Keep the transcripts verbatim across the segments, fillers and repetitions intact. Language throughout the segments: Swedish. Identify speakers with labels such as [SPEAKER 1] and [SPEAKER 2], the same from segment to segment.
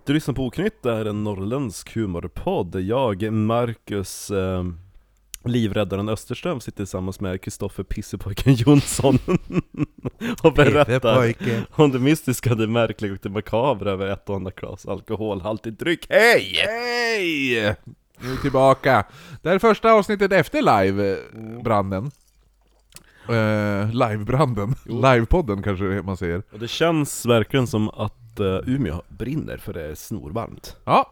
[SPEAKER 1] Du lyssnar på Oknytt, det är en norrländsk humorpodd. Jag, Marcus, eh, livräddaren Österström, sitter tillsammans med Kristoffer Pissepojken Jonsson och berättar om det mystiska, det märkliga och det makabra över ett och annat glas alkoholhaltigt dryck. Hej!
[SPEAKER 2] Hej! Nu är vi tillbaka. Det här är första avsnittet efter live-branden. Uh, live-branden. Live-podden kanske man säger.
[SPEAKER 1] Och det känns verkligen som att Umeå brinner för det är snorvarmt.
[SPEAKER 2] Ja,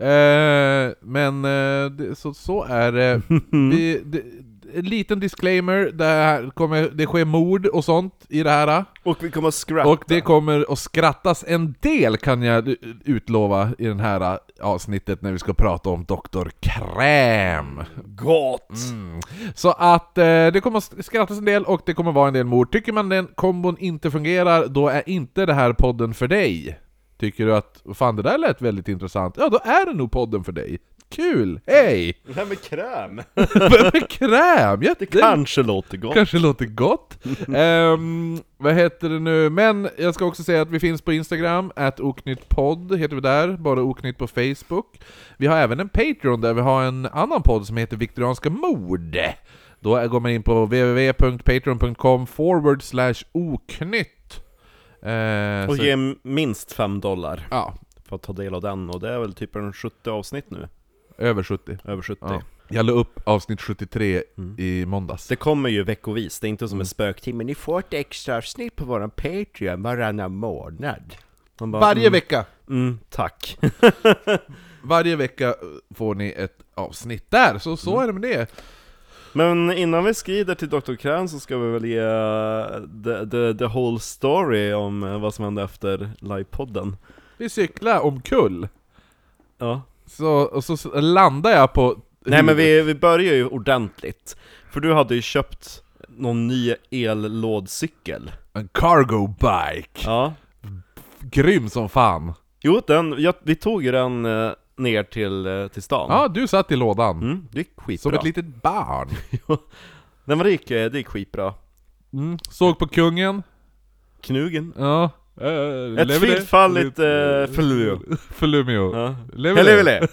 [SPEAKER 2] eh, men eh, det, så, så är det. Vi, det. En liten disclaimer, det, här kommer, det sker mord och sånt i det här.
[SPEAKER 1] Och vi kommer att skratta.
[SPEAKER 2] Och det kommer att skrattas en del, kan jag utlova, i den här avsnittet när vi ska prata om doktor Kräm.
[SPEAKER 1] Gott!
[SPEAKER 2] Mm. Så att eh, det kommer att skrattas en del och det kommer vara en del mord. Tycker man den kombon inte fungerar, då är inte det här podden för dig. Tycker du att, fan, det där lät väldigt intressant, ja, då är det nog podden för dig. Kul, hej!
[SPEAKER 1] Det här med kräm.
[SPEAKER 2] med kräm, ja,
[SPEAKER 1] det kanske låter gott.
[SPEAKER 2] Kanske låter gott. um, Vad heter det nu? Men jag ska också säga att vi finns på Instagram, at oknyttpodd heter vi där, bara oknytt på Facebook. Vi har även en Patreon där vi har en annan podd som heter Viktorianska mord. Då går man in på www.patreon.com forward slash oknytt uh,
[SPEAKER 1] och ge minst fem dollar.
[SPEAKER 2] Ja.
[SPEAKER 1] För att ta del av den, och det är väl typ en sjuttio avsnitt nu.
[SPEAKER 2] Över sjuttio.
[SPEAKER 1] Över sjuttio.
[SPEAKER 2] Ja. Jag la upp avsnitt sjuttiotre mm. i måndags.
[SPEAKER 1] Det kommer ju veckovis, det är inte som en spöktimme. Ni får ett extra avsnitt på våran Patreon varannan månad.
[SPEAKER 2] Bara, Varje mm, vecka.
[SPEAKER 1] Mm, tack.
[SPEAKER 2] Varje vecka får ni ett avsnitt där, så så mm. är det med det.
[SPEAKER 1] Men innan vi skrider till doktor Kräm så ska vi väl ge the, the, the whole story om vad som hände efter livepodden.
[SPEAKER 2] Vi cyklar omkull.
[SPEAKER 1] Ja.
[SPEAKER 2] Så, och så landar jag på...
[SPEAKER 1] Nej, men vi, vi börjar ju ordentligt. För du hade ju köpt någon ny ellådcykel.
[SPEAKER 2] En cargo bike.
[SPEAKER 1] Ja.
[SPEAKER 2] Grym som fan.
[SPEAKER 1] Jo, den, jag, vi tog ju den eh, ner till, eh, till stan.
[SPEAKER 2] Ja, du satt i lådan.
[SPEAKER 1] Mm, det gick skitbra.
[SPEAKER 2] Som ett litet barn.
[SPEAKER 1] Nej, men det gick, det gick skitbra.
[SPEAKER 2] Mm. Såg på kungen.
[SPEAKER 1] Knugen.
[SPEAKER 2] Ja.
[SPEAKER 1] Uh, Ett fyrfalligt uh, Flumio.
[SPEAKER 2] Flumio.
[SPEAKER 1] Ja.
[SPEAKER 2] Levele.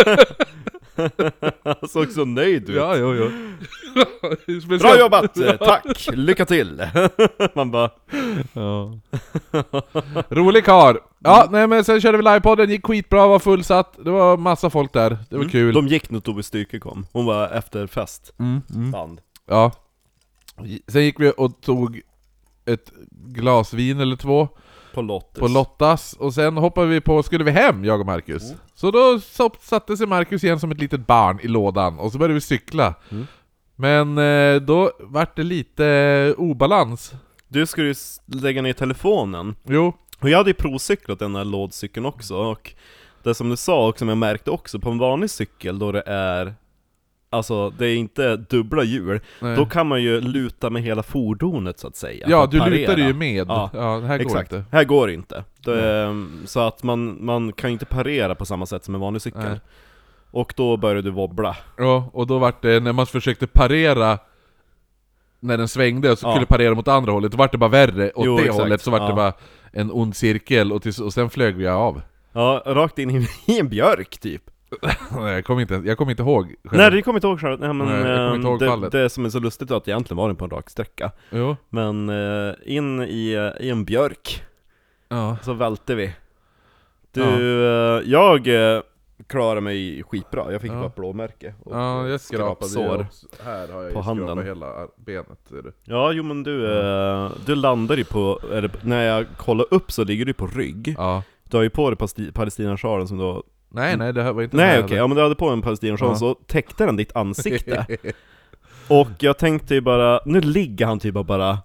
[SPEAKER 1] Han såg så nöjd ut.
[SPEAKER 2] Ja, jo, jo.
[SPEAKER 1] Bra jobbat, tack, lycka till. Man bara
[SPEAKER 2] ja. Rolig kar. Ja, mm. nej, men sen körde vi livepodden, gick skitbra, var fullsatt. Det var massa folk där, det var mm. kul.
[SPEAKER 1] De gick nog Tove Styrke kom. Hon var efter fest.
[SPEAKER 2] Mm. Mm.
[SPEAKER 1] Band.
[SPEAKER 2] Ja. Sen gick vi och tog ett glas vin eller två
[SPEAKER 1] på Lottas.
[SPEAKER 2] på Lottas. Och sen hoppade vi på, skulle vi hem, jag och Marcus. Mm. Så då satte sig Marcus igen som ett litet barn i lådan. Och så började vi cykla. Mm. Men eh, då vart det lite obalans.
[SPEAKER 1] Du skulle ju lägga ner telefonen.
[SPEAKER 2] Jo.
[SPEAKER 1] Och jag hade ju provcyklat den här lådcykeln också. Och det som du sa och som jag märkte också, på en vanlig cykel då det är, alltså det är inte dubbla hjul. Nej. Då kan man ju luta med hela fordonet så att säga.
[SPEAKER 2] Ja, du lutar ju med.
[SPEAKER 1] Ja,
[SPEAKER 2] ja det här
[SPEAKER 1] exakt.
[SPEAKER 2] går inte.
[SPEAKER 1] Här går det inte. Det, så att man, man kan inte parera på samma sätt som en vanlig cykel. Nej. Och då började du wobbla.
[SPEAKER 2] Ja, och då vart det, när man försökte parera när den svängde och så ja. skulle parera mot andra hållet, då vart det bara värre åt jo, det exakt. hållet, så vart ja. det bara en ond cirkel och, till, och sen flög vi av.
[SPEAKER 1] Ja, rakt in i en björk typ.
[SPEAKER 2] Nej, jag kommer inte, jag kommer inte ihåg själv.
[SPEAKER 1] Nej, det kommer inte ihåg själv. Nej, men,
[SPEAKER 2] Nej, jag kommer inte ihåg
[SPEAKER 1] det,
[SPEAKER 2] fallet.
[SPEAKER 1] Det som är så lustigt är att egentligen var den på en rak sträcka.
[SPEAKER 2] Jo.
[SPEAKER 1] Men uh, in i, i en björk
[SPEAKER 2] ja.
[SPEAKER 1] så välte vi. Du, ja. uh, jag uh, klarade mig skitbra. Jag fick
[SPEAKER 2] ja.
[SPEAKER 1] bara blåmärke och
[SPEAKER 2] ja, jag skrapade
[SPEAKER 1] sår
[SPEAKER 2] här har jag
[SPEAKER 1] på handen.
[SPEAKER 2] hela benet. Ser du?
[SPEAKER 1] Ja, jo men du, uh, du landar ju på, eller, när jag kollar upp så ligger du på rygg.
[SPEAKER 2] Ja.
[SPEAKER 1] Du har ju på dig palestinasjalen som då.
[SPEAKER 2] Nej, nej, det här var inte.
[SPEAKER 1] Nej, okej, okay. Ja, men du hade på en palestinasjal, ja. Så täckte den ditt ansikte. Och jag tänkte ju bara, nu ligger han typ bara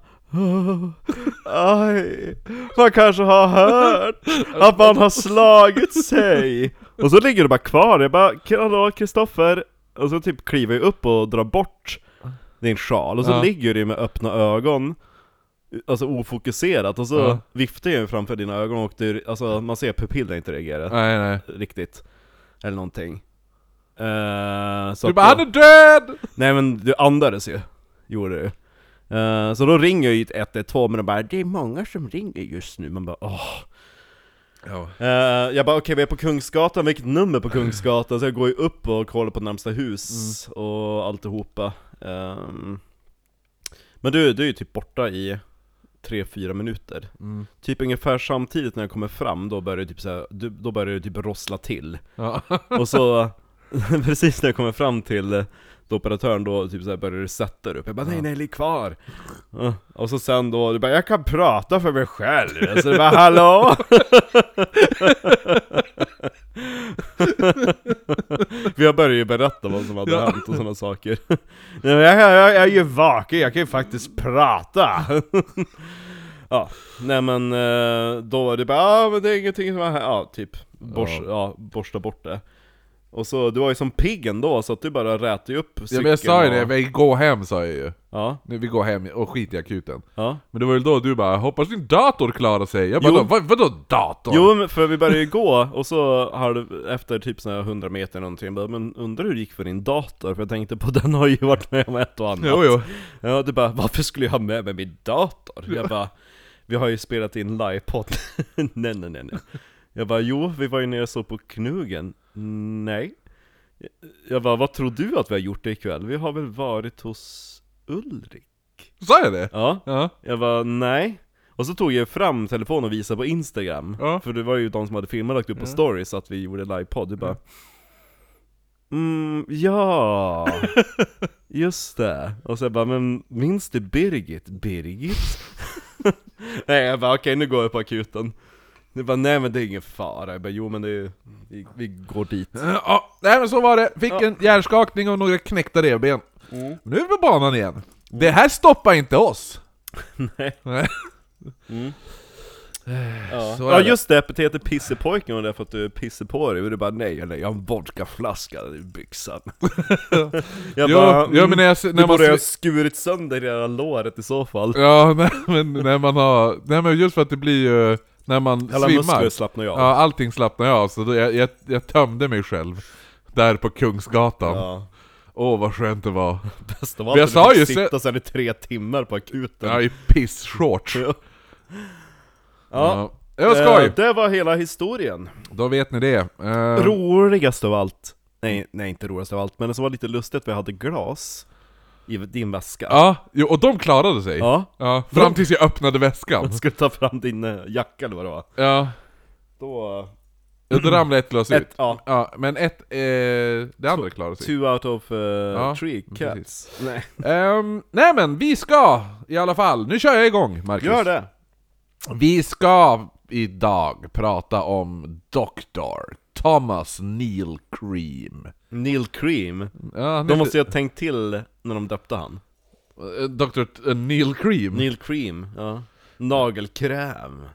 [SPEAKER 1] aj, man kanske har hört att man har slagit sig. Och så ligger du bara kvar. Jag bara, hallå Kristoffer. Och så typ kliver jag upp och drar bort din sjal. Och så ja. ligger du med öppna ögon, alltså ofokuserat. Och så ja. viftar jag framför dina ögon och du, alltså, man ser pupillen inte reagera.
[SPEAKER 2] Nej, nej.
[SPEAKER 1] Riktigt. Eller någonting. Uh, så
[SPEAKER 2] du bara, han är död!
[SPEAKER 1] Nej, men du andades ju. Gjorde du. Uh, så då ringer jag ju ett ett två, men de bara, det är många som ringer just nu. Man bara, åh.
[SPEAKER 2] Ja.
[SPEAKER 1] Uh, jag bara okej, okay, vi är på Kungsgatan, vilket nummer på Kungsgatan? Så jag går ju upp och kollar på närmsta hus mm. och alltihopa. Um, men du, du är ju typ borta i tre fyra minuter. Mm. Typ ungefär samtidigt när jag kommer fram, då börjar det typ så här, då börjar det typ rossla till. Ja. Och så precis när jag kommer fram till då operatören, då typ så här börjar det sätta upp. Jag bara nej nej, ligg kvar. Ja. Och så sen då, du bara jag kan prata för mig själv. Så det bara hallå. Vi har börjat ju berätta vad som hade ja. hänt och sådana saker. jag, jag, jag är ju vaken, jag kan ju faktiskt prata. Ja, nej men då är det bara, ja men det är ingenting som är, ja typ bors, ja. Ja, borsta bort det. Och så, du var ju som piggen då, så att du bara rätade upp cykeln.
[SPEAKER 2] Ja men jag sa ju det,
[SPEAKER 1] och...
[SPEAKER 2] vi går hem sa jag ju.
[SPEAKER 1] Ja.
[SPEAKER 2] Vi går hem och skit i akuten.
[SPEAKER 1] Ja.
[SPEAKER 2] Men det var väl då du bara, hoppas din dator klarar sig. Jag bara, vad, vadå dator?
[SPEAKER 1] Jo, för vi började ju gå, och så har du efter typ såna här hundra meter någonting, bara, men undrar hur det gick för din dator? För jag tänkte på, den har ju varit med om ett och annat.
[SPEAKER 2] Jo, jo.
[SPEAKER 1] Ja, du bara, varför skulle jag ha med mig min dator? Jag bara, vi har ju spelat in livepodd. nej, nej, nej, nej. Jag bara, jo, vi var ju nere så på Knugen. Nej. Jag bara, vad tror du att vi har gjort det ikväll? Vi har väl varit hos Ulrik?
[SPEAKER 2] Sa jag det?
[SPEAKER 1] Ja.
[SPEAKER 2] Ja.
[SPEAKER 1] Jag bara, nej. Och så tog jag fram telefonen och visade på Instagram. Ja. För det var ju de som hade filmat och lagt upp på ja. stories att vi gjorde livepodd. Jag bara, mm, ja. Just det. Och så jag bara, men minns du Birgit? Birgit? Nej, jag bara, okej okay, nu går jag på akuten. Det bara, nej men det är ingen fara. Jag bara, jo men det är, vi, vi går dit.
[SPEAKER 2] Ja, nej men så var det. Fick ja. en hjärnskakning och några knäckta revben. Mm. Nu är vi på banan igen. Mm. Det här stoppar inte oss.
[SPEAKER 1] nej.
[SPEAKER 2] nej.
[SPEAKER 1] Mm. Ja, ja just det, epitetet pissepojken, och det är för att du är pisse på dig. Och du bara, nej, nej, jag har en vodkaflaska i byxan. jag
[SPEAKER 2] jo,
[SPEAKER 1] bara, mm,
[SPEAKER 2] ja, men när jag, när
[SPEAKER 1] du
[SPEAKER 2] man
[SPEAKER 1] borde
[SPEAKER 2] sl-
[SPEAKER 1] ha skurit sönder hela låret i så fall.
[SPEAKER 2] Ja, nej, men när man har, nej men just för att det blir ju, när man
[SPEAKER 1] alla
[SPEAKER 2] svimmar,
[SPEAKER 1] slappnar jag av.
[SPEAKER 2] Ja, allting slappnar jag av, så då jag, jag, jag tömde mig själv där på Kungsgatan.
[SPEAKER 1] Ja.
[SPEAKER 2] Åh, oh, vad skönt det var.
[SPEAKER 1] Bäst av allt, jag sa ju sitta sen i tre timmar på akuten.
[SPEAKER 2] Ja, i piss-shorts.
[SPEAKER 1] ja.
[SPEAKER 2] Ja, det var skoj.
[SPEAKER 1] Eh, det var hela historien.
[SPEAKER 2] Då vet ni det. Eh...
[SPEAKER 1] Roligast av allt. Nej, nej, inte roligast av allt, men det som var lite lustigt, vi hade glas i din väska.
[SPEAKER 2] Ja, jo, och de klarade sig.
[SPEAKER 1] Ja.
[SPEAKER 2] Ja, fram tills jag öppnade väskan.
[SPEAKER 1] Jag skulle ta fram din uh, jacka eller vad det var.
[SPEAKER 2] Ja.
[SPEAKER 1] Då...
[SPEAKER 2] Ja, då ramlade ett glas ut.
[SPEAKER 1] Ett, ja.
[SPEAKER 2] ja. Men ett, eh, det andra klarade sig.
[SPEAKER 1] Two out of uh,
[SPEAKER 2] ja,
[SPEAKER 1] three cats. Nej.
[SPEAKER 2] Um, nej men, vi ska i alla fall, nu kör jag igång, Marcus.
[SPEAKER 1] Gör det.
[SPEAKER 2] Vi ska idag prata om doktor Thomas Neil Cream.
[SPEAKER 1] Neil Cream?
[SPEAKER 2] Ja,
[SPEAKER 1] de måste ju ha tänkt till när de döpte han.
[SPEAKER 2] doktor Neil Cream?
[SPEAKER 1] Neil Cream, ja. Nagelkräm.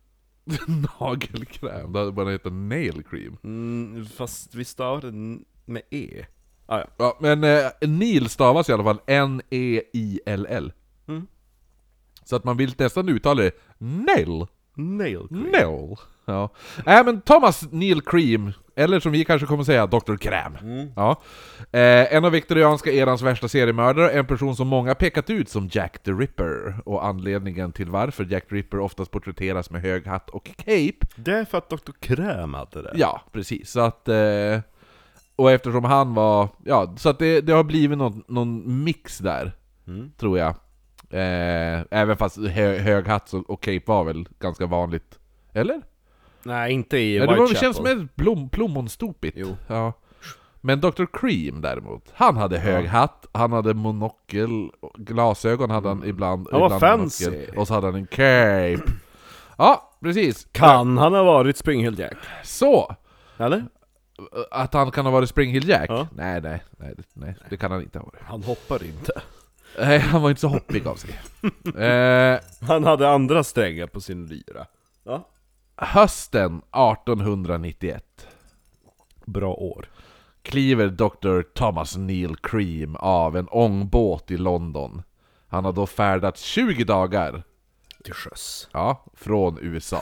[SPEAKER 2] Nagelkräm? Det hade bara hetat Nail Cream.
[SPEAKER 1] Mm, fast vi stavade med E. Ah, ja.
[SPEAKER 2] Ja, men eh, Neil stavas i alla fall N E I L L.
[SPEAKER 1] Mm.
[SPEAKER 2] Så att man vill nästan uttala det Nail.
[SPEAKER 1] Nail Cream.
[SPEAKER 2] Nail. Ja. Äh, men Thomas Neil Cream, eller som vi kanske kommer säga, doktor Kräm.
[SPEAKER 1] Mm.
[SPEAKER 2] Ja. Eh, en av viktorianska erans värsta seriemördare, en person som många pekat ut som Jack the Ripper. Och anledningen till varför Jack the Ripper oftast porträtteras med hög hatt och cape.
[SPEAKER 1] Det är för att doktor Kräm hade det.
[SPEAKER 2] Ja, precis. Så att... Eh, och eftersom han var... Ja, så att det, det har blivit någon, någon mix där, mm. tror jag. Eh, även fast hö, hög hatt och cape var väl ganska vanligt. Eller?
[SPEAKER 1] Nej, inte i
[SPEAKER 2] ja,
[SPEAKER 1] Whitechapel.
[SPEAKER 2] Det var, känns som ett blom, plommonstopigt.
[SPEAKER 1] Jo.
[SPEAKER 2] Ja. Men doktor Cream däremot, han hade hög ja. hatt, han hade monokel, glasögon hade han ibland.
[SPEAKER 1] Han var
[SPEAKER 2] ibland
[SPEAKER 1] fancy.
[SPEAKER 2] Monokel, och så hade han en cape. Ja, precis.
[SPEAKER 1] Kan han ha varit Spring Hill Jack?
[SPEAKER 2] Så.
[SPEAKER 1] Eller?
[SPEAKER 2] Att han kan ha varit Spring Hill Jack?
[SPEAKER 1] Ja.
[SPEAKER 2] Nej, nej, nej, nej, det kan han inte ha varit.
[SPEAKER 1] Han hoppar inte.
[SPEAKER 2] Nej, han var inte så hoppig av sig. eh,
[SPEAKER 1] han hade andra strängar på sin lyra. Ja.
[SPEAKER 2] Hösten artonhundranittioett.
[SPEAKER 1] Bra år.
[SPEAKER 2] Kliver doktor Thomas Neil Cream av en ångbåt i London. Han har då färdats tjugo dagar
[SPEAKER 1] till sjöss.
[SPEAKER 2] Ja, från U S A.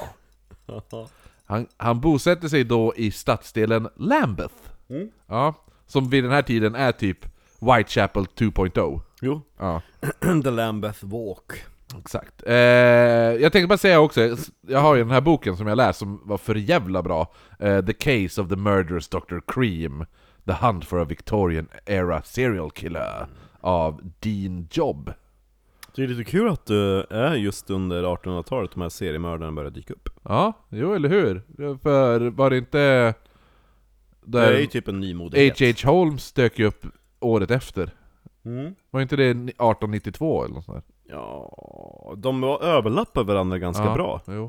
[SPEAKER 2] han, han bosätter sig då i stadsdelen Lambeth.
[SPEAKER 1] Mm.
[SPEAKER 2] Ja, som vid den här tiden är typ Whitechapel två punkt noll.
[SPEAKER 1] Jo.
[SPEAKER 2] Ja.
[SPEAKER 1] The Lambeth Walk.
[SPEAKER 2] Exakt. Eh, jag tänkte bara säga också, jag har ju den här boken som jag läst som var för jävla bra. Eh, The Case of the Murderous doctor Cream, The Hunt for a Victorian Era Serial Killer av Dean Jobb.
[SPEAKER 1] Det är lite kul att det är just under artonhundratalet de här seriemördarna började dyka upp.
[SPEAKER 2] Ja, jo eller hur? För var det inte...
[SPEAKER 1] Det är ju typ en nymodighet.
[SPEAKER 2] H H Holmes dök ju upp året efter.
[SPEAKER 1] Mm.
[SPEAKER 2] Var inte det arton nittiotvå eller något sånt där?
[SPEAKER 1] Ja, de var överlappar varandra ganska
[SPEAKER 2] Ja,
[SPEAKER 1] bra.
[SPEAKER 2] Jo.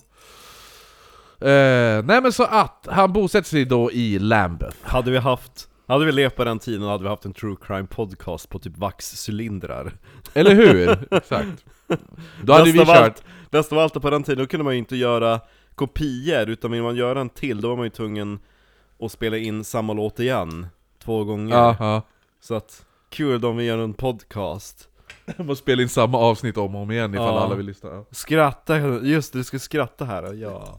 [SPEAKER 2] Eh, nej men så att, han bosätter sig då i Lambeth.
[SPEAKER 1] Hade vi haft... Hade vi levt på den tiden hade vi haft en true crime podcast på typ vaxcylindrar.
[SPEAKER 2] Eller hur? Exakt. Då hade vi
[SPEAKER 1] av
[SPEAKER 2] kört...
[SPEAKER 1] allt, bäst av allt på den tiden, då kunde man ju inte göra kopior, utan vill man göra en till, då var man ju tvungen att spela in samma låt igen två gånger.
[SPEAKER 2] Aha.
[SPEAKER 1] Så att, kul om vi gör en podcast.
[SPEAKER 2] Man spelar in samma avsnitt om och om igen ifall
[SPEAKER 1] Ja.
[SPEAKER 2] alla vill lyssna. Ja.
[SPEAKER 1] Skratta, just det, du ska skratta här, ja.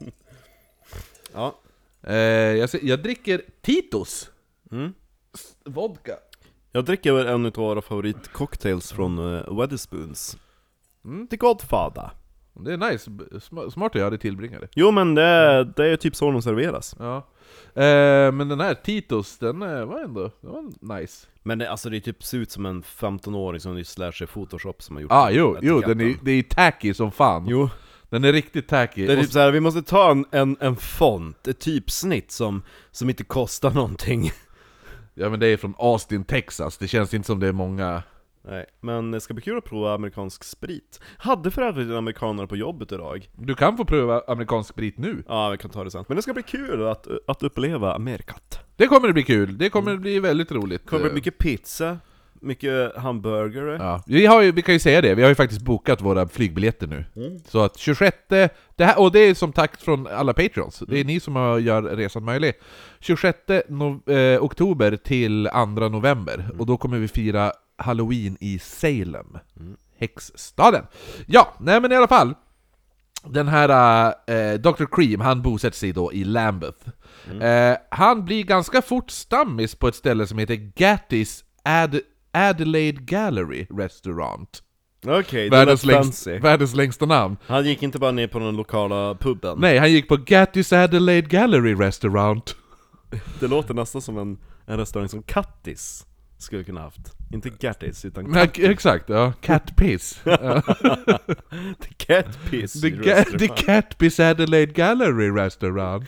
[SPEAKER 1] Ja.
[SPEAKER 2] Eh, jag, ser, jag dricker Titos
[SPEAKER 1] Mm.
[SPEAKER 2] vodka.
[SPEAKER 1] Jag dricker väl en av våra favoritcocktails från uh, Wetherspoons.
[SPEAKER 2] Mm.
[SPEAKER 1] The Godfather.
[SPEAKER 2] Det är nice, Sm- smart att jag hade tillbringare.
[SPEAKER 1] Jo men det är, det är typ så de serveras.
[SPEAKER 2] Ja. Eh, men den här Titos, den eh, var ändå den var nice.
[SPEAKER 1] Men det, alltså det är typ ser ut som en femton-åring som nyss lär sig Photoshop som har gjort
[SPEAKER 2] Ah,
[SPEAKER 1] den
[SPEAKER 2] jo, jo
[SPEAKER 1] etiketten.
[SPEAKER 2] den är, det är tacky som fan.
[SPEAKER 1] Jo,
[SPEAKER 2] Den är riktigt tacky.
[SPEAKER 1] det är
[SPEAKER 2] Och
[SPEAKER 1] typ så här, vi måste ta en, en, en font, ett typsnitt som, som inte kostar någonting.
[SPEAKER 2] Ja men det är från Austin, Texas. Det känns inte som det är många...
[SPEAKER 1] Nej, men det ska bli kul att prova amerikansk sprit. Hade för övrigt amerikaner på jobbet idag.
[SPEAKER 2] Du kan få pröva amerikansk sprit nu.
[SPEAKER 1] Ja, vi kan ta det sen. Men det ska bli kul att, att uppleva Amerikat.
[SPEAKER 2] Det kommer det bli kul. Det kommer det bli väldigt roligt.
[SPEAKER 1] Det kommer bli mycket pizza, mycket hamburgare.
[SPEAKER 2] Ja. Vi, har ju, vi kan ju säga det, vi har ju faktiskt bokat våra flygbiljetter nu.
[SPEAKER 1] Mm.
[SPEAKER 2] Så att tjugosjätte, det här, och det är som tack från alla Patreons. Det är ni som har, gör resan möjlig. tjugosjätte no, eh, oktober till andra november.
[SPEAKER 1] Mm.
[SPEAKER 2] Och då kommer vi fira Halloween i Salem.
[SPEAKER 1] Mm.
[SPEAKER 2] Häxstaden. Ja, nej men i alla fall. Den här eh, doktor Cream, han bosätter sig då i Lambeth.
[SPEAKER 1] Mm.
[SPEAKER 2] Eh, han blir ganska fort stammis på ett ställe som heter Gattis Ad- Adelaide Gallery Restaurant.
[SPEAKER 1] Okej, okay, det
[SPEAKER 2] Världens,
[SPEAKER 1] lät
[SPEAKER 2] längst,
[SPEAKER 1] fancy.
[SPEAKER 2] världens längsta namn.
[SPEAKER 1] Han gick inte bara ner på den lokala puben.
[SPEAKER 2] Nej, han gick på Gattis Adelaide Gallery Restaurant.
[SPEAKER 1] Det låter nästan som en, en restaurang som Kattis skulle kunna haft. Inte Gattis, utan
[SPEAKER 2] Nej, exakt, ja. Cat Piss. Ja.
[SPEAKER 1] The Cat Piss
[SPEAKER 2] The, ga- the Cat Piss Adelaide Gallery Restaurant.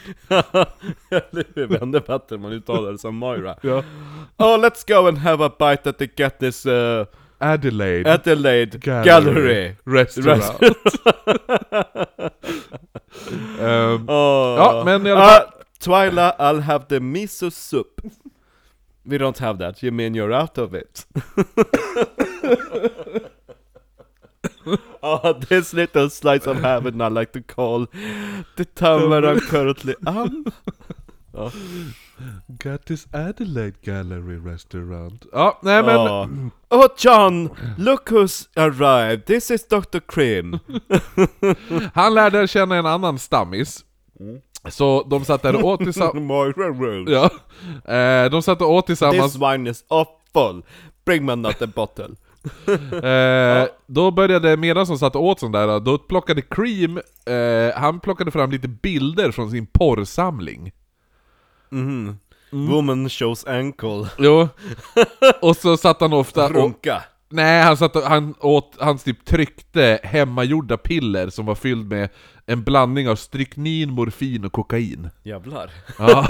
[SPEAKER 1] Det vände bättre man uttalar det som Moira.
[SPEAKER 2] Ja.
[SPEAKER 1] Oh, let's go and have a bite at the Gattis uh,
[SPEAKER 2] Adelaide
[SPEAKER 1] Adelaide
[SPEAKER 2] Gallery,
[SPEAKER 1] Gallery
[SPEAKER 2] Restaurant. um,
[SPEAKER 1] Oh.
[SPEAKER 2] Ja, men i alla fall...
[SPEAKER 1] uh, Twyla, I'll have the miso soup. We don't have that, you mean you're out of it? Oh, this little slice of heaven I like to call the tower I'm currently on. Oh.
[SPEAKER 2] Gattis Adelaide Gallery Restaurant. Ja, nej men...
[SPEAKER 1] Oh. Oh John, look who's arrived, this is doctor Cream.
[SPEAKER 2] Han lärde känna en annan stammis.
[SPEAKER 1] Mm.
[SPEAKER 2] Så de satt där och åt tillsammans.
[SPEAKER 1] Moira Rose.
[SPEAKER 2] Ja. Eh, de satt och åt tillsammans.
[SPEAKER 1] This wine is awful. Bring me another bottle.
[SPEAKER 2] Eh, då började, medan som satt och åt sån där, då plockade Cream, eh, han plockade fram lite bilder från sin porrsamling.
[SPEAKER 1] Mm. Woman shows ankle.
[SPEAKER 2] Jo. Och så satt han ofta och,
[SPEAKER 1] Runka.
[SPEAKER 2] nej, han satt och, han åt, han typ tryckte hemmagjorda piller som var fylld med en blandning av stryknin, morfin och kokain.
[SPEAKER 1] Jävlar.
[SPEAKER 2] Ja.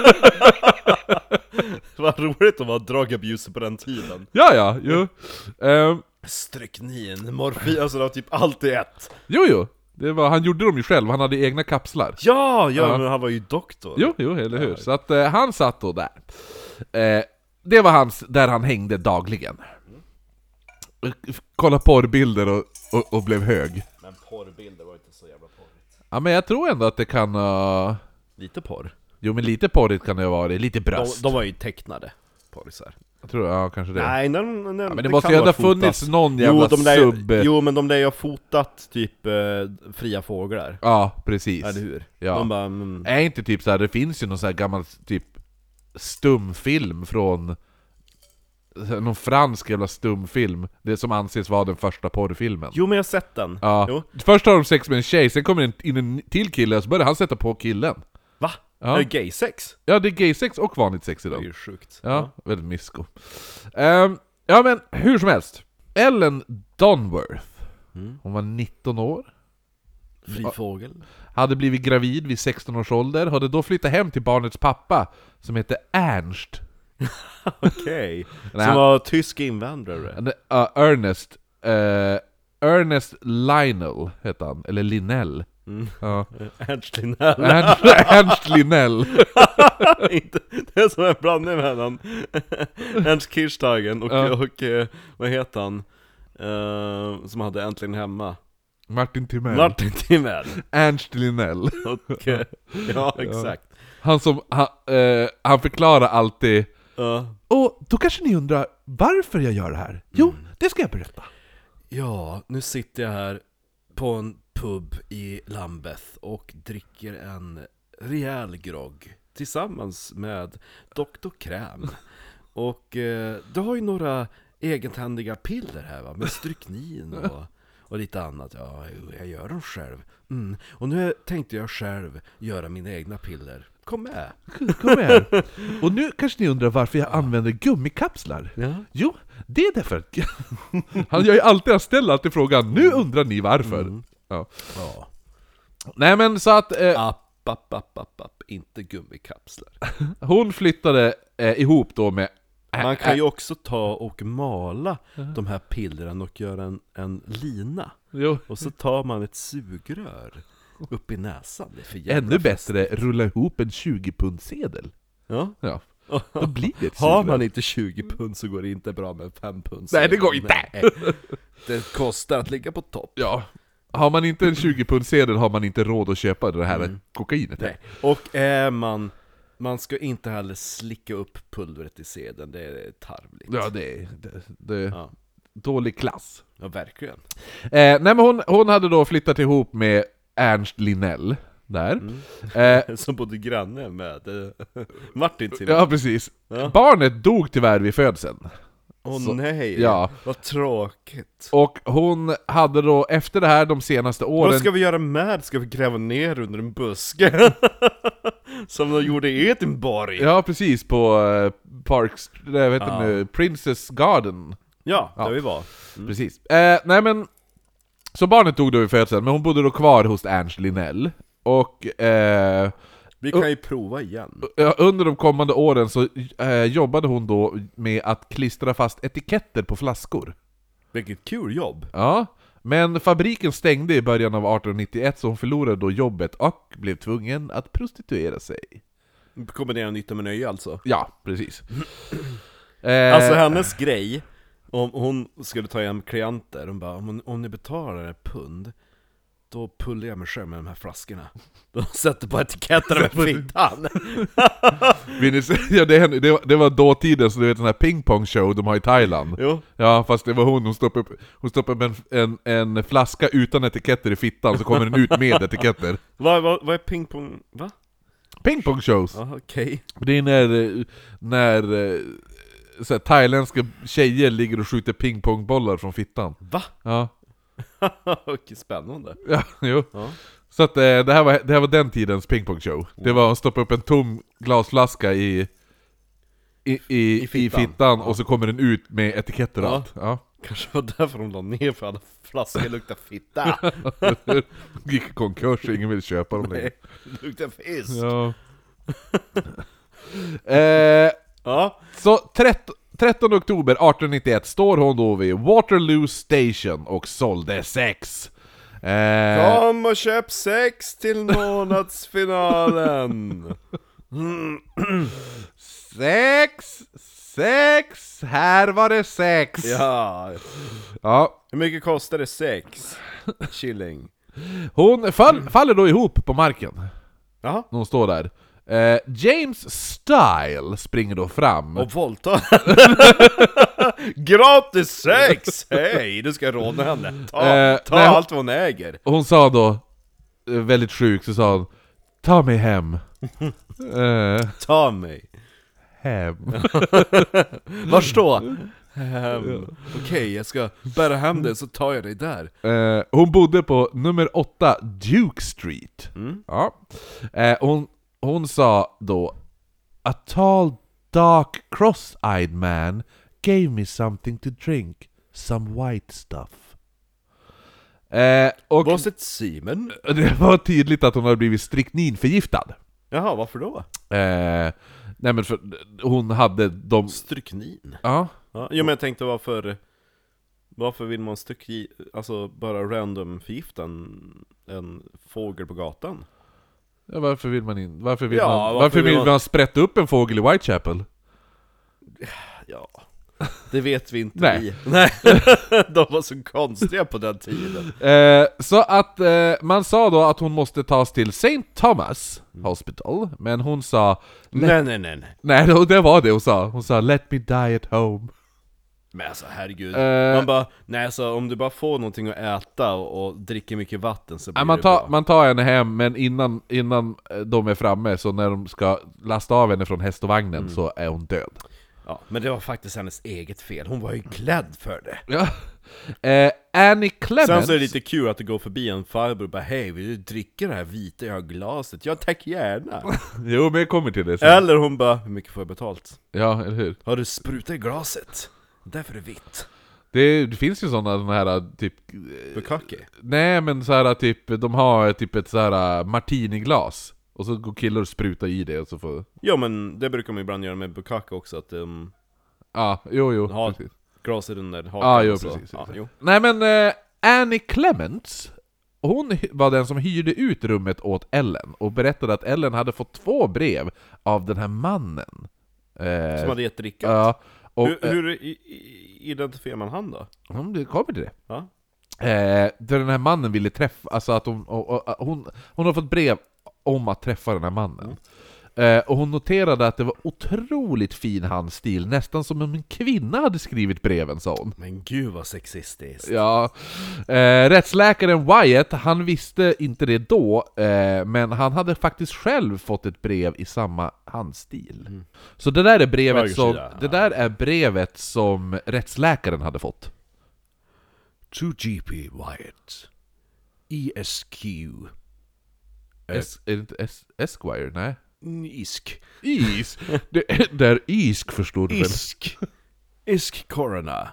[SPEAKER 1] Vad roligt att vara drug abuser på den tiden.
[SPEAKER 2] Ja, ja, jo. Ehm,
[SPEAKER 1] Stryknin, morfin, alltså det var typ allt i ett.
[SPEAKER 2] jo, jo. Det var, han gjorde dem ju själv, han hade egna kapslar.
[SPEAKER 1] Ja, ja,
[SPEAKER 2] Ja.
[SPEAKER 1] men han var ju doktor.
[SPEAKER 2] Jo, jo, eller hur. Så att eh, han satt då där. Eh, det var hans, där han hängde dagligen. Kolla porrbilder och, och, och blev hög.
[SPEAKER 1] Men porrbilder var inte så jävla porrigt.
[SPEAKER 2] Ja, men jag tror ändå att det kan ha...
[SPEAKER 1] Lite porr.
[SPEAKER 2] Jo, men lite porrigt kan det vara, lite
[SPEAKER 1] De,
[SPEAKER 2] bröst.
[SPEAKER 1] de var ju tecknade porrisar.
[SPEAKER 2] Jag tror, ja, kanske det.
[SPEAKER 1] Nej, den, den,
[SPEAKER 2] Ja, men det,
[SPEAKER 1] det
[SPEAKER 2] måste
[SPEAKER 1] kan
[SPEAKER 2] ju
[SPEAKER 1] ha
[SPEAKER 2] ha
[SPEAKER 1] fotats.
[SPEAKER 2] funnits någon jävla
[SPEAKER 1] jo, de där,
[SPEAKER 2] sub...
[SPEAKER 1] jo, men de där har fotat typ eh, fria fåglar.
[SPEAKER 2] Ja, precis.
[SPEAKER 1] Eller hur?
[SPEAKER 2] Ja.
[SPEAKER 1] De bara, mm,
[SPEAKER 2] Är inte typ så här, det finns ju någon så här gammal typ stumfilm från någon fransk jävla stumfilm. Det som anses vara den första porrfilmen.
[SPEAKER 1] Jo, men jag har sett den.
[SPEAKER 2] Ja.
[SPEAKER 1] Jo.
[SPEAKER 2] Först har de sex med en tjej, sen kommer det in en till kille och så börjar han sätta på killen.
[SPEAKER 1] Va?
[SPEAKER 2] Ja.
[SPEAKER 1] Är det gay sex?
[SPEAKER 2] Ja, det är gay sex och vanligt sex i
[SPEAKER 1] Det är
[SPEAKER 2] dem.
[SPEAKER 1] ju sjukt.
[SPEAKER 2] Ja, ja, väldigt mysko. Um, ja, men hur som helst. Ellen Donworth.
[SPEAKER 1] Mm.
[SPEAKER 2] Hon var nitton år.
[SPEAKER 1] Fri fågel.
[SPEAKER 2] Hade blivit gravid vid sexton års ålder. Hade då flyttat hem till barnets pappa, som heter Ernst.
[SPEAKER 1] Okej.
[SPEAKER 2] Nej,
[SPEAKER 1] Som var tysk invandrare.
[SPEAKER 2] Uh, Ernest. Uh, Ernest Linell heter han. Eller Linell.
[SPEAKER 1] Mm.
[SPEAKER 2] Ja.
[SPEAKER 1] Ernst Linell.
[SPEAKER 2] Ernst, Ernst Linell.
[SPEAKER 1] Inte, det är som en blandning mellan Ernst Kirchsteigen och,
[SPEAKER 2] Ja.
[SPEAKER 1] och, och vad heter han? Uh, som hade Äntligen Hemma.
[SPEAKER 2] Martin Timell.
[SPEAKER 1] Martin Timell.
[SPEAKER 2] Ernst Linell.
[SPEAKER 1] Och, uh, ja, exakt.
[SPEAKER 2] Han som, han, uh, han förklarar alltid.
[SPEAKER 1] Uh.
[SPEAKER 2] Och då kanske ni undrar varför jag gör det här. Jo,
[SPEAKER 1] Mm.
[SPEAKER 2] det ska jag berätta.
[SPEAKER 1] Ja, nu sitter jag här på en pub i Lambeth och dricker en rejäl grogg tillsammans med doktor Kräm. Och eh, du har ju några egentändiga piller här, va? Med stryknin och, och lite annat. Ja, jag gör dem själv. Mm. Och nu tänkte jag själv göra mina egna piller. Kom med!
[SPEAKER 2] Kom här. Och nu kanske ni undrar varför jag använder gummikapslar.
[SPEAKER 1] Ja.
[SPEAKER 2] Jo, det är därför att han gör ju alltid, han ställer alltid frågan. Nu undrar ni varför.
[SPEAKER 1] Mm.
[SPEAKER 2] Ja.
[SPEAKER 1] Ja.
[SPEAKER 2] Nej, men så att eh,
[SPEAKER 1] App, app, app, app, app. Inte gummikapslar.
[SPEAKER 2] hon flyttade eh, ihop då med äh,
[SPEAKER 1] Man kan
[SPEAKER 2] äh,
[SPEAKER 1] ju också ta och mala de här pillerna och göra en, en lina.
[SPEAKER 2] jo,
[SPEAKER 1] Och så tar man ett sugrör upp i näsan. Det är för jävla
[SPEAKER 2] ännu
[SPEAKER 1] fest.
[SPEAKER 2] bättre, rulla ihop en tjugo-pundsedel.
[SPEAKER 1] Ja.
[SPEAKER 2] Ja, då blir det ett sugrör.
[SPEAKER 1] Har man inte tjugo pund så går det inte bra med fem pund.
[SPEAKER 2] Nej, det går inte.
[SPEAKER 1] Nej. Det kostar att ligga på topp.
[SPEAKER 2] Ja, har man inte en tjugo-pundsedel har man inte råd att köpa det här
[SPEAKER 1] Mm.
[SPEAKER 2] kokainet.
[SPEAKER 1] Nej. Och är man... Man ska inte heller slicka upp pulvret i sedeln. Det är tarvligt.
[SPEAKER 2] Ja, det är, det, det är
[SPEAKER 1] Ja.
[SPEAKER 2] dålig klass.
[SPEAKER 1] Ja, verkligen.
[SPEAKER 2] Eh, nej, men hon, hon hade då flyttat ihop med Ernst Linell där.
[SPEAKER 1] Mm.
[SPEAKER 2] Eh,
[SPEAKER 1] Som bodde granne med eh, Martin till.
[SPEAKER 2] ja, precis.
[SPEAKER 1] Ja.
[SPEAKER 2] Barnet dog tyvärr vid födseln.
[SPEAKER 1] Åh
[SPEAKER 2] Så-
[SPEAKER 1] nej,
[SPEAKER 2] ja.
[SPEAKER 1] vad tråkigt.
[SPEAKER 2] Och hon hade då efter det här de senaste åren...
[SPEAKER 1] Vad ska vi göra med? Ska vi gräva ner under en buske? Som de gjorde i Edinburgh.
[SPEAKER 2] Ja, precis, på uh, Parks... Jag vet inte
[SPEAKER 1] Ja.
[SPEAKER 2] nu, Princess Garden.
[SPEAKER 1] Ja,
[SPEAKER 2] Ja.
[SPEAKER 1] där vi var. Mm.
[SPEAKER 2] Precis. Eh, nej men... Så barnet dog då vid födseln, men hon bodde då kvar hos Ernst Linell. Och... Eh,
[SPEAKER 1] Vi kan ju prova igen.
[SPEAKER 2] Ja, under de kommande åren så eh, jobbade hon då med att klistra fast etiketter på flaskor.
[SPEAKER 1] Vilket kul jobb.
[SPEAKER 2] Ja, men fabriken stängde i början av arton nittioett så hon förlorade då jobbet och blev tvungen att prostituera sig.
[SPEAKER 1] Kombinera nytta med nöje alltså.
[SPEAKER 2] Ja, precis. eh,
[SPEAKER 1] Alltså hennes grej, om hon skulle ta hem klienter, hon bara, om, om ni betalar en pund, då pullar jag mig själv med de här flaskorna. Då sätter på etiketterna med fittan.
[SPEAKER 2] vill ni se- ja, det, hände- det, var, det var dåtiden, så du vet den här pingpong show de har i Thailand.
[SPEAKER 1] Jo.
[SPEAKER 2] Ja, fast det var hon, hon stoppade upp, hon stoppade upp en, en, en flaska utan etiketter i fittan, så kommer den ut med etiketter.
[SPEAKER 1] Vad, vad, vad är pingpong? Va?
[SPEAKER 2] Pingpong shows.
[SPEAKER 1] Ja, okej.
[SPEAKER 2] Det är när, när så här, thailändska tjejer ligger och skjuter pingpongbollar från fittan.
[SPEAKER 1] Va?
[SPEAKER 2] Ja,
[SPEAKER 1] Okej, spännande.
[SPEAKER 2] ja, jo.
[SPEAKER 1] Ja.
[SPEAKER 2] Så att eh, det här var, det här var den tidens pingpongshow. Det var att stoppa upp en tom glasflaska i i, i,
[SPEAKER 1] I
[SPEAKER 2] i
[SPEAKER 1] fittan.
[SPEAKER 2] fittan,
[SPEAKER 1] Ja.
[SPEAKER 2] och så kommer den ut med etiketter och
[SPEAKER 1] Ja.
[SPEAKER 2] allt. Ja.
[SPEAKER 1] Kanske var därför de la ner, för alla flaskor luktar fitta.
[SPEAKER 2] Gick i konkurs, ingen vill köpa dem längre.
[SPEAKER 1] Nej, det luktar fisk.
[SPEAKER 2] Ja. eh,
[SPEAKER 1] Ja.
[SPEAKER 2] Så tretton trettonde oktober arton nittioett står hon då vid Waterloo Station och sålde sex. Eh,
[SPEAKER 1] Kom och köp sex till månadsfinalen. Mm.
[SPEAKER 2] sex, sex, här var det sex.
[SPEAKER 1] Ja.
[SPEAKER 2] Ja.
[SPEAKER 1] Hur mycket kostar det sex? Chilling.
[SPEAKER 2] Hon fall, faller då ihop på marken
[SPEAKER 1] Jaha.
[SPEAKER 2] när hon står där. Eh, James Style springer då fram.
[SPEAKER 1] Och våldta. Gratis sex! Hej, du ska råna henne. Ta,
[SPEAKER 2] Eh,
[SPEAKER 1] ta
[SPEAKER 2] nej,
[SPEAKER 1] allt vad hon äger.
[SPEAKER 2] Hon sa då, eh, väldigt sjuk, så sa hon: ta mig hem. eh,
[SPEAKER 1] Ta mig.
[SPEAKER 2] hem.
[SPEAKER 1] Vars då? Um, Okej, okay, jag ska bära hem det så tar jag dig där.
[SPEAKER 2] Eh, hon bodde på nummer åtta Duke Street.
[SPEAKER 1] Mm.
[SPEAKER 2] Ja. Eh, hon, hon sa då: A tall, dark, cross-eyed man gave me something to drink, some white stuff. Eh, och
[SPEAKER 1] Was it semen?
[SPEAKER 2] det var tydligt att hon hade blivit strykninförgiftad.
[SPEAKER 1] Jaha, varför då?
[SPEAKER 2] Eh, nej men för hon hade de...
[SPEAKER 1] Stryknin?
[SPEAKER 2] Ja.
[SPEAKER 1] Ja, men jag tänkte varför... Varför vill man stycka, alltså bara random förgifta en, en fågel på gatan?
[SPEAKER 2] Ja, varför vill man in, varför vill
[SPEAKER 1] Ja,
[SPEAKER 2] man,
[SPEAKER 1] varför
[SPEAKER 2] varför
[SPEAKER 1] vill
[SPEAKER 2] vill
[SPEAKER 1] man-
[SPEAKER 2] man sprätta upp en fågel i Whitechapel?
[SPEAKER 1] Ja, det vet vi inte.
[SPEAKER 2] Nej.
[SPEAKER 1] vi. Nej. De var så konstiga på den tiden.
[SPEAKER 2] Eh, så att eh, man sa då att hon måste tas till Saint Thomas Hospital, men hon sa...
[SPEAKER 1] Nej, nej, nej, nej.
[SPEAKER 2] Nej, det- det var det hon sa. Hon sa 'Let me die at home'.
[SPEAKER 1] Men alltså herregud,
[SPEAKER 2] Eh.
[SPEAKER 1] man bara, nej alltså om du bara får någonting att äta och, och dricker mycket vatten så blir
[SPEAKER 2] Nej, man,
[SPEAKER 1] det
[SPEAKER 2] tar,
[SPEAKER 1] bra.
[SPEAKER 2] man tar henne hem, men innan, innan eh, de är framme, så när de ska lasta av henne från hästovagnen
[SPEAKER 1] Mm.
[SPEAKER 2] så är hon död.
[SPEAKER 1] Ja, men det var faktiskt hennes eget fel, hon var ju klädd för det.
[SPEAKER 2] Ja. Eh, Annie Clements...
[SPEAKER 1] Sen så är det lite kul att det går förbi en farbror och bara, hej vill du dricka det här vita jag har glaset? Ja tack gärna.
[SPEAKER 2] Jo, men jag kommer till det sen.
[SPEAKER 1] Eller hon bara, hur mycket får jag betalt?
[SPEAKER 2] Ja, eller hur?
[SPEAKER 1] Har du sprutat i glaset? Därför är det vitt.
[SPEAKER 2] Det, det finns ju sådana såna här typ...
[SPEAKER 1] Bukake.
[SPEAKER 2] Nej, men så här typ, de har typ ett så här martiniglas. Och så går killar och sprutar i det och så får...
[SPEAKER 1] Ja men det brukar man ibland göra med bukake också, att um,
[SPEAKER 2] Ja, jo, jo.
[SPEAKER 1] ha
[SPEAKER 2] precis.
[SPEAKER 1] glaset under hakan.
[SPEAKER 2] Ja, jo,
[SPEAKER 1] och så.
[SPEAKER 2] precis.
[SPEAKER 1] Ja,
[SPEAKER 2] precis.
[SPEAKER 1] jo.
[SPEAKER 2] Nej, men eh, Annie Clements, hon hy- var den som hyrde ut rummet åt Ellen och berättade att Ellen hade fått två brev av den här mannen. Eh,
[SPEAKER 1] Som hade gett drickat.
[SPEAKER 2] Ja, och...
[SPEAKER 1] hur
[SPEAKER 2] eh,
[SPEAKER 1] hur i, i, identifierar man han då?
[SPEAKER 2] Om det kommer till det.
[SPEAKER 1] Ja.
[SPEAKER 2] Eh, där den här mannen ville träffa, alltså att hon, och, och, hon, hon har fått brev om att träffa den här mannen.
[SPEAKER 1] Mm.
[SPEAKER 2] Eh, och hon noterade att det var otroligt fin handstil, nästan som om en kvinna hade skrivit breven, sa hon.
[SPEAKER 1] Men gud vad sexistiskt.
[SPEAKER 2] Ja. Eh, rättsläkaren Wyatt, han visste inte det då, eh, men han hade faktiskt själv fått ett brev i samma handstil.
[SPEAKER 1] Mm.
[SPEAKER 2] Så det där är brevet
[SPEAKER 1] Höger
[SPEAKER 2] som,
[SPEAKER 1] sida,
[SPEAKER 2] det
[SPEAKER 1] ja.
[SPEAKER 2] där är brevet som rättsläkaren hade fått.
[SPEAKER 1] To G P Wyatt E S Q
[SPEAKER 2] Es, är det inte es, Esquire? Nej.
[SPEAKER 1] Isk
[SPEAKER 2] Is? Det, det är isk, förstår du väl?
[SPEAKER 1] Isk Isk Corona.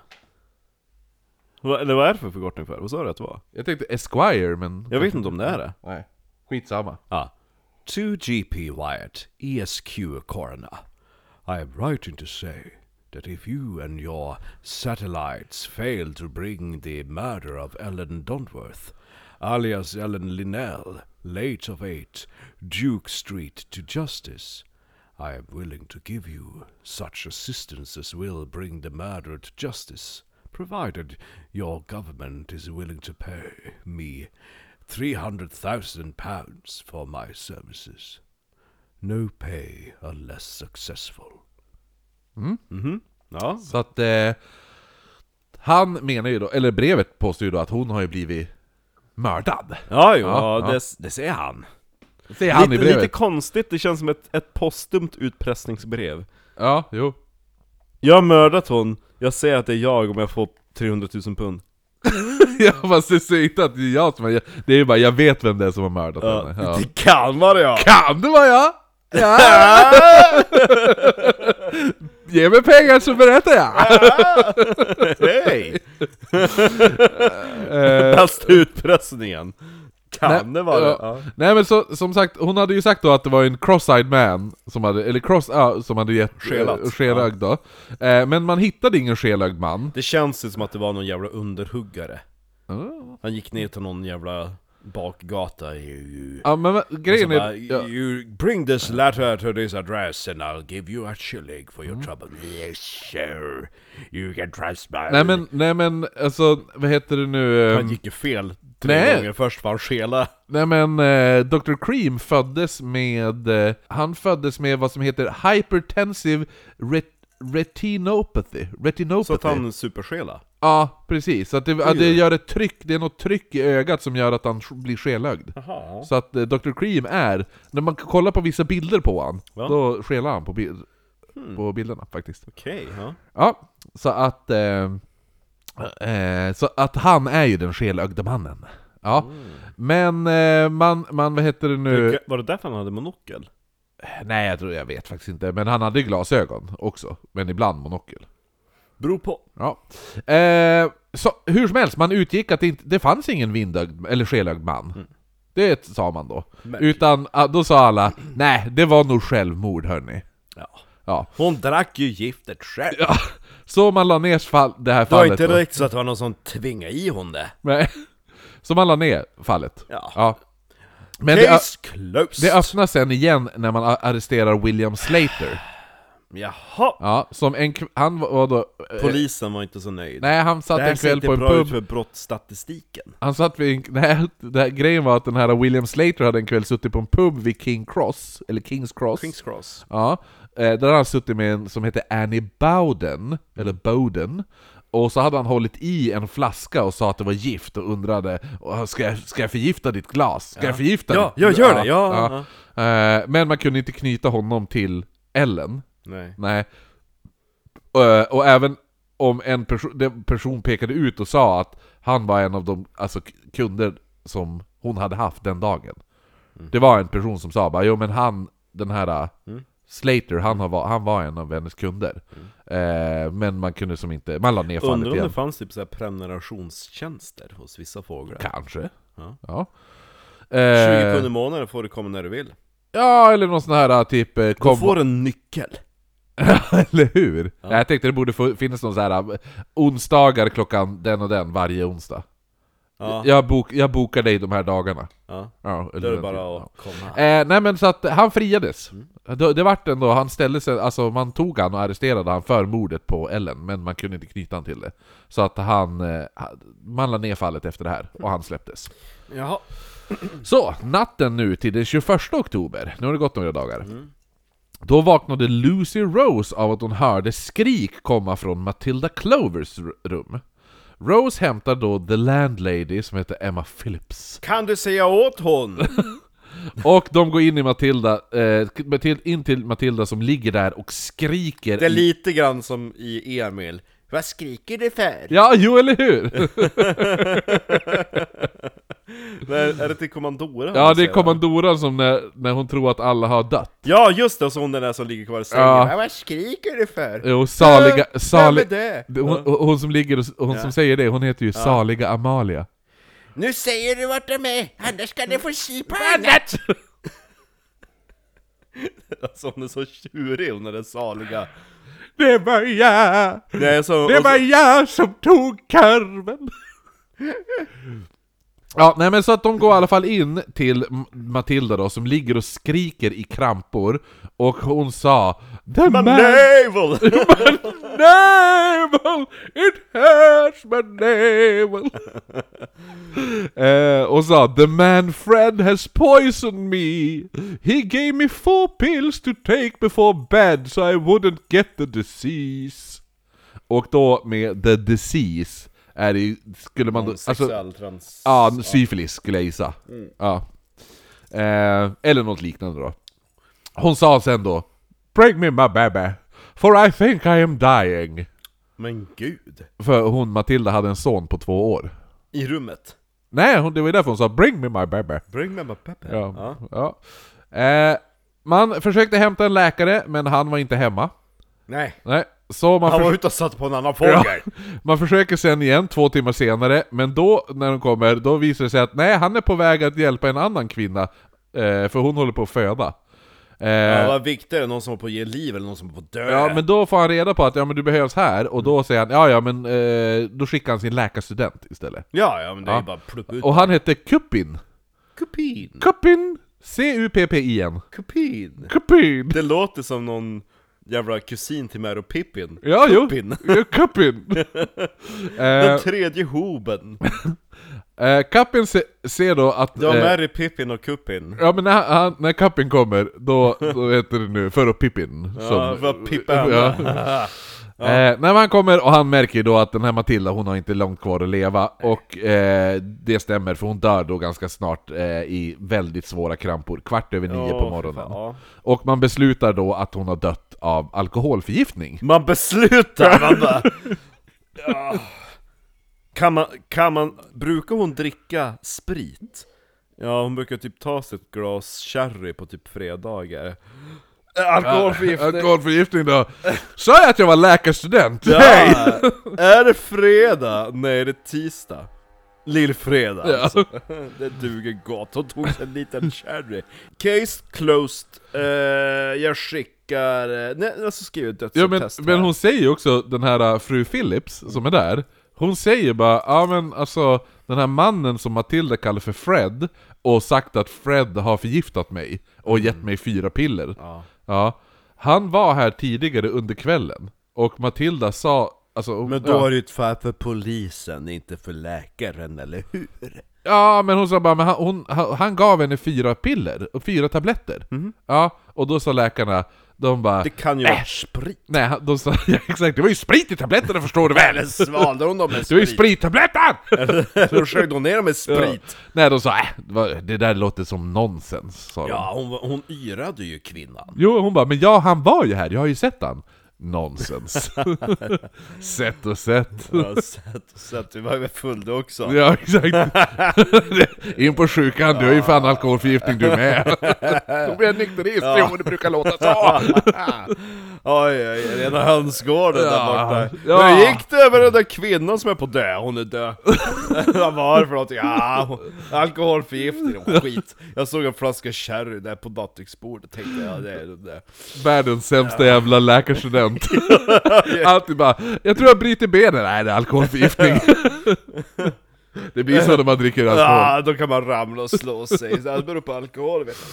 [SPEAKER 1] Va, eller vad är det för förkortning för? Vad sa du att det var?
[SPEAKER 2] Jag tänkte Esquire, men...
[SPEAKER 1] Jag vet inte om det är det.
[SPEAKER 2] Nej, skitsamma.
[SPEAKER 1] Ah. To G P Wyatt E S Q Corona, I am writing to say that if you and your satellites fail to bring the murder of Ellen Dontworth, alias Ellen Linnell, late of eight, Duke Street, to justice, I am willing to give you such assistance as will bring the murderer to justice, provided your government is willing to pay me three hundred thousand pounds for my services. No pay unless successful.
[SPEAKER 2] Mm.
[SPEAKER 1] Mhm. Ja.
[SPEAKER 2] Så att... Eh, han menar ju då, eller brevet påstår ju då att hon har ju blivit mördad.
[SPEAKER 1] Ja, jo,
[SPEAKER 2] Ja,
[SPEAKER 1] ja,
[SPEAKER 2] ja.
[SPEAKER 1] Det, det säger han.
[SPEAKER 2] Säger han i
[SPEAKER 1] Lite,
[SPEAKER 2] brevet.
[SPEAKER 1] lite konstigt, det känns som ett, ett postumt utpressningsbrev.
[SPEAKER 2] Ja, jo.
[SPEAKER 1] Jag har mördat hon, jag säger att det är jag om jag får trehundratusen pund.
[SPEAKER 2] Ja, fast det säger inte att det är jag som har... Det är ju bara, jag vet vem det är som har mördat
[SPEAKER 1] Ja.
[SPEAKER 2] henne. Ja.
[SPEAKER 1] Det kan vara jag!
[SPEAKER 2] Kan det vara jag? Ja! Ge mig pengar så berättar jag!
[SPEAKER 1] Hej!
[SPEAKER 2] Eh,
[SPEAKER 1] Bästa utpressningen. Kan
[SPEAKER 2] Nej,
[SPEAKER 1] det vara
[SPEAKER 2] ja.
[SPEAKER 1] det? Ja.
[SPEAKER 2] Nej, men så, som sagt, hon hade ju sagt då att det var en cross-eyed man som hade, eller cross, ja, som hade gett
[SPEAKER 1] Skelat.
[SPEAKER 2] eh, skelögd då. Eh, men man hittade ingen skelögd man.
[SPEAKER 1] Det känns ju som att det var någon jävla underhuggare.
[SPEAKER 2] Ah.
[SPEAKER 1] Han gick ner till någon jävla bakgata i...
[SPEAKER 2] Ja, men men, grejen
[SPEAKER 1] Och så bara,
[SPEAKER 2] är... Ja,
[SPEAKER 1] you bring this letter to this address and I'll give you a shilling for your trouble. Yes sir, you can trust me.
[SPEAKER 2] nej men, nej men, alltså, vad heter det nu? eh,
[SPEAKER 1] Han gick ju fel tre
[SPEAKER 2] nej.
[SPEAKER 1] gånger först för han skela.
[SPEAKER 2] Nej men, eh, doktor Cream föddes med, eh, han föddes med vad som heter hypertensive ret retinopathy. retinopathy.
[SPEAKER 1] Så att han superskela.
[SPEAKER 2] Ja, precis. Så att det, att det gör ett tryck, det är något tryck i ögat som gör att han blir skelögd.
[SPEAKER 1] Jaha.
[SPEAKER 2] Så att eh, doktor Cream är, när man kollar på vissa bilder på han,
[SPEAKER 1] Va?
[SPEAKER 2] då skelar han på bild. hmm. på bilderna faktiskt.
[SPEAKER 1] Okej, okay, ja.
[SPEAKER 2] Ja, så att eh, eh, så att han är ju den skelögde mannen. Ja. Mm. Men eh, man, man, vad heter det nu?
[SPEAKER 1] Var det därför han hade monokel?
[SPEAKER 2] Nej, jag tror jag vet faktiskt inte. Men han hade glasögon också. Men ibland monokel.
[SPEAKER 1] Beror på.
[SPEAKER 2] Ja. Eh, så hur som helst, man utgick att det, inte, det fanns ingen vindögd eller skelögd man. Mm. Det sa man då. Men. Utan då sa alla, nej, det var nog självmord, hörni.
[SPEAKER 1] Ja.
[SPEAKER 2] Ja.
[SPEAKER 1] Hon drack ju giftet själv.
[SPEAKER 2] Ja. Så man la ner fall, det här
[SPEAKER 1] fallet. Det var
[SPEAKER 2] fallet
[SPEAKER 1] inte riktigt så att det var någon som tvingade i hon det.
[SPEAKER 2] Nej. Så man la ner fallet.
[SPEAKER 1] Ja.
[SPEAKER 2] Ja. Men
[SPEAKER 1] Case
[SPEAKER 2] det,
[SPEAKER 1] closed.
[SPEAKER 2] det öppnas sen igen när man arresterar William Slater.
[SPEAKER 1] Jaha.
[SPEAKER 2] Ja, som en han var då
[SPEAKER 1] polisen var inte så nöjd.
[SPEAKER 2] Nej, han satt en kväll på en pub. Det här ser inte bra ut
[SPEAKER 1] för brottsstatistiken.
[SPEAKER 2] Han satt vid en, nej, det här, grejen var att den här William Slater hade en kväll suttit på en pub vid King Cross, eller Kings Cross.
[SPEAKER 1] Kings Cross.
[SPEAKER 2] Ja, där hade han suttit med en som heter Annie Bowden, eller Bowden. Och så hade han hållit i en flaska och sa att det var gift och undrade, ska jag, ska jag förgifta ditt glas? Ska
[SPEAKER 1] ja.
[SPEAKER 2] jag förgifta
[SPEAKER 1] ja,
[SPEAKER 2] ditt
[SPEAKER 1] jag gör det, ja,
[SPEAKER 2] ja. ja. Men man kunde inte knyta honom till Ellen.
[SPEAKER 1] Nej.
[SPEAKER 2] Nej. Och, och även om en person, den person pekade ut och sa att han var en av de alltså, kunder som hon hade haft den dagen. Mm. Det var en person som sa bara, jo men han, den här mm. Slater, han, har, han var en av hennes kunder. Mm. Eh, men man kunde som inte, man la ner fallet igen.
[SPEAKER 1] Undrar om det fanns typ så här prenumerationstjänster hos vissa fåglar.
[SPEAKER 2] Kanske. Ja. Ja.
[SPEAKER 1] Eh, tjugo pund i månaden får du komma när du vill.
[SPEAKER 2] Ja, eller någon sån här typ kom...
[SPEAKER 1] Du får en nyckel.
[SPEAKER 2] Eller hur?
[SPEAKER 1] Ja.
[SPEAKER 2] Jag tänkte det borde få, finnas någon sån här onsdagar klockan den och den varje onsdag. Ja. Jag, bok, jag bokar dig de här dagarna.
[SPEAKER 1] Ja,
[SPEAKER 2] ja
[SPEAKER 1] eller det är bara att komma.
[SPEAKER 2] Eh, nej men så att han friades. Mm. Det, det vart ändå, han ställde sig, alltså man tog han och arresterade han för mordet på Ellen, men man kunde inte knyta han till det. Så att han, man la ner fallet efter det här, och han släpptes.
[SPEAKER 1] Jaha.
[SPEAKER 2] Så, natten nu till den tjugoförsta oktober, nu har det gått några dagar.
[SPEAKER 1] Mm.
[SPEAKER 2] Då vaknade Lucy Rose av att hon hörde skrik komma från Matilda Clovers rum. Rose hämtar då the landlady som heter Emma Phillips.
[SPEAKER 1] Kan du säga åt hon?
[SPEAKER 2] Och de går in i Matilda, eh, in till Matilda som ligger där och skriker.
[SPEAKER 1] Det är lite grann som i Emil. Vad skriker du för?
[SPEAKER 2] Ja, jo eller hur?
[SPEAKER 1] Men är det till kommandoran?
[SPEAKER 2] Ja, det är kommandoran som när, när hon tror att alla har dött.
[SPEAKER 1] Ja, just det, så hon den där som ligger kvar i sängen.
[SPEAKER 2] Ja.
[SPEAKER 1] Vad skriker du för?
[SPEAKER 2] Jo, saliga... Salig,
[SPEAKER 1] det?
[SPEAKER 2] hon, hon som ligger och hon
[SPEAKER 1] ja.
[SPEAKER 2] som säger det, hon heter ju
[SPEAKER 1] ja.
[SPEAKER 2] Saliga Amalia.
[SPEAKER 1] Nu säger du vart de är, annars ska du få se på annat! Alltså hon är så tjurig, hon är den saliga.
[SPEAKER 2] Det var jag!
[SPEAKER 1] Nej, så,
[SPEAKER 2] det var
[SPEAKER 1] så...
[SPEAKER 2] jag som tog karven! Ja, nej men så att de går i alla fall in till Matilda då, som ligger och skriker i krampor. Och hon sa The
[SPEAKER 1] my navel!
[SPEAKER 2] My navel! It hurts my navel! eh, och sa The man Fred has poisoned me. He gave me four pills to take before bed so I wouldn't get the disease. Och då med the disease är det, skulle man då, alltså,
[SPEAKER 1] trans...
[SPEAKER 2] ja, syfilis skulle jag gissa.
[SPEAKER 1] Mm.
[SPEAKER 2] Ja. Eh, eller något liknande då. Hon sa sen då Bring me my baby, for I think I am dying.
[SPEAKER 1] Men gud.
[SPEAKER 2] För hon, Matilda, hade en son på två år.
[SPEAKER 1] I rummet?
[SPEAKER 2] Nej, hon, det var därför hon sa Bring me my baby.
[SPEAKER 1] Bring me my baby.
[SPEAKER 2] Ja, ja. ja. Eh, man försökte hämta en läkare, men han var inte hemma.
[SPEAKER 1] Nej.
[SPEAKER 2] Nej. Så man
[SPEAKER 1] han var
[SPEAKER 2] för...
[SPEAKER 1] ute och satt på en annan fågel. Ja.
[SPEAKER 2] Man försöker sen igen två timmar senare, men då när de kommer, då visar det sig att nej, han är på väg att hjälpa en annan kvinna, eh, för hon håller på att föda.
[SPEAKER 1] Eh, ja, vad viktigt är det, någon som är på att ge liv eller någon som är på att dö?
[SPEAKER 2] Ja, men då får han reda på att ja, men du behövs här, och då säger han ja, ja, men eh, då skickar han sin läkarstudent istället.
[SPEAKER 1] Ja, ja, men det är
[SPEAKER 2] ja.
[SPEAKER 1] ju bara pluppa ut.
[SPEAKER 2] Och han heter Kupin.
[SPEAKER 1] Kupin.
[SPEAKER 2] Kupin. C U P P I N.
[SPEAKER 1] Kupin.
[SPEAKER 2] Kupin.
[SPEAKER 1] Det låter som någon jävla kusin till Mary Pippin.
[SPEAKER 2] Ja,
[SPEAKER 1] Kupin.
[SPEAKER 2] jo. Ja, Kupin.
[SPEAKER 1] Den tredje hoben.
[SPEAKER 2] Uh, Kappin se, ser då att...
[SPEAKER 1] Du har
[SPEAKER 2] uh,
[SPEAKER 1] Mary Pippin och Kuppin.
[SPEAKER 2] Ja, men när, han, när Kappin kommer, då, då heter det nu för att Pippin.
[SPEAKER 1] Ja,
[SPEAKER 2] som,
[SPEAKER 1] för att Pippin.
[SPEAKER 2] Ja. Ja. Eh, när han kommer, och han märker ju då att den här Matilda, hon har inte långt kvar att leva. Och eh, det stämmer, för hon dör då ganska snart eh, i väldigt svåra krampor. Kvart över nio
[SPEAKER 1] oh,
[SPEAKER 2] på morgonen.
[SPEAKER 1] ja.
[SPEAKER 2] Och man beslutar då att hon har dött av alkoholförgiftning.
[SPEAKER 1] Man beslutar, man bara... Ja. Kan man, kan man, brukar hon dricka sprit? Ja, hon brukar typ ta sig ett glas sherry på typ fredagar. Alkoholförgiftning.
[SPEAKER 2] Alkoholförgiftning då. Sa jag att jag var läkarstudent?
[SPEAKER 1] Ja.
[SPEAKER 2] Nej!
[SPEAKER 1] Är det fredag? Nej, det är tisdag. Lillfredag,
[SPEAKER 2] ja.
[SPEAKER 1] Alltså. Det duger gott. Hon tog sig en liten sherry. Case closed. uh, Jag skickar... Nej, alltså skriver dödsattest.
[SPEAKER 2] Ja, men, men hon säger också, den här uh, fru Phillips som är där, hon säger bara, ja men alltså den här mannen som Matilda kallar för Fred och sagt att Fred har förgiftat mig och gett mig fyra piller.
[SPEAKER 1] Ja.
[SPEAKER 2] Ja, han var här tidigare under kvällen och Matilda sa, alltså,
[SPEAKER 1] men då är det ju ett fall för polisen, inte för läkaren, eller hur?
[SPEAKER 2] Ja, men hon sa bara, men han, hon, han gav henne fyra piller och fyra tabletter. Mm. Ja, och då sa läkarna, de bara,
[SPEAKER 1] det kan ju
[SPEAKER 2] äh,
[SPEAKER 1] vara sprit.
[SPEAKER 2] Nej, de sa, ja, exakt, det var ju sprit i tabletterna, förstår du väl?
[SPEAKER 1] Eller svalde hon dem med sprit?
[SPEAKER 2] Det var ju sprittabletten!
[SPEAKER 1] Eller sköt hon ner dem med sprit?
[SPEAKER 2] Ja. Nej, de sa, äh, det där låter som nonsens, sa
[SPEAKER 1] ja,
[SPEAKER 2] de.
[SPEAKER 1] hon, hon yrade ju kvinnan.
[SPEAKER 2] Jo, hon bara, men ja, han var ju här, jag har ju sett han. Nonsens. Sett och sett.
[SPEAKER 1] Ja, sett och sett, du var ju full du också.
[SPEAKER 2] Ja, exakt. In på sjukan, du är ju fan alkoholförgiftning du med. Då blir jag nykterist, ja. Jo, det brukar låta så.
[SPEAKER 1] Oj, oj, rena hönsgården
[SPEAKER 2] ja.
[SPEAKER 1] där borta.
[SPEAKER 2] Ja.
[SPEAKER 1] Hur gick det över den där kvinnan som är på dö? Hon är död. Vad var det för någonting? Ja, alkoholförgiftning och skit. Jag såg en flaska sherry där på nattduksbordet och tänkte, ja, det är det där.
[SPEAKER 2] Världens sämsta ja. jävla läkarstudent. Alltid bara, jag tror jag bryter benen. Nej, det är alkoholförgiftning. Det blir så när man dricker alkohol.
[SPEAKER 1] Ja, då kan man ramla och slå sig. Det beror på alkohol, vet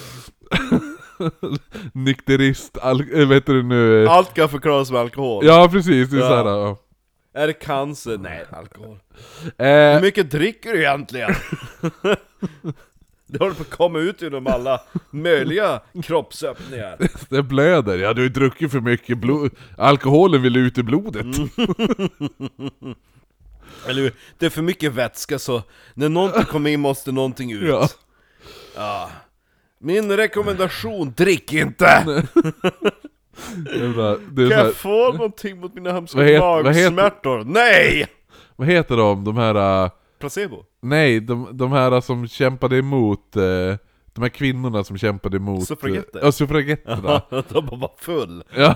[SPEAKER 1] du.
[SPEAKER 2] Nykterist, al- vet du nu.
[SPEAKER 1] Allt kan förklaras med alkohol.
[SPEAKER 2] Ja, precis, det är
[SPEAKER 1] ja.
[SPEAKER 2] så här, ja.
[SPEAKER 1] Är det cancer? Nej, alkohol.
[SPEAKER 2] eh.
[SPEAKER 1] Hur mycket dricker du egentligen? Det håller på att komma ut genom alla möjliga kroppsöppningar.
[SPEAKER 2] Det blöder, ja, du har druckit för mycket blod. Alkoholen vill ut i blodet. Mm.
[SPEAKER 1] Eller det är för mycket vätska, så när någonting kommer in måste någonting ut.
[SPEAKER 2] Ja.
[SPEAKER 1] Ja. Min rekommendation, drick inte!
[SPEAKER 2] Det är bra. Det är
[SPEAKER 1] kan
[SPEAKER 2] här...
[SPEAKER 1] jag få någonting mot mina hemska
[SPEAKER 2] het...
[SPEAKER 1] magsmärtor? Heter... Nej!
[SPEAKER 2] Vad heter de? De här... Uh...
[SPEAKER 1] Placebo?
[SPEAKER 2] Nej, de, de här som kämpade emot... Uh... De här kvinnorna som kämpade emot...
[SPEAKER 1] Suffragetter?
[SPEAKER 2] Ja, suffragetterna.
[SPEAKER 1] De var bara full.
[SPEAKER 2] Ja.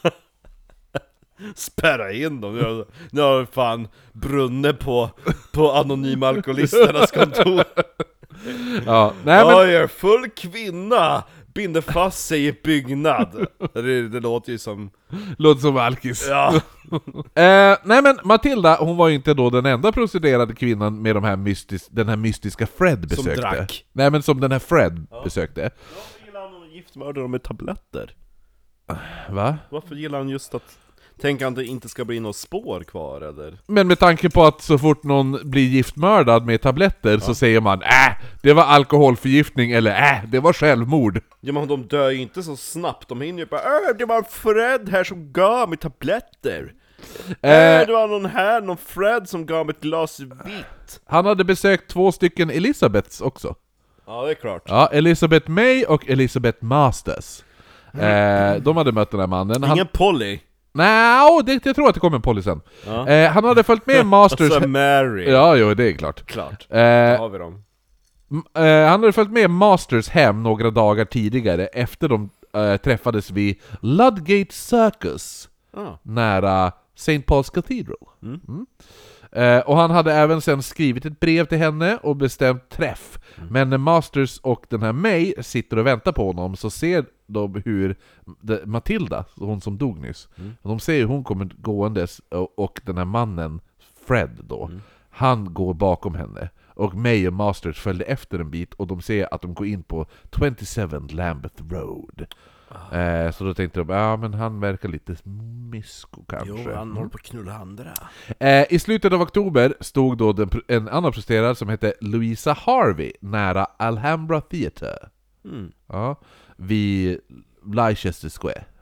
[SPEAKER 1] Spärra in dem. Nu, nu har fan brunne på, på anonyma alkoholisternas kontor.
[SPEAKER 2] Ja, nej men...
[SPEAKER 1] Oj, en full kvinna binder fast sig i byggnad. Det, det låter ju som...
[SPEAKER 2] Låter som alkis.
[SPEAKER 1] Ja.
[SPEAKER 2] eh, nej men Matilda, hon var ju inte då den enda prostituerade kvinnan med de här mystis- den här mystiska Fred besökte.
[SPEAKER 1] Som drack.
[SPEAKER 2] Nej men som den här Fred ja. besökte.
[SPEAKER 1] Varför gillar han att giftmörda dem med tabletter?
[SPEAKER 2] Va?
[SPEAKER 1] Varför gillar han just att... Tänk att det inte ska bli något spår kvar, eller?
[SPEAKER 2] Men med tanke på att så fort någon blir giftmördad med tabletter ja. så säger man äh, det var alkoholförgiftning, eller äh, det var självmord.
[SPEAKER 1] Ja, men de dör ju inte så snabbt. De hinner ju bara, äh, det var en Fred här som gav mig tabletter. Äh, äh, det var någon här, någon Fred som gav mig ett glas vitt.
[SPEAKER 2] Han hade besökt två stycken Elizabeths också.
[SPEAKER 1] Ja, det är klart.
[SPEAKER 2] Ja, Elizabeth May och Elizabeth Masters. Mm. Eh, de hade mött den här mannen.
[SPEAKER 1] Ingen
[SPEAKER 2] han...
[SPEAKER 1] Polly?
[SPEAKER 2] Nej, det, jag tror att det kommer en Polly sen. Ja. Eh, han hade följt med Masters...
[SPEAKER 1] Alltså Mary.
[SPEAKER 2] Ja, jo, det är klart.
[SPEAKER 1] Klart.
[SPEAKER 2] Eh,
[SPEAKER 1] har vi dem.
[SPEAKER 2] Eh, han hade följt med Masters hem några dagar tidigare efter de eh, träffades vid Ludgate Circus ah. nära Saint Paul's Cathedral. Mm. Mm. Eh, och han hade även sen skrivit ett brev till henne och bestämt träff. Mm. Men när Masters och den här May sitter och väntar på honom så ser de hur de, Matilda, hon som dog nyss, mm. de ser hur hon kommer gåendes och, och den här mannen, Fred då, mm. han går bakom henne. Och May och Masters följde efter en bit och de ser att de går in på tjugosju Lambeth Road. Ah. Eh, så då tänkte de, ja men han verkar lite mysko kanske.
[SPEAKER 1] Jo, han håller på att knulla andra.
[SPEAKER 2] Eh, I slutet av oktober stod då den, en annan prostituerad som hette Louisa Harvey nära Alhambra Theatre. Mm. Ja, vid Leicester Square.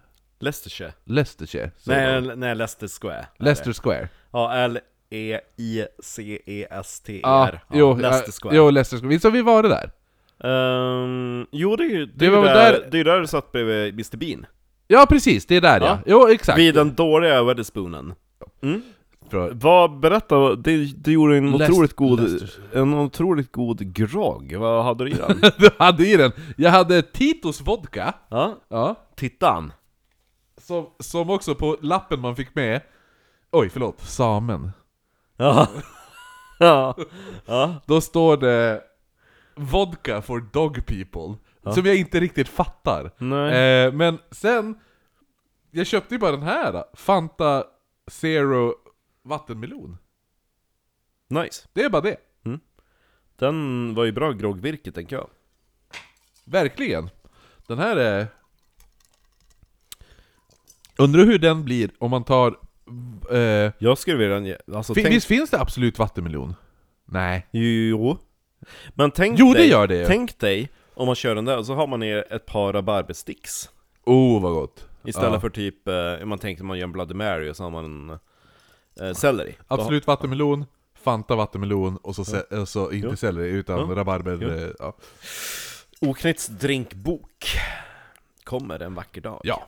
[SPEAKER 1] Leicestershire.
[SPEAKER 2] Leicestershire.
[SPEAKER 1] Nej, nej, Leicester Square.
[SPEAKER 2] Leicester Square.
[SPEAKER 1] Ja, L E I C E S T E
[SPEAKER 2] Ja,
[SPEAKER 1] R.
[SPEAKER 2] jo,
[SPEAKER 1] Leicester Square.
[SPEAKER 2] Jo, Leicester Square. Så vi var det där.
[SPEAKER 1] Um, jo, det är ju det,
[SPEAKER 2] Det
[SPEAKER 1] är ju
[SPEAKER 2] var
[SPEAKER 1] där,
[SPEAKER 2] där-
[SPEAKER 1] det är där du satt bredvid mister Bean.
[SPEAKER 2] Ja, precis. Det är där, ja.
[SPEAKER 1] Ja.
[SPEAKER 2] Jo, exakt.
[SPEAKER 1] Vid den dåliga Wetherspoon. Mm.
[SPEAKER 2] För-
[SPEAKER 1] Vad, berätta, det, det gjorde en
[SPEAKER 2] Leicester-
[SPEAKER 1] otroligt god
[SPEAKER 2] Leicester.
[SPEAKER 1] En otroligt god grogg. Vad hade du i den?
[SPEAKER 2] Du hade i den. Jag hade Titos vodka.
[SPEAKER 1] Ja,
[SPEAKER 2] Ja.
[SPEAKER 1] tittan.
[SPEAKER 2] Som, som också på lappen man fick med. Oj, förlåt. Samen.
[SPEAKER 1] Ja. Ja. Ja.
[SPEAKER 2] Då står det vodka for dog people.
[SPEAKER 1] Ja.
[SPEAKER 2] Som jag inte riktigt fattar.
[SPEAKER 1] Nej.
[SPEAKER 2] Eh, men sen, jag köpte ju bara den här. Fanta Zero vattenmelon.
[SPEAKER 1] Nice.
[SPEAKER 2] Det är bara det.
[SPEAKER 1] Den var ju bra groggvirke, tänker jag.
[SPEAKER 2] Verkligen. Den här är... Undrar hur den blir om man tar... Eh,
[SPEAKER 1] Jag skulle vilja ge, alltså,
[SPEAKER 2] fin,
[SPEAKER 1] tänk,
[SPEAKER 2] Visst finns det absolut vattenmelon? Nej.
[SPEAKER 1] Jo. Men tänk
[SPEAKER 2] Jo, det
[SPEAKER 1] dig,
[SPEAKER 2] gör det.
[SPEAKER 1] Tänk dig om man kör den där och så har man ner ett par rabarbersticks.
[SPEAKER 2] Oh, vad gott.
[SPEAKER 1] Istället
[SPEAKER 2] Ja.
[SPEAKER 1] för typ, eh, man tänkte man gör en Bloody Mary och så har man en eh, selleri.
[SPEAKER 2] Absolut vattenmelon, Fanta vattenmelon och så, se- och så inte
[SPEAKER 1] Jo.
[SPEAKER 2] selleri utan
[SPEAKER 1] Jo.
[SPEAKER 2] rabarber.
[SPEAKER 1] Jo.
[SPEAKER 2] eh, Ja.
[SPEAKER 1] Oknytts drinkbok kommer en vacker dag.
[SPEAKER 2] ja.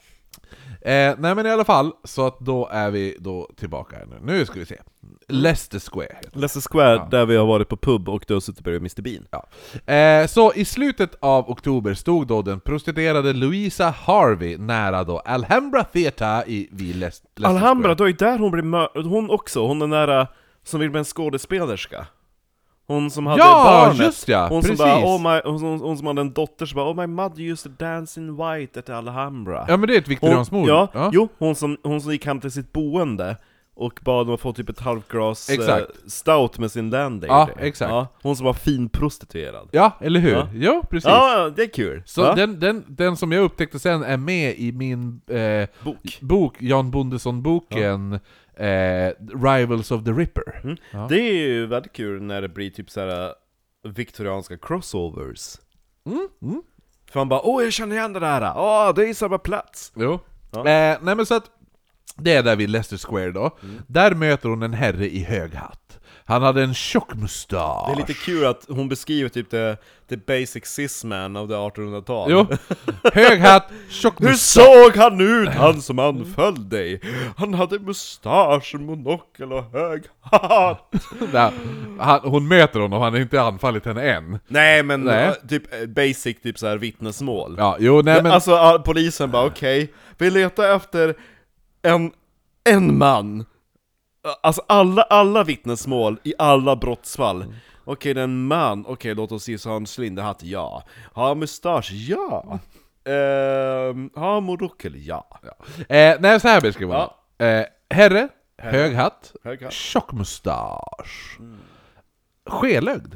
[SPEAKER 2] Eh, nej men i alla fall, så att då är vi då tillbaka här nu. Nu ska vi se. Leicester Square heter det.
[SPEAKER 1] Leicester Square,
[SPEAKER 2] Ja.
[SPEAKER 1] där vi har varit på pub och du har suttit bredvid mister Bean.
[SPEAKER 2] Ja. Eh, så i slutet av oktober stod då den prostituerade Louisa Harvey nära då Alhambra Theatre i vid Leic- Leicester
[SPEAKER 1] Alhambra,
[SPEAKER 2] Square.
[SPEAKER 1] då är där hon blir mör- hon också, hon är nära som vill bli en skådespelerska. Hon som hade
[SPEAKER 2] Ja,
[SPEAKER 1] barnet.
[SPEAKER 2] just ja,
[SPEAKER 1] hon, som
[SPEAKER 2] precis.
[SPEAKER 1] bara, oh my, hon, som, hon som hade en dotter som bara, oh my mother used to dance in white at Alhambra.
[SPEAKER 2] Ja men det är ett
[SPEAKER 1] hon,
[SPEAKER 2] viktorianskt mord.
[SPEAKER 1] ja,
[SPEAKER 2] Ja.
[SPEAKER 1] Jo, hon som, hon som gick hem till sitt boende och bad om att få typ ett halvt glas
[SPEAKER 2] Exakt.
[SPEAKER 1] eh, stout med sin landlady.
[SPEAKER 2] Ja, exakt.
[SPEAKER 1] Ja, hon som var finprostituerad.
[SPEAKER 2] Ja, eller hur?
[SPEAKER 1] Ja.
[SPEAKER 2] Ja, precis.
[SPEAKER 1] Ja, det är kul.
[SPEAKER 2] Så
[SPEAKER 1] ja?
[SPEAKER 2] den, den, den som jag upptäckte sen är med i min eh,
[SPEAKER 1] Bok.
[SPEAKER 2] bok, Jan Bondesson-boken eh, Rivals of the Ripper.
[SPEAKER 1] Mm.
[SPEAKER 2] Ja.
[SPEAKER 1] Det är ju väldigt kul när det blir typ såhär viktorianska crossovers.
[SPEAKER 2] Mm, mm.
[SPEAKER 1] För man bara, åh jag känner igen det där, åh det är samma plats.
[SPEAKER 2] Jo.
[SPEAKER 1] Ja.
[SPEAKER 2] Eh, nej men så att det är där vid Leicester Square då.
[SPEAKER 1] Mm.
[SPEAKER 2] Där möter hon en herre i hög hatt. Han hade en tjock mustasch.
[SPEAKER 1] Det är lite kul att hon beskriver typ the, the basic cis-man av det artonhundratalet.
[SPEAKER 2] Jo. Hög hatt, tjock
[SPEAKER 1] Hur
[SPEAKER 2] mustasch.
[SPEAKER 1] såg han ut, han som anföll dig? Han hade mustasch, monokel och hög hatt.
[SPEAKER 2] Nej, han, hon möter honom, han har inte anfallit henne än.
[SPEAKER 1] Nej men
[SPEAKER 2] Nej.
[SPEAKER 1] uh, typ eh, basic typ så här vittnesmål.
[SPEAKER 2] Ja, jo, nej men...
[SPEAKER 1] Alltså uh, polisen bara okej, vi letar efter en, en man. Alltså alla, alla vittnesmål i alla brottsfall.
[SPEAKER 2] Mm.
[SPEAKER 1] Okej, det är en man. Okej, låt oss se, så har han cylinderhatt? Ja. Har han mustasch? Ja. Ehm, har han monokel? Ja.
[SPEAKER 2] Eh, nej, så här beskriver hon.
[SPEAKER 1] Ja.
[SPEAKER 2] Eh, herre, hög hatt,
[SPEAKER 1] Hög hatt.
[SPEAKER 2] tjock mustasch. Skelögd.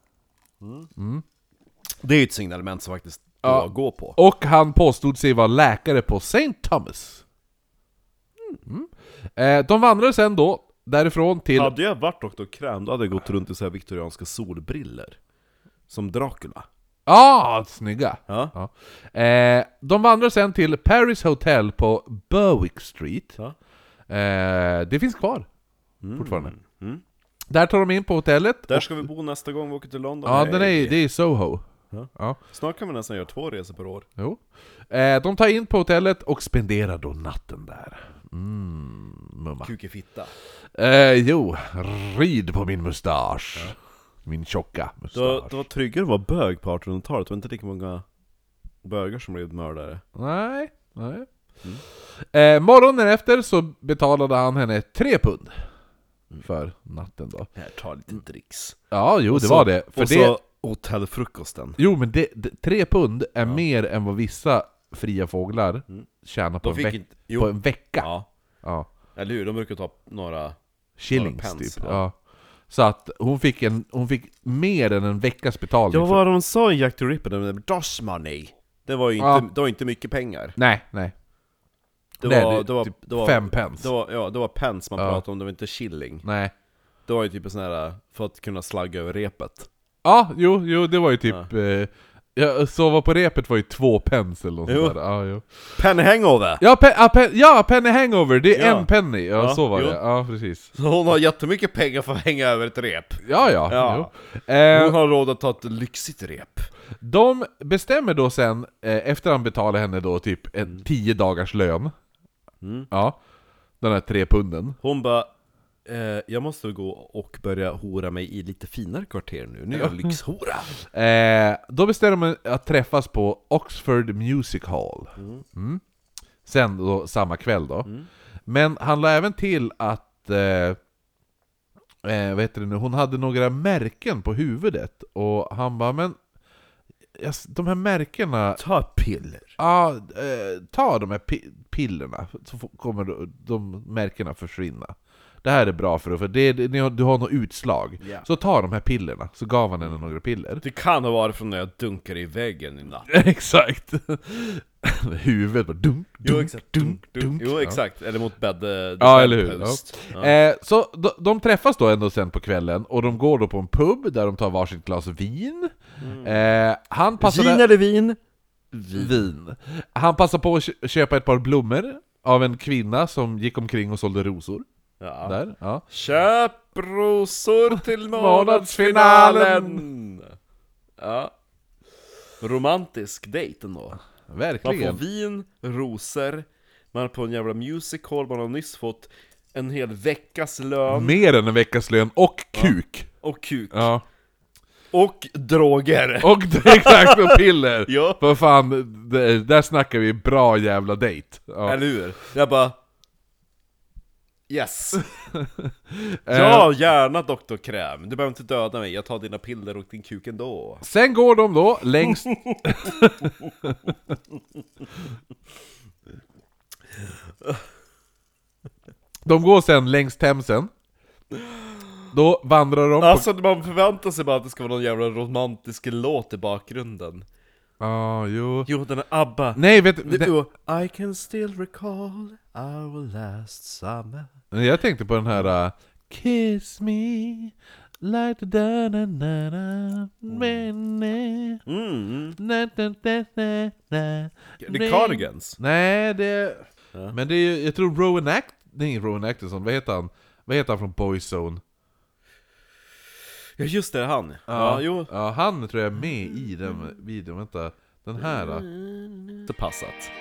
[SPEAKER 1] Det är ju ett signalement som faktiskt
[SPEAKER 2] Ja.
[SPEAKER 1] går att gå på.
[SPEAKER 2] Och han påstod sig vara läkare på Saint Thomas. Mm. Eh, de vandrade sen då därifrån till...
[SPEAKER 1] Hade jag varit doktor Kräm, då hade jag gått runt i så här viktorianska solbriller. Som Dracula.
[SPEAKER 2] Ah, snygga!
[SPEAKER 1] Ja.
[SPEAKER 2] Ja. Eh, de vandrade sen till Paris Hotel på Berwick Street.
[SPEAKER 1] Ja.
[SPEAKER 2] Eh, det finns kvar fortfarande.
[SPEAKER 1] Mm.
[SPEAKER 2] Där tar de in på hotellet.
[SPEAKER 1] Där
[SPEAKER 2] och-
[SPEAKER 1] ska vi bo nästa gång vi åker till London.
[SPEAKER 2] Ja,
[SPEAKER 1] Hej.
[SPEAKER 2] den är, det är i Soho.
[SPEAKER 1] Ja.
[SPEAKER 2] Ja.
[SPEAKER 1] Snart kan vi nästan göra två resor per år.
[SPEAKER 2] Jo. Eh, de tar in på hotellet och spenderar då natten där. Mm, mumma.
[SPEAKER 1] Kukefitta.
[SPEAKER 2] Eh, jo, rid på min mustasch. Min tjocka
[SPEAKER 1] Det var,
[SPEAKER 2] mustasch.
[SPEAKER 1] det var tryggare att vara bög på artonhundratalet, det var inte lika många bögar som blev mördare.
[SPEAKER 2] Nej, nej. Eh, morgonen efter så betalade han henne tre pund. För natten då.
[SPEAKER 1] Här, ta lite dricks.
[SPEAKER 2] Ja, jo,
[SPEAKER 1] Och
[SPEAKER 2] det
[SPEAKER 1] så-
[SPEAKER 2] var det. För
[SPEAKER 1] och
[SPEAKER 2] det...
[SPEAKER 1] så hotellfrukosten.
[SPEAKER 2] Jo, men det, det, tre pund är mer än vad vissa fria fåglar tjänar på,
[SPEAKER 1] De
[SPEAKER 2] en,
[SPEAKER 1] fick
[SPEAKER 2] veck,
[SPEAKER 1] inte... Jo.
[SPEAKER 2] på en vecka.
[SPEAKER 1] Ja.
[SPEAKER 2] Ja.
[SPEAKER 1] Eller hur? De brukar ta några...
[SPEAKER 2] Shillings
[SPEAKER 1] Några pence,
[SPEAKER 2] typ.
[SPEAKER 1] ja.
[SPEAKER 2] Ja. Så att hon fick, en, hon fick mer än en veckas betalning.
[SPEAKER 1] Ja,
[SPEAKER 2] för-
[SPEAKER 1] vad de sa i Jack the Ripper, det var Dosh money. Det var ju inte,
[SPEAKER 2] Ja.
[SPEAKER 1] det var inte mycket pengar.
[SPEAKER 2] Nej, nej.
[SPEAKER 1] Det
[SPEAKER 2] Nej,
[SPEAKER 1] var,
[SPEAKER 2] det-
[SPEAKER 1] det var,
[SPEAKER 2] typ
[SPEAKER 1] det var
[SPEAKER 2] fem pence.
[SPEAKER 1] Det var, ja, det var pence man
[SPEAKER 2] Ja.
[SPEAKER 1] pratade om, det var inte shilling.
[SPEAKER 2] Nej.
[SPEAKER 1] Det var ju typ en sån här, för att kunna slagga över repet.
[SPEAKER 2] Ja, jo, jo, det var ju typ... Eh, Ja, sova på repet var ju två pence eller något
[SPEAKER 1] Jo.
[SPEAKER 2] sånt där. Ja, jo.
[SPEAKER 1] Penny hangover!
[SPEAKER 2] Ja, pe- ja, pe- ja, penny hangover, det är
[SPEAKER 1] Ja.
[SPEAKER 2] en penny. Ja,
[SPEAKER 1] Ja,
[SPEAKER 2] så var
[SPEAKER 1] jo.
[SPEAKER 2] det. Ja, precis.
[SPEAKER 1] Så hon har jättemycket pengar för att hänga över ett rep.
[SPEAKER 2] Ja, ja.
[SPEAKER 1] Ja.
[SPEAKER 2] Jo. Eh,
[SPEAKER 1] Hon har råd att ta ett lyxigt rep.
[SPEAKER 2] de bestämmer då sen, eh, efter han betalar henne då typ en tio dagars lön.
[SPEAKER 1] Mm.
[SPEAKER 2] Ja. Den här tre punden.
[SPEAKER 1] Hon bara, eh, jag måste gå och börja hora mig i lite finare kvarter nu. Nu är jag lyxhora.
[SPEAKER 2] Eh, då bestämmer de att träffas på Oxford Music Hall.
[SPEAKER 1] Mm.
[SPEAKER 2] Mm. Sen då, samma kväll då.
[SPEAKER 1] Mm.
[SPEAKER 2] Men han la även till att eh, eh, vad heter det nu? Hon hade några märken på huvudet. Och han bara, men yes, de här märkena,
[SPEAKER 1] Ta piller.
[SPEAKER 2] ja, eh, ta de här pi- pillerna, så får- kommer de, de märkena försvinna. Det här är bra för, för det, det, ni har- du har något utslag.
[SPEAKER 1] Ja.
[SPEAKER 2] Så ta de här pillerna. Så gav han henne några piller.
[SPEAKER 1] Det kan ha varit från när jag dunkade i väggen i natt.
[SPEAKER 2] Exakt. Huvudet bara dunk,
[SPEAKER 1] Jo,
[SPEAKER 2] dunk,
[SPEAKER 1] exakt.
[SPEAKER 2] dunk, dunk.
[SPEAKER 1] Jo,
[SPEAKER 2] Ja.
[SPEAKER 1] exakt. Eller mot bädd.
[SPEAKER 2] Ja, eller hur?
[SPEAKER 1] Post. Ja.
[SPEAKER 2] Eh, så de, de träffas då ändå sen på kvällen, och de går då på en pub där de tar varsitt glas vin. Eh, han passar
[SPEAKER 1] Gin
[SPEAKER 2] där-
[SPEAKER 1] eller vin?
[SPEAKER 2] vin. Han passar på att kö- köpa ett par blommor av en kvinna som gick omkring och sålde rosor.
[SPEAKER 1] Ja.
[SPEAKER 2] Där, ja.
[SPEAKER 1] Köp rosor till
[SPEAKER 2] Månadsfinalen.
[SPEAKER 1] månadsfinalen! Ja. Romantisk dejt ändå. Man får
[SPEAKER 2] Verkligen.
[SPEAKER 1] vin, rosor, man är på en jävla music hall, man har nyss fått en hel veckas lön
[SPEAKER 2] Mer än en veckas lön och kuk.
[SPEAKER 1] och kuk.
[SPEAKER 2] Ja.
[SPEAKER 1] Och droger.
[SPEAKER 2] Och det är exakt, och piller.
[SPEAKER 1] Ja.
[SPEAKER 2] För fan, det, där snackar vi bra jävla dejt. Ja.
[SPEAKER 1] Eller hur? Jag bara... Yes!
[SPEAKER 2] Eh,
[SPEAKER 1] Ja, gärna doktor Kräm. Du behöver inte döda mig, jag tar dina piller och din kuk ändå.
[SPEAKER 2] Sen går de då längs... de går sen längs Themsen. Då vandrar de på...
[SPEAKER 1] Alltså man förväntar sig bara att det ska vara någon jävla romantisk låt i bakgrunden.
[SPEAKER 2] Ja, jo.
[SPEAKER 1] Jo, den är ABBA.
[SPEAKER 2] Nej, vet
[SPEAKER 1] Det,
[SPEAKER 2] du...
[SPEAKER 1] jo, I can still recall our last summer.
[SPEAKER 2] Jag tänkte på den här... Uh, Kiss me like da na na na na
[SPEAKER 1] Mm.
[SPEAKER 2] na na na na na.
[SPEAKER 1] Det är Cardigans.
[SPEAKER 2] Nej, det...
[SPEAKER 1] Ja.
[SPEAKER 2] Men det är, jag tror Rowan Act... Nej, Rowan Atkinson, vad heter han? Vad heter han från Boyzone?
[SPEAKER 1] Ja just det, han. Ja, jo.
[SPEAKER 2] Ja, han tror jag är med i den videon, vänta. Den här då.
[SPEAKER 1] Det passat.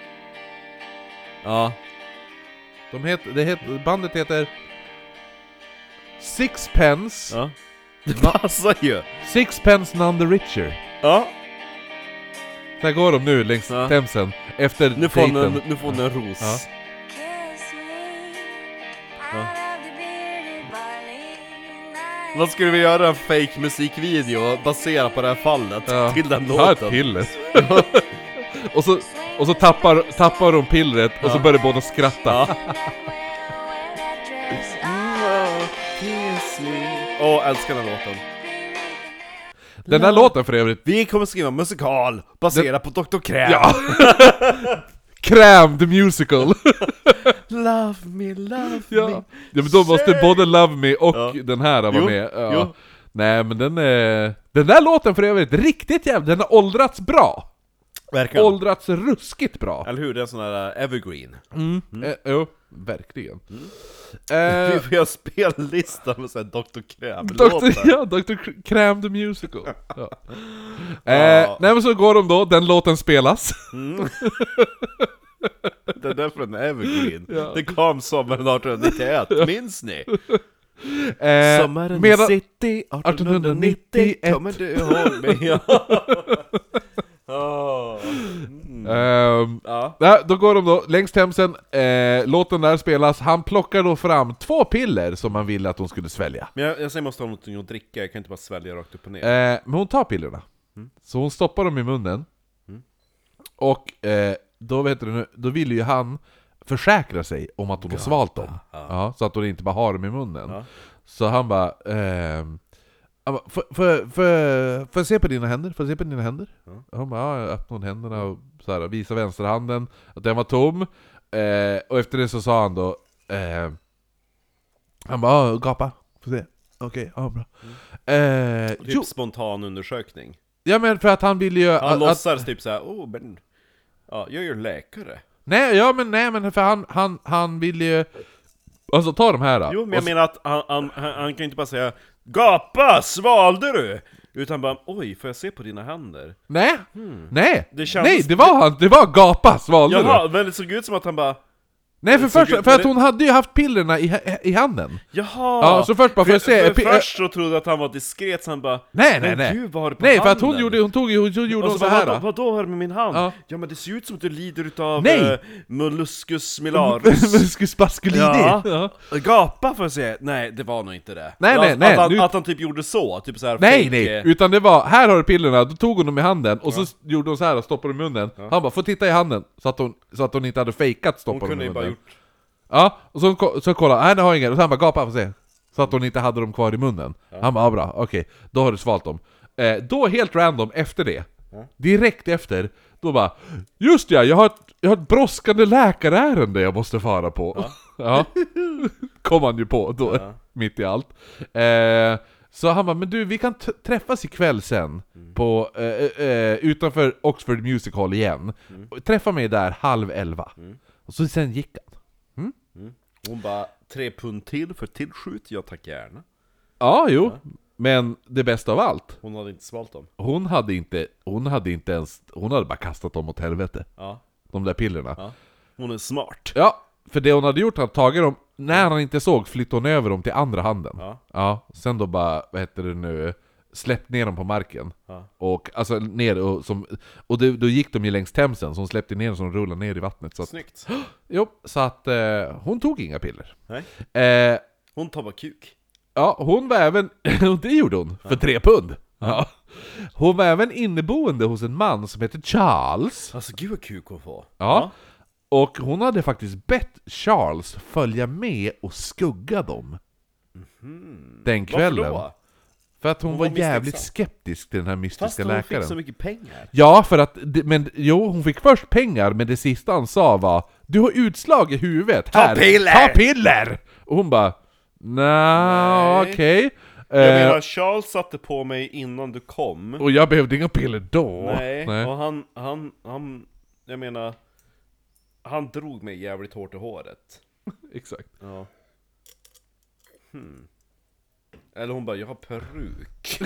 [SPEAKER 1] Ja.
[SPEAKER 2] De heter, det heter, bandet heter Sixpence.
[SPEAKER 1] Ja. Det passar ju.
[SPEAKER 2] Sixpence None the Richer.
[SPEAKER 1] Ja.
[SPEAKER 2] Där går de nu längs
[SPEAKER 1] Ja.
[SPEAKER 2] Themsen efter
[SPEAKER 1] Nu får hon
[SPEAKER 2] dejten.
[SPEAKER 1] en, nu får hon en ros.
[SPEAKER 2] Ja.
[SPEAKER 1] Vad skulle vi göra en fake musikvideo baserat på det här fallet
[SPEAKER 2] Ja.
[SPEAKER 1] till den
[SPEAKER 2] Ta ett
[SPEAKER 1] låten?
[SPEAKER 2] piller. och så, och så tappar, tappar de pillret och så
[SPEAKER 1] Ja.
[SPEAKER 2] börjar båda skratta.
[SPEAKER 1] Ja. Åh, älskar den låten.
[SPEAKER 2] Den här låten för övrigt.
[SPEAKER 1] Vi kommer skriva musikal baserat på doktor Kräm.
[SPEAKER 2] Ja. Kräm the musical.
[SPEAKER 1] Love me, love
[SPEAKER 2] Ja.
[SPEAKER 1] me.
[SPEAKER 2] Ja, men då måste både Love Me och
[SPEAKER 1] Ja.
[SPEAKER 2] den här vara
[SPEAKER 1] Jo,
[SPEAKER 2] med. Ja.
[SPEAKER 1] jo.
[SPEAKER 2] Nej, men den är... Den där låten för övrigt, riktigt jävla... Den har åldrats bra.
[SPEAKER 1] Verkligen.
[SPEAKER 2] Åldrats ruskigt bra.
[SPEAKER 1] Eller hur? Det är en sån här uh, evergreen.
[SPEAKER 2] Mm. Eh, jo, verkligen.
[SPEAKER 1] Vi
[SPEAKER 2] Eh,
[SPEAKER 1] får göra spellista med såhär doktor Kräm
[SPEAKER 2] doktor,
[SPEAKER 1] låtar.
[SPEAKER 2] ja, doktor Kräm the Musical. Ja. Eh,
[SPEAKER 1] Ja.
[SPEAKER 2] nej, men så går de då, den låten spelas.
[SPEAKER 1] Mm. Det är därför den är evergreen.
[SPEAKER 2] Ja.
[SPEAKER 1] Det kom sommaren arton nittioett, minns ni?
[SPEAKER 2] Eh,
[SPEAKER 1] Sommaren i
[SPEAKER 2] medan-
[SPEAKER 1] city arton nittioett, kommer du ihåg mig? Ja. Oh. Mm.
[SPEAKER 2] ehm,
[SPEAKER 1] Ja.
[SPEAKER 2] Nej, då går de då längs Themsen, eh, låten där spelas, han plockar då fram två piller som man ville att hon skulle svälja.
[SPEAKER 1] Men jag, jag säger måste ha någonting att dricka, jag kan inte bara svälja rakt upp och ner.
[SPEAKER 2] Eh, men hon tar pillerna,
[SPEAKER 1] Mm.
[SPEAKER 2] så hon stoppar dem i munnen.
[SPEAKER 1] Mm.
[SPEAKER 2] Och eh, då, vet du, nu, då vill ju han försäkra sig om att hon har svalt dem,
[SPEAKER 1] Ja.
[SPEAKER 2] ja, så att hon inte bara har dem i munnen.
[SPEAKER 1] Ja.
[SPEAKER 2] Så han bara, ehm, han bara får, får, får, får jag se på dina händer? Får jag se på dina händer?
[SPEAKER 1] Ja.
[SPEAKER 2] Han bara, ja, jag öppnade händerna och så här, visade vänsterhanden att den var tom. Eh, och efter det så sa han då, eh, han bara, ja, gapa, får se. Okej, ja bra. Eh,
[SPEAKER 1] Typ
[SPEAKER 2] jo,
[SPEAKER 1] spontan undersökning.
[SPEAKER 2] Ja men för att han vill ju...
[SPEAKER 1] Han
[SPEAKER 2] att,
[SPEAKER 1] låtsas typ såhär, oh men... Ja, jag är ju läkare.
[SPEAKER 2] Nej, ja men nej men för han, han, han vill ju... Alltså ta de här då.
[SPEAKER 1] Jo, men jag
[SPEAKER 2] Och så-
[SPEAKER 1] menar att han, han, han, han kan inte bara säga gapa, svalde du? Utan bara, oj, får jag se på dina händer?
[SPEAKER 2] Nej, nej,
[SPEAKER 1] Det känns-
[SPEAKER 2] nej, det var han, det var gapa, svalde du?
[SPEAKER 1] Jaha, men det såg ut som att han bara...
[SPEAKER 2] Nej för
[SPEAKER 1] det såg
[SPEAKER 2] först,
[SPEAKER 1] ut-
[SPEAKER 2] för att
[SPEAKER 1] det-
[SPEAKER 2] hon hade ju haft pillerna i, i handen.
[SPEAKER 1] Jaha!
[SPEAKER 2] Ja, så först bara, får jag se-
[SPEAKER 1] för,
[SPEAKER 2] pi-
[SPEAKER 1] för Först så trodde jag att han var diskret, så han bara...
[SPEAKER 2] Nej, nej,
[SPEAKER 1] men
[SPEAKER 2] nej.
[SPEAKER 1] Gud, vad har du på
[SPEAKER 2] Nej, för att
[SPEAKER 1] handen?
[SPEAKER 2] hon gjorde, hon tog ju, hon gjorde
[SPEAKER 1] Och
[SPEAKER 2] hon
[SPEAKER 1] så
[SPEAKER 2] så
[SPEAKER 1] bara,
[SPEAKER 2] här.
[SPEAKER 1] vad, vadå har du med min hand?
[SPEAKER 2] Ja.
[SPEAKER 1] Ja. men det ser ut som att du lider utav
[SPEAKER 2] Nej.
[SPEAKER 1] eh, molluscus milarus.
[SPEAKER 2] Muscus basculini.
[SPEAKER 1] Ja.
[SPEAKER 2] Ja.
[SPEAKER 1] Gapa får jag säga. Nej, det var nog inte det.
[SPEAKER 2] Nej,
[SPEAKER 1] Ja,
[SPEAKER 2] nej,
[SPEAKER 1] att,
[SPEAKER 2] nej,
[SPEAKER 1] Att han,
[SPEAKER 2] nu-
[SPEAKER 1] att han typ gjorde så, typ så här
[SPEAKER 2] Nej,
[SPEAKER 1] fake,
[SPEAKER 2] nej,
[SPEAKER 1] eh,
[SPEAKER 2] utan det var, här har du pillerna, då tog hon dem i handen och så s- gjorde hon så här och stoppade dem i munnen. Han bara, får titta i handen, så att hon, så att hon inte hade fejkat
[SPEAKER 1] Hon
[SPEAKER 2] stoppa dem
[SPEAKER 1] kunde
[SPEAKER 2] i
[SPEAKER 1] ju bara
[SPEAKER 2] munnen.
[SPEAKER 1] gjort...
[SPEAKER 2] Ja, och så, ko- så kolla, nej det har jag ingen, och så han bara, gapa får se. Så att hon inte hade dem kvar i munnen. Han bara, ah, bra, okej, då har du svalt dem. Eh, då helt random efter det, direkt efter, då bara, just ja, jag har ett, jag har ett brådskande läkarärende jag måste fara på. Ja, kom han ju på då,
[SPEAKER 1] Ja.
[SPEAKER 2] mitt i allt. Eh, så han bara, men du, vi kan t- träffas ikväll sen på, eh, eh, utanför Oxford Music Hall igen. Träffa mig där halv elva. Och så sen gick han.
[SPEAKER 1] Hon bara, tre pund till för tillskjut, jag tack gärna.
[SPEAKER 2] Ja, jo. Men det bästa av allt,
[SPEAKER 1] Hon hade inte svalt dem.
[SPEAKER 2] hon hade inte, hon hade inte ens, hon hade bara kastat dem åt helvete.
[SPEAKER 1] Ja,
[SPEAKER 2] De där pillerna.
[SPEAKER 1] ja. Hon är smart.
[SPEAKER 2] Ja, för det hon hade gjort, han tagit dem, när han inte såg flyttade hon över dem till andra handen.
[SPEAKER 1] Ja.
[SPEAKER 2] Ja, sen då bara, vad heter det nu, släppt ner dem på marken.
[SPEAKER 1] Ja.
[SPEAKER 2] Och, alltså ner, och, som, och det, då gick de ju längs Themsen, så hon släppte ner dem som rullade ner i vattnet. Så att,
[SPEAKER 1] Snyggt.
[SPEAKER 2] jo, så att eh, hon tog inga piller.
[SPEAKER 1] Nej.
[SPEAKER 2] Eh,
[SPEAKER 1] Hon tar bara kuk.
[SPEAKER 2] Ja, hon var även, det gjorde hon, för tre pund. Ja. Hon var även inneboende hos en man som heter Charles.
[SPEAKER 1] Alltså gud vad kuk hon får.
[SPEAKER 2] Ja. Och hon hade faktiskt bett Charles följa med och skugga dem. Den kvällen.
[SPEAKER 1] Varför då?
[SPEAKER 2] För att hon,
[SPEAKER 1] Hon
[SPEAKER 2] var,
[SPEAKER 1] var
[SPEAKER 2] jävligt
[SPEAKER 1] misstänksam.
[SPEAKER 2] skeptisk till den här mystiska
[SPEAKER 1] Fast hon
[SPEAKER 2] läkaren.
[SPEAKER 1] fick så mycket pengar.
[SPEAKER 2] Ja, för att, det- men jo, hon fick först pengar, men det sista han sa var, du har utslag i huvudet,
[SPEAKER 1] Ta
[SPEAKER 2] här,
[SPEAKER 1] piller!"
[SPEAKER 2] ta piller! Och hon bara, nej,
[SPEAKER 1] Nej.
[SPEAKER 2] okej.
[SPEAKER 1] Jag
[SPEAKER 2] Eh,
[SPEAKER 1] menar, Charles satte på mig innan du kom.
[SPEAKER 2] Och jag behövde inga piller då.
[SPEAKER 1] Nej, och han, han, han, jag menar, han drog mig jävligt hårt i håret.
[SPEAKER 2] Exakt.
[SPEAKER 1] Ja. Hmm. Eller hon bara, jag har peruk.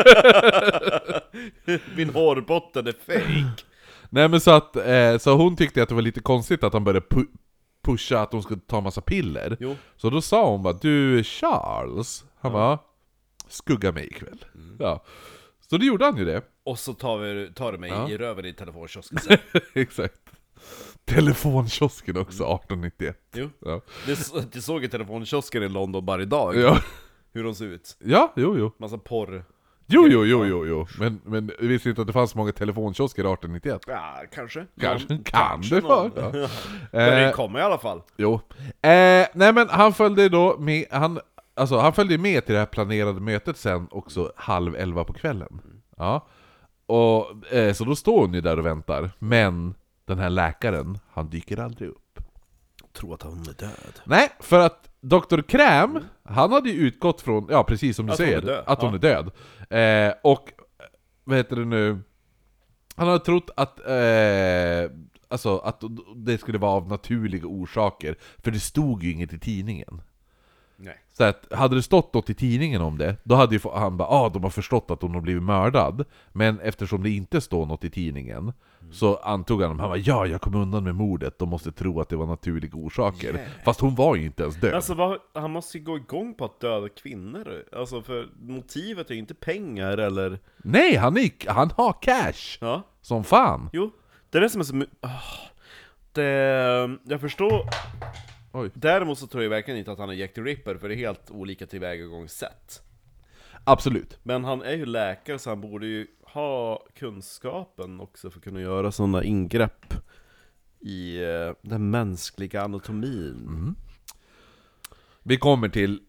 [SPEAKER 1] Min hårbotten är fake.
[SPEAKER 2] Nej men så att, eh, så hon tyckte att det var lite konstigt att han började pu- pusha att hon skulle ta massa piller.
[SPEAKER 1] Jo.
[SPEAKER 2] Så då sa hon bara, du Charles, han bara, skugga mig ikväll. Ja. Så då gjorde han ju det.
[SPEAKER 1] Och så tar, vi, tar du mig
[SPEAKER 2] Ja.
[SPEAKER 1] i röven i telefonkiosken sen.
[SPEAKER 2] Exakt. Telefonkiosken också, arton nittioett.
[SPEAKER 1] Jo.
[SPEAKER 2] Ja.
[SPEAKER 1] Det, det såg i telefonkiosken i London bara idag.
[SPEAKER 2] Ja.
[SPEAKER 1] Hur de ser ut.
[SPEAKER 2] Ja, jo jo.
[SPEAKER 1] Massa porr.
[SPEAKER 2] Jo, jo, jo, jo, jo. Men, men vi visste inte att det fanns så många telefonkiosker arton nittioett.
[SPEAKER 1] Ja, kanske.
[SPEAKER 2] Kanske,
[SPEAKER 1] Någon-
[SPEAKER 2] kan det
[SPEAKER 1] någon.
[SPEAKER 2] vara. Ja.
[SPEAKER 1] Men det
[SPEAKER 2] Eh,
[SPEAKER 1] kommer i alla fall.
[SPEAKER 2] Jo. Eh, nej men han följde då med, han, alltså, han följde med till det här planerade mötet sen också halv elva på kvällen. Ja. Och, eh, så då står hon ju där och väntar. Men den här läkaren, han dyker aldrig upp.
[SPEAKER 1] Tror att hon är död.
[SPEAKER 2] Nej, för att doktor Kräm, han hade ju utgått från, ja precis som du
[SPEAKER 1] Att hon
[SPEAKER 2] säger,
[SPEAKER 1] är död.
[SPEAKER 2] att hon
[SPEAKER 1] Ja.
[SPEAKER 2] är död. Eh, och, vad heter det nu? Han hade trott att, eh, alltså, att det skulle vara av naturliga orsaker. För det stod ju inget i tidningen.
[SPEAKER 1] Nej.
[SPEAKER 2] Så att, hade det stått något i tidningen om det, då hade ju få- han bara, ah, de har förstått att hon har blivit mördad. Men eftersom det inte står något i tidningen, så antog han, han bara, ja, jag kom undan med mordet, de måste tro att det var naturliga orsaker.
[SPEAKER 1] Yeah.
[SPEAKER 2] Fast hon var ju inte ens död.
[SPEAKER 1] Alltså vad, han måste ju gå igång på att döda kvinnor. Alltså för motivet är ju inte pengar eller...
[SPEAKER 2] Nej, han, är, han har cash!
[SPEAKER 1] Ja,
[SPEAKER 2] Som fan!
[SPEAKER 1] jo. Det är det som är så... my- Ah. Det... Jag förstår...
[SPEAKER 2] Oj.
[SPEAKER 1] Däremot så tror jag verkligen inte att han är Jack the Ripper, för det är helt olika tillvägagångssätt.
[SPEAKER 2] Absolut.
[SPEAKER 1] Men han är ju läkare, så han borde ju ha kunskapen också för att kunna göra sådana ingrepp i eh, den mänskliga anatomin.
[SPEAKER 2] Mm. Vi kommer till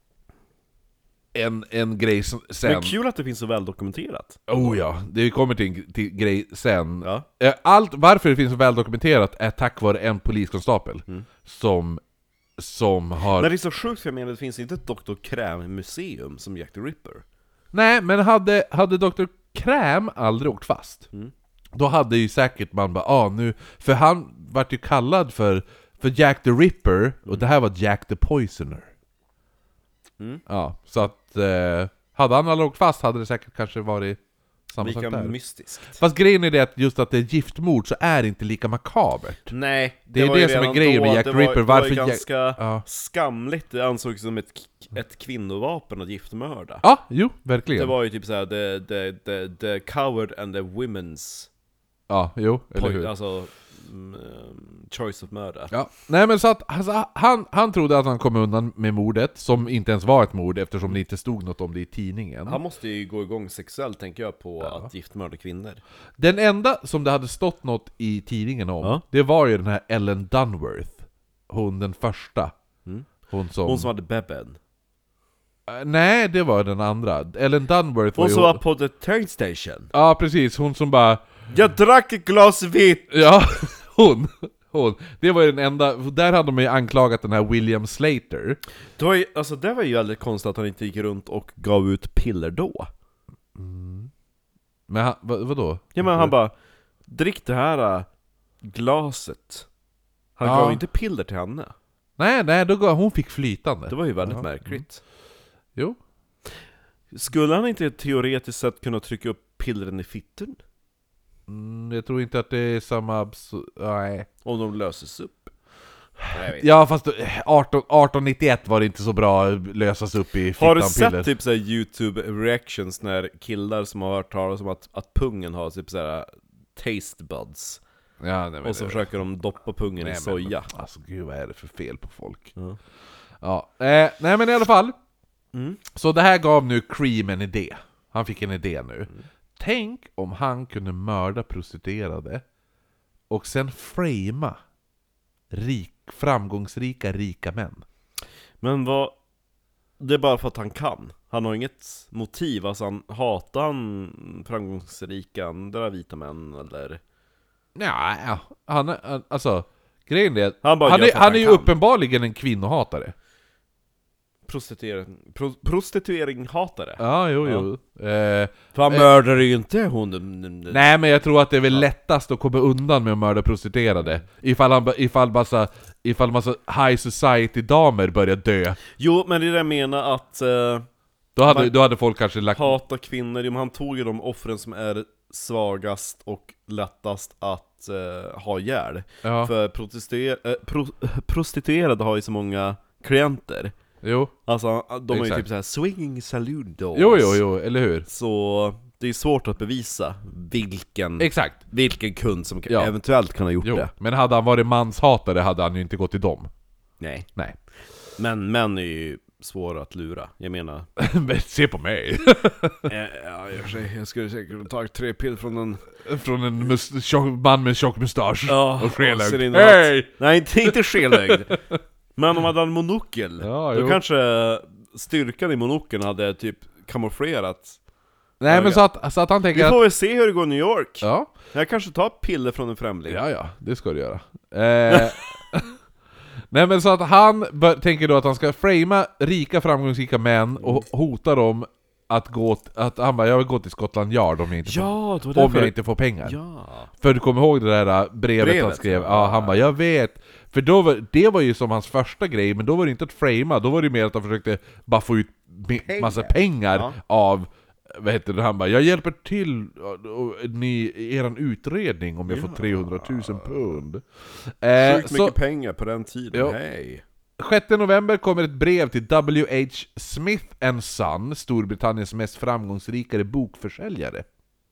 [SPEAKER 2] en, en grej som, sen...
[SPEAKER 1] Men kul att det finns så väl dokumenterat.
[SPEAKER 2] Oh ja, det vi kommer till en till grej sen.
[SPEAKER 1] Ja.
[SPEAKER 2] Eh, Allt, varför det finns så väl dokumenterat är tack vare en poliskonstapel
[SPEAKER 1] Mm.
[SPEAKER 2] som, som har...
[SPEAKER 1] Men det är så sjukt, för jag menar, det finns inte ett doktor Kräm-museum som Jack the Ripper.
[SPEAKER 2] Nej, men hade, hade doktor Kräm aldrig åkt fast.
[SPEAKER 1] Mm.
[SPEAKER 2] Då hade ju säkert man bara, ah, nu, för han vart ju kallad för, för Jack the Ripper, och det här var Jack the Poisoner.
[SPEAKER 1] Mm.
[SPEAKER 2] Ja, så att eh, hade han aldrig åkt fast hade det säkert kanske varit samma sak
[SPEAKER 1] Lika
[SPEAKER 2] där.
[SPEAKER 1] mystiskt.
[SPEAKER 2] Fast grejen är det att just att det är giftmord så är det inte lika makabert.
[SPEAKER 1] Nej,
[SPEAKER 2] Det är
[SPEAKER 1] var
[SPEAKER 2] det
[SPEAKER 1] ju
[SPEAKER 2] som är
[SPEAKER 1] redan
[SPEAKER 2] grejen
[SPEAKER 1] då,
[SPEAKER 2] med Jack
[SPEAKER 1] det
[SPEAKER 2] the
[SPEAKER 1] var-
[SPEAKER 2] Ripper.
[SPEAKER 1] Det var
[SPEAKER 2] Varför
[SPEAKER 1] ju
[SPEAKER 2] Jack-
[SPEAKER 1] ganska
[SPEAKER 2] Ja.
[SPEAKER 1] skamligt, det ansågs som ett, ett kvinnovapen att giftmörda.
[SPEAKER 2] Ja, jo, verkligen.
[SPEAKER 1] Det var ju typ såhär, the, the, the, the coward and the women's
[SPEAKER 2] Ja, jo, eller
[SPEAKER 1] point,
[SPEAKER 2] hur.
[SPEAKER 1] alltså mm, choice of murder.
[SPEAKER 2] Ja. Nej men så att alltså, han, han trodde att han kom undan med mordet, som inte ens var ett mord eftersom det inte stod något om det i tidningen.
[SPEAKER 1] Han måste ju gå igång sexuellt, tänker jag, på
[SPEAKER 2] Ja.
[SPEAKER 1] att giftmörda kvinnor.
[SPEAKER 2] Den enda som det hade stått något i tidningen om,
[SPEAKER 1] Ja.
[SPEAKER 2] det var ju den här Ellen Dunworth. Hon den första.
[SPEAKER 1] Mm.
[SPEAKER 2] Hon som...
[SPEAKER 1] Hon som hade bebben.
[SPEAKER 2] Äh, nej, det var den andra. Ellen Dunworth var
[SPEAKER 1] Hon
[SPEAKER 2] ju...
[SPEAKER 1] som var på the train station.
[SPEAKER 2] Ja, precis. Hon som bara...
[SPEAKER 1] Jag drack ett glas vitt!
[SPEAKER 2] Ja, hon. Hon. Det var ju den enda... Där hade de ju anklagat den här William Slater.
[SPEAKER 1] Det var ju, alltså det var ju väldigt konstigt att han inte gick runt och gav ut piller då.
[SPEAKER 2] Men han, vad, vadå?
[SPEAKER 1] Ja men han bara, drick det här äh, glaset. Han
[SPEAKER 2] Ja.
[SPEAKER 1] gav inte piller till henne.
[SPEAKER 2] Nej, nej, då gav, hon fick flytande.
[SPEAKER 1] Det var ju väldigt
[SPEAKER 2] Ja.
[SPEAKER 1] märkligt.
[SPEAKER 2] Jo.
[SPEAKER 1] Skulle han inte teoretiskt sett kunna trycka upp pillren i fitten?
[SPEAKER 2] Mm, jag tror inte att det är samma... abs- Nej.
[SPEAKER 1] Om de löses upp? Jag vet.
[SPEAKER 2] Ja, fast eh, arton, arton nittioett var det inte så bra att lösas upp i
[SPEAKER 1] Har du
[SPEAKER 2] fittan-piller.
[SPEAKER 1] sett typ såhär YouTube reactions när killar som har hört talas om att, att pungen har typ såhär taste buds?
[SPEAKER 2] Ja, nej, men
[SPEAKER 1] Och så
[SPEAKER 2] det-
[SPEAKER 1] försöker de doppa pungen
[SPEAKER 2] nej,
[SPEAKER 1] i
[SPEAKER 2] men-
[SPEAKER 1] soja.
[SPEAKER 2] Alltså gud, vad är det för fel på folk?
[SPEAKER 1] Ja.
[SPEAKER 2] Ja, eh, nej men i alla fall.
[SPEAKER 1] Mm.
[SPEAKER 2] Så det här gav nu Cream en idé. Han fick en idé nu. Tänk om han kunde mörda prostituerade och sen framea rik, framgångsrika rika män.
[SPEAKER 1] Men vad... Det är bara för att han kan. Han har inget motiv, alltså han hatar han framgångsrika andra vita män eller...
[SPEAKER 2] Ja, ja, han, han alltså grejen är att
[SPEAKER 1] Han bara
[SPEAKER 2] han
[SPEAKER 1] gör
[SPEAKER 2] är,
[SPEAKER 1] för att
[SPEAKER 2] han
[SPEAKER 1] han
[SPEAKER 2] är ju
[SPEAKER 1] kan.
[SPEAKER 2] uppenbarligen en kvinnohatare.
[SPEAKER 1] Prostituering, pro, prostituering hatare.
[SPEAKER 2] Ja, jo, jo. Eh,
[SPEAKER 1] För han
[SPEAKER 2] Eh.
[SPEAKER 1] mördar ju inte hon.
[SPEAKER 2] nej, men jag tror att det är väl lättast att komma undan med att mörda prostituerade. Ifall, han, ifall, massa, ifall massa high society-damer börjar dö.
[SPEAKER 1] Jo, men det är det jag menar att uh,
[SPEAKER 2] Då hade,
[SPEAKER 1] Man-
[SPEAKER 2] då hade folk kanske lagt...
[SPEAKER 1] hata kvinnor, jo, men han tog ju de offren som är svagast och lättast att uh, ha ihjäl.
[SPEAKER 2] Ja,
[SPEAKER 1] För prostituer, uh, pro, prostituerade har ju så många klienter.
[SPEAKER 2] jo.
[SPEAKER 1] Alltså de är ju
[SPEAKER 2] Exakt.
[SPEAKER 1] typ såhär swinging saloon doors.
[SPEAKER 2] Jo, jo, jo, eller hur?
[SPEAKER 1] Så det är svårt att bevisa vilken,
[SPEAKER 2] Exakt.
[SPEAKER 1] vilken kund som
[SPEAKER 2] Ja.
[SPEAKER 1] eventuellt kan ha gjort
[SPEAKER 2] Jo.
[SPEAKER 1] det.
[SPEAKER 2] Men hade han varit manshatare hade han ju inte gått till dem.
[SPEAKER 1] Nej.
[SPEAKER 2] Nej.
[SPEAKER 1] Men män är ju svåra att lura. Jag menar...
[SPEAKER 2] Men se på mig!
[SPEAKER 1] eh, ja, jag, jag skulle säkert ha tagit tre pill från en...
[SPEAKER 2] Från en mus- tjock, man med tjock mustasch
[SPEAKER 1] Ja,
[SPEAKER 2] och skelögd.
[SPEAKER 1] ser in
[SPEAKER 2] Hej!
[SPEAKER 1] Nej, inte, inte skelögd. Men om man hade en monokel,
[SPEAKER 2] Ja,
[SPEAKER 1] då
[SPEAKER 2] jo.
[SPEAKER 1] kanske styrkan i monokeln hade typ kamouflerat.
[SPEAKER 2] Nej, men så att, så att han
[SPEAKER 1] Vi
[SPEAKER 2] tänker
[SPEAKER 1] får
[SPEAKER 2] att...
[SPEAKER 1] väl se hur det går i New York.
[SPEAKER 2] Ja,
[SPEAKER 1] Jag kanske tar piller från en främling.
[SPEAKER 2] ja, ja, det ska du göra. Eh, nej, men så att han bör, tänker då att han ska framea rika framgångsrika män och hota dem att gå... t- Att han bara, jag vill gå till Scotland Yard om jag inte får,
[SPEAKER 1] Ja, det var
[SPEAKER 2] om
[SPEAKER 1] därför...
[SPEAKER 2] jag inte får pengar.
[SPEAKER 1] Ja.
[SPEAKER 2] För du kommer ihåg det där äh, brevet,
[SPEAKER 1] Brevet,
[SPEAKER 2] han skrev?
[SPEAKER 1] ja.
[SPEAKER 2] Ja, han bara, jag vet. För då var, det var ju som hans första grej, men då var det inte att framea, då var det mer att han försökte bara få ut me- massa pengar
[SPEAKER 1] Ja.
[SPEAKER 2] av, vad heter det, han bara, jag hjälper till och, och, ni, eran utredning om jag får trehundratusen pund. Eh,
[SPEAKER 1] Sjukt
[SPEAKER 2] så
[SPEAKER 1] mycket pengar på den tiden,
[SPEAKER 2] Ja.
[SPEAKER 1] hej.
[SPEAKER 2] sjätte november kommer ett brev till W H Smith and Son, Storbritanniens mest framgångsrika bokförsäljare.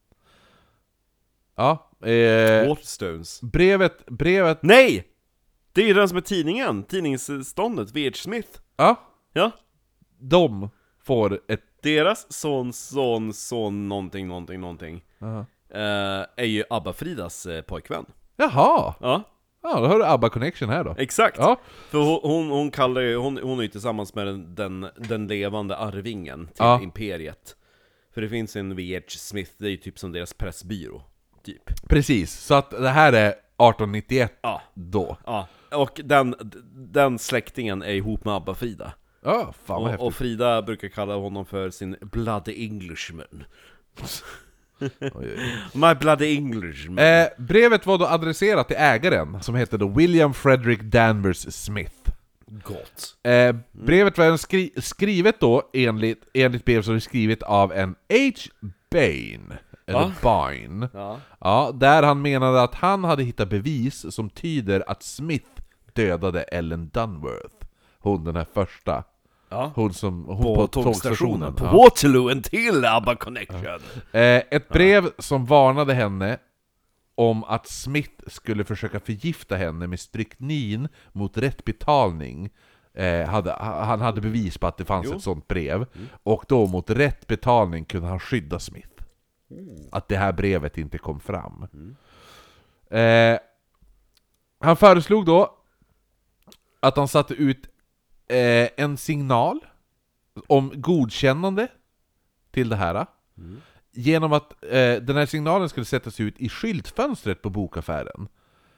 [SPEAKER 2] Ja, eh,
[SPEAKER 1] Waterstones.
[SPEAKER 2] brevet, brevet,
[SPEAKER 1] Nej! Det är ju den som är tidningen, tidningsståndet, V H Smith.
[SPEAKER 2] ja,
[SPEAKER 1] Ja,
[SPEAKER 2] de får ett...
[SPEAKER 1] deras son, son, son, någonting, någonting, någonting
[SPEAKER 2] Aha.
[SPEAKER 1] eh, är ju Abba-Fridas eh, pojkvän.
[SPEAKER 2] Jaha!
[SPEAKER 1] Ja,
[SPEAKER 2] Ja, då har du ABBA Connection här då.
[SPEAKER 1] exakt.
[SPEAKER 2] Ja,
[SPEAKER 1] För hon, hon, hon kallar ju, hon, hon är ju tillsammans med den, den, den levande arvingen till
[SPEAKER 2] Ja.
[SPEAKER 1] imperiet. För det finns en V H Smith, det är ju typ som deras pressbyrå, typ.
[SPEAKER 2] precis. Så att det här är arton nittioett
[SPEAKER 1] Ja,
[SPEAKER 2] då.
[SPEAKER 1] ja. Och den, den släktingen är ihop med Abba-Frida.
[SPEAKER 2] Ja, fan vad
[SPEAKER 1] Och,
[SPEAKER 2] häftigt.
[SPEAKER 1] och Frida brukar kalla honom för sin bloody Englishman.
[SPEAKER 2] Oj, oj.
[SPEAKER 1] My bloody English.
[SPEAKER 2] Eh, brevet var då adresserat till ägaren, som hette då William Frederick Danvers Smith.
[SPEAKER 1] Gott.
[SPEAKER 2] Eh, brevet var skri- skrivet då enligt, enligt brev som är skrivet av en H. Bain, eller
[SPEAKER 1] Va?
[SPEAKER 2] Bain.
[SPEAKER 1] Ja.
[SPEAKER 2] Ja, där han menade att han hade hittat bevis som tyder att Smith dödade Ellen Dunworth. Hon den här första.
[SPEAKER 1] Ja.
[SPEAKER 2] Hon som hon
[SPEAKER 1] På,
[SPEAKER 2] på,
[SPEAKER 1] tågstationen. På
[SPEAKER 2] Ja.
[SPEAKER 1] Waterloo, en till ABBA connection.
[SPEAKER 2] Eh, ett brev som varnade henne om att Smith skulle försöka förgifta henne med stryknin mot rätt betalning. Eh, hade, han hade bevis på att det fanns
[SPEAKER 1] Jo.
[SPEAKER 2] ett sånt brev. Mm. Och då mot rätt betalning kunde han skydda Smith. Mm. Att det här brevet inte kom fram. Mm. Eh, han föreslog då att han satte ut eh, en signal om godkännande till det här. Mm. Genom att eh, den här signalen skulle sättas ut i skyltfönstret på bokaffären.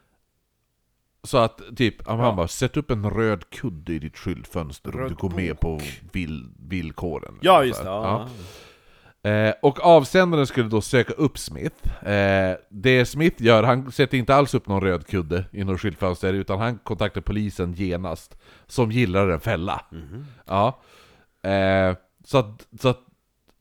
[SPEAKER 2] Så att typ, ja. han bara, sätt upp en röd kudde i ditt skyltfönster röd om du går bok. med på vill, villkoren.
[SPEAKER 1] Ja, just det. Ja.
[SPEAKER 2] Ja. Eh, och avsändaren skulle då söka upp Smith. Eh, det Smith gör, han sätter inte alls upp någon röd kudde i något skyltfönster, utan han kontaktar polisen genast, som gillar en fälla. Mm-hmm. Ja. Eh, så att, så att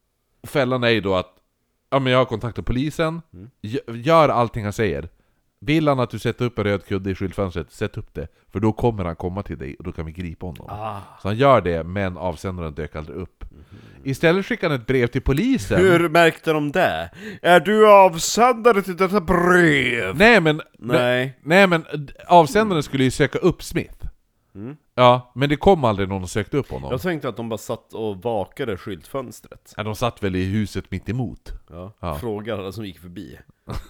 [SPEAKER 2] fällan är ju då att ja, men jag har kontaktat polisen, mm. gör allting han säger. Vill han att du sätter upp en röd kudde i skyltfönstret, sätt upp det. För då kommer han komma till dig och då kan vi gripa honom. Ah. Så han gör det, men avsändaren dök aldrig upp. Mm. Istället skickar han ett brev till polisen.
[SPEAKER 1] Hur märkte de det? Är du avsändare till detta brev?
[SPEAKER 2] Nej men,
[SPEAKER 1] nej.
[SPEAKER 2] nej, men avsändaren skulle ju söka upp Smith. Mm. Ja, men det kom aldrig någon och sökte upp honom.
[SPEAKER 1] Jag tänkte att de bara satt och vakade skyltfönstret.
[SPEAKER 2] Ja, de satt väl i huset mitt emot.
[SPEAKER 1] Ja, ja. Frågade alla som gick förbi.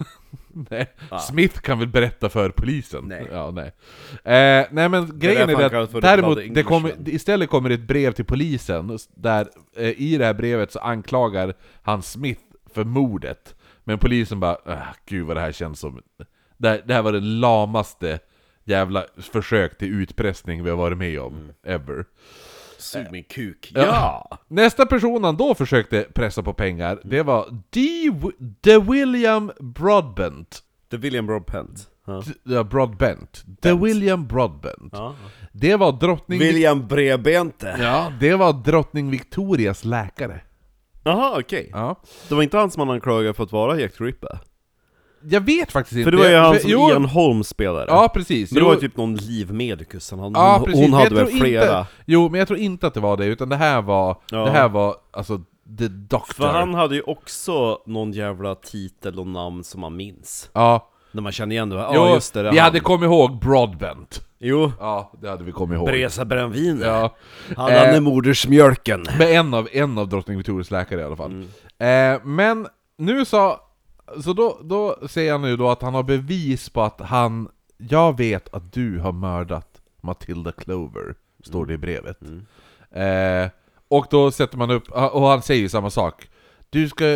[SPEAKER 2] Nej, ah. Smith kan väl berätta för polisen.
[SPEAKER 1] Nej.
[SPEAKER 2] Ja, nej. Eh, nej men grejen är, är att däremot det kommer, istället kommer ett brev till polisen där eh, i det här brevet så anklagar han Smith för mordet. Men polisen bara, äh, gud vad det här känns som. Det, det här var det lamaste jävla försök till utpressning vi har varit med om, mm. ever.
[SPEAKER 1] Sug min kuk,
[SPEAKER 2] ja. ja! Nästa person han då försökte pressa på pengar, det var D. The William Broadbent.
[SPEAKER 1] The William Broadbent. Ja,
[SPEAKER 2] ja Broadbent. The William Broadbent. Ja. Det var drottning...
[SPEAKER 1] William Bredbente.
[SPEAKER 2] Ja, det var drottning Victorias läkare.
[SPEAKER 1] Jaha, okej. Okay.
[SPEAKER 2] Ja.
[SPEAKER 1] Det var inte han som man anklagade för att vara Jack the Ripper.
[SPEAKER 2] Jag vet faktiskt inte.
[SPEAKER 1] För det var ju han som jo. Ian Holmes spelade.
[SPEAKER 2] Ja, precis.
[SPEAKER 1] Men det var ju typ någon livmedikus. Han,
[SPEAKER 2] ja,
[SPEAKER 1] hon, hon hade väl flera.
[SPEAKER 2] Inte, jo, men jag tror inte att det var det. Utan det här var, ja. det här var alltså The Doctor.
[SPEAKER 1] För han hade ju också någon jävla titel och namn som man minns.
[SPEAKER 2] Ja.
[SPEAKER 1] När man känner igen det. Ja,
[SPEAKER 2] jo,
[SPEAKER 1] just det, det
[SPEAKER 2] vi
[SPEAKER 1] han.
[SPEAKER 2] hade kommit ihåg Broadbent.
[SPEAKER 1] Jo.
[SPEAKER 2] Ja, det hade vi kommit ihåg.
[SPEAKER 1] Bresa brännvin.
[SPEAKER 2] Ja.
[SPEAKER 1] Han hade eh, modersmjölken.
[SPEAKER 2] Med en av, en av drottning Victorias läkare i alla fall. Mm. Eh, men nu sa... Så då, då säger han nu då att han har bevis på att han... Jag vet att du har mördat Matilda Clover, står det i brevet. Mm. Eh, och då sätter man upp... Och han säger ju samma sak. Du ska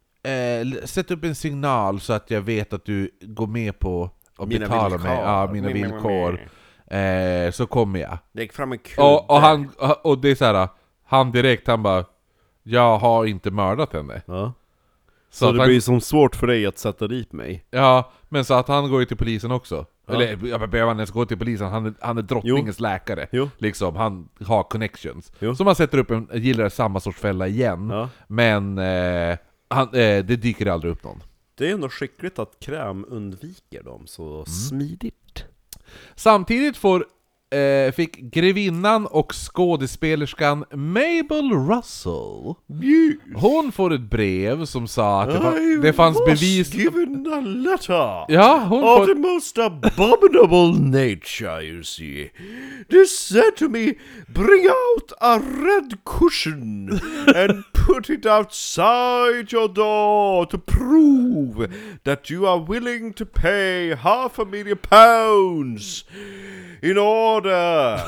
[SPEAKER 2] eh, sätta upp en signal så att jag vet att du går med på att mina betala villkor. mig. Ja, mina mm. villkor. Eh, så kommer jag.
[SPEAKER 1] Lägg fram en kudde.
[SPEAKER 2] Och, och, han, och det är så här, han direkt, han bara... Jag har inte mördat henne.
[SPEAKER 1] Ja. Så, så det han, blir som svårt för dig att sätta dit mig.
[SPEAKER 2] Ja, men så att han går ju till polisen också. Ja. Eller jag behöver han ens gå till polisen. Han är, han är drottningens jo. läkare.
[SPEAKER 1] Jo.
[SPEAKER 2] Liksom, han har connections.
[SPEAKER 1] Jo.
[SPEAKER 2] Så man sätter upp en, gillar samma sorts fälla igen. Ja. Men eh, han, eh, det dyker aldrig upp någon.
[SPEAKER 1] Det är ändå skickligt att kräm undviker dem så mm. smidigt.
[SPEAKER 2] Samtidigt får Eh, fick grevinnan och skådespelerskan Mabel Russell.
[SPEAKER 1] Yes.
[SPEAKER 2] Hon får ett brev som sa att det, fa- det fanns bevis.
[SPEAKER 1] Given a letter
[SPEAKER 2] ja, hon
[SPEAKER 1] of
[SPEAKER 2] får...
[SPEAKER 1] the most abominable nature, you see. They said to me, bring out a red cushion and put it outside your door to prove that you are willing to pay half a million pounds in order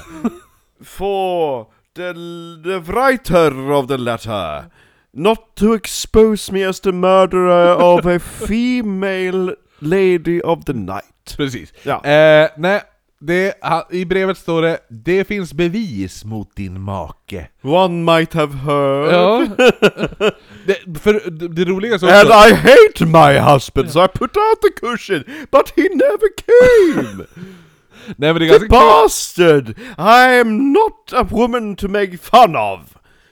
[SPEAKER 1] for the, the writer of the letter not to expose me as the murderer of a female lady of the night.
[SPEAKER 2] Precis.
[SPEAKER 1] Ja.
[SPEAKER 2] Eh, nej, det, i brevet står det: det finns bevis mot din make.
[SPEAKER 1] One might have heard.
[SPEAKER 2] Ja. det, för det, det roliga så
[SPEAKER 1] And I hate my husband, so I put out the cushion, but he never came.
[SPEAKER 2] Nej, men det är
[SPEAKER 1] The
[SPEAKER 2] ganska
[SPEAKER 1] bastard! I am not a woman to make fun of.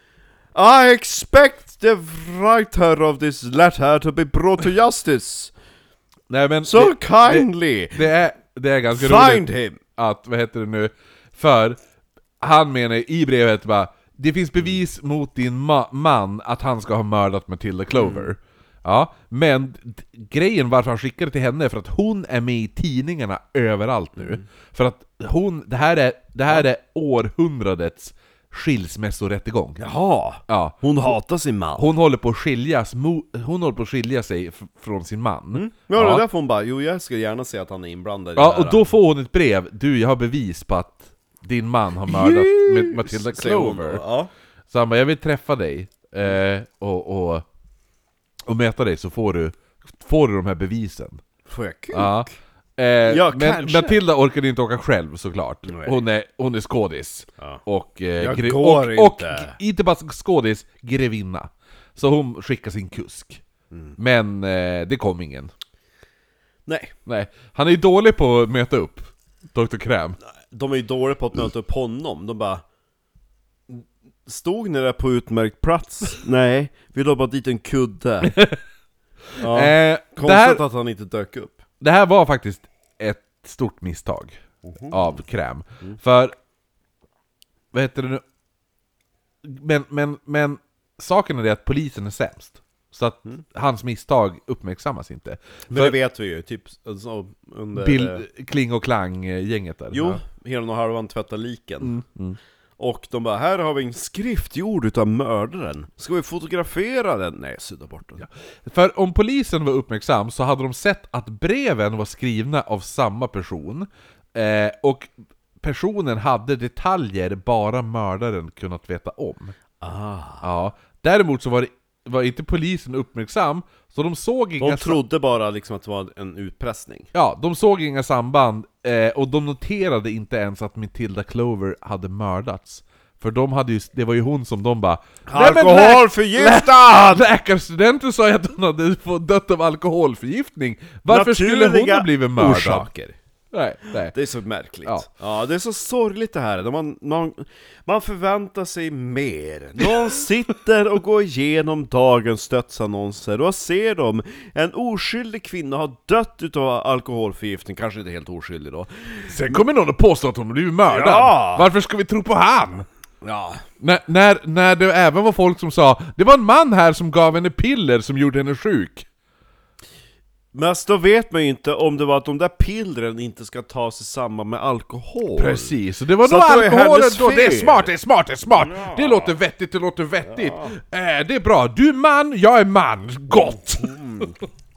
[SPEAKER 1] I expect the writer of this letter to be brought to justice.
[SPEAKER 2] Nej, men
[SPEAKER 1] So
[SPEAKER 2] det,
[SPEAKER 1] kindly
[SPEAKER 2] det, det, är, det är ganska
[SPEAKER 1] find
[SPEAKER 2] roligt
[SPEAKER 1] him.
[SPEAKER 2] att, vad heter det nu, för han menar i brevet bara: det finns bevis mot din ma- man att han ska ha mördat Matilda Clover. Mm. Ja, men d- grejen varför han skickade till henne är för att hon är med i tidningarna överallt nu. Mm. För att hon, det här är, det här är århundradets skilsmässorättegång.
[SPEAKER 1] Jaha,
[SPEAKER 2] Ja.
[SPEAKER 1] hon hatar sin man.
[SPEAKER 2] Hon håller på att skiljas, mo- hon håller på att skilja sig f- från sin man.
[SPEAKER 1] Mm. Ja, det är därför hon bara, jo jag ska gärna se att han är inblandad i
[SPEAKER 2] Ja,
[SPEAKER 1] det här.
[SPEAKER 2] och då får hon ett brev: du, jag har bevis på att din man har mördat med Matilda Clover.
[SPEAKER 1] Ja.
[SPEAKER 2] Så han bara, jag vill träffa dig eh, och, och, och möta dig, så får du, får du de här bevisen.
[SPEAKER 1] Får jag kuk?
[SPEAKER 2] Ja. Eh,
[SPEAKER 1] Ja,
[SPEAKER 2] men
[SPEAKER 1] kanske.
[SPEAKER 2] Matilda orkade inte åka själv såklart.
[SPEAKER 1] Nej.
[SPEAKER 2] Hon är, hon är skådis.
[SPEAKER 1] Ja.
[SPEAKER 2] Och, eh,
[SPEAKER 1] Jag
[SPEAKER 2] gre-
[SPEAKER 1] går
[SPEAKER 2] och, och
[SPEAKER 1] inte.
[SPEAKER 2] inte bara skådis, grevinna. Så hon skickar sin kusk.
[SPEAKER 1] Mm.
[SPEAKER 2] Men eh, det kom ingen.
[SPEAKER 1] Nej,
[SPEAKER 2] Nej, han är ju dålig på att möta upp doktor Kräm.
[SPEAKER 1] de är ju dåliga på att möta upp honom. De bara, stod ni där på utmärkt plats? Nej, vi la bara dit en kudde. Ja.
[SPEAKER 2] Eh,
[SPEAKER 1] Konstigt
[SPEAKER 2] det, här,
[SPEAKER 1] att han inte dök upp.
[SPEAKER 2] det här var faktiskt ett stort misstag av Kräm. För, vad heter det nu? Men, men, men saken är det att polisen är sämst. Så att hans misstag uppmärksammas inte.
[SPEAKER 1] Men
[SPEAKER 2] För
[SPEAKER 1] det vet vi ju, typ alltså, under...
[SPEAKER 2] Bill, Kling och Klang-gänget där.
[SPEAKER 1] Jo,
[SPEAKER 2] Ja.
[SPEAKER 1] hela och halvan tvättar liken.
[SPEAKER 2] Mm, mm.
[SPEAKER 1] Och de bara, här har vi en skrift gjord utav mördaren. Ska vi fotografera den? Nej, sudda bort den.
[SPEAKER 2] Ja. För om polisen var uppmärksam så hade de sett att breven var skrivna av samma person. Eh, och personen hade detaljer bara mördaren kunnat veta om.
[SPEAKER 1] Ah.
[SPEAKER 2] Ja. Däremot så var, det, var inte polisen uppmärksam, så de såg inga...
[SPEAKER 1] De trodde bara liksom att det var en utpressning.
[SPEAKER 2] Ja, de såg inga samband, eh, och de noterade inte ens att Matilda Clover hade mördats. För de hade ju, det var ju hon som de bara...
[SPEAKER 1] Alkoholförgiftad!
[SPEAKER 2] Lä- Läkarstudenten sa ju att hon hade fått dött av alkoholförgiftning. Varför skulle hon ha blivit mördad?
[SPEAKER 1] Orsaker.
[SPEAKER 2] Nej, nej.
[SPEAKER 1] Det är så märkligt.
[SPEAKER 2] Ja.
[SPEAKER 1] Ja, det är så sorgligt det här. Man, man, man förväntar sig mer. Någon sitter och går igenom dagens dödsannonser och ser dem. En oskyldig kvinna har dött utav alkoholförgiftning. Kanske inte helt oskyldig då.
[SPEAKER 2] Sen kommer någon att påstå att hon blivit mördad.
[SPEAKER 1] Ja.
[SPEAKER 2] Varför ska vi tro på han?
[SPEAKER 1] Ja.
[SPEAKER 2] När, när, när det även var folk som sa: det var en man här som gav henne piller som gjorde henne sjuk.
[SPEAKER 1] Men alltså, då vet man ju inte om det var att de där pillren inte ska tas i samband med alkohol.
[SPEAKER 2] Precis, och det var
[SPEAKER 1] Så
[SPEAKER 2] nog
[SPEAKER 1] att då är
[SPEAKER 2] alkoholen
[SPEAKER 1] hennes
[SPEAKER 2] då. Det är
[SPEAKER 1] fel.
[SPEAKER 2] smart, det är smart, det är smart.
[SPEAKER 1] Ja.
[SPEAKER 2] Det låter vettigt, det låter vettigt. Ja. Eh, det är bra, du är man, jag är man. Gott!
[SPEAKER 1] Mm.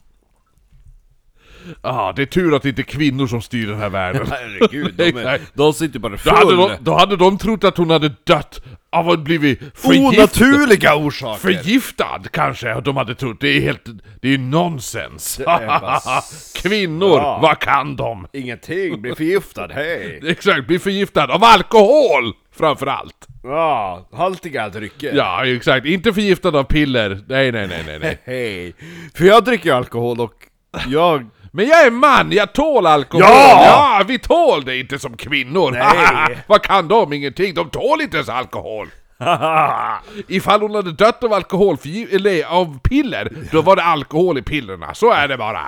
[SPEAKER 2] Ah, det är tur att det inte är kvinnor som styr den här världen.
[SPEAKER 1] Herregud, de, är, de sitter bara
[SPEAKER 2] Då hade,
[SPEAKER 1] full.
[SPEAKER 2] de, då hade de trott att hon hade dött av att blivit förgiftad.
[SPEAKER 1] Onaturliga orsaker.
[SPEAKER 2] Förgiftad kanske, de hade trott. Det är helt, det är nonsens.
[SPEAKER 1] Det är bara-
[SPEAKER 2] Kvinnor,
[SPEAKER 1] Ja.
[SPEAKER 2] vad kan de?
[SPEAKER 1] Ingenting, blir förgiftad, hej.
[SPEAKER 2] Exakt, bli förgiftad av alkohol framförallt.
[SPEAKER 1] Ja, haltiga drycker.
[SPEAKER 2] Ja, exakt. Inte förgiftad av piller. Nej, nej, nej, nej, nej.
[SPEAKER 1] Hej. För jag dricker ju alkohol och jag...
[SPEAKER 2] Men jag är man, jag tål alkohol.
[SPEAKER 1] Ja!
[SPEAKER 2] Ja, vi tål det inte som kvinnor.
[SPEAKER 1] Nej.
[SPEAKER 2] Vad kan de? Ingenting. De tål inte ens alkohol. Ifall hon hade dött av alkohol, eller av piller, då var det alkohol i pillerna. Så är det bara.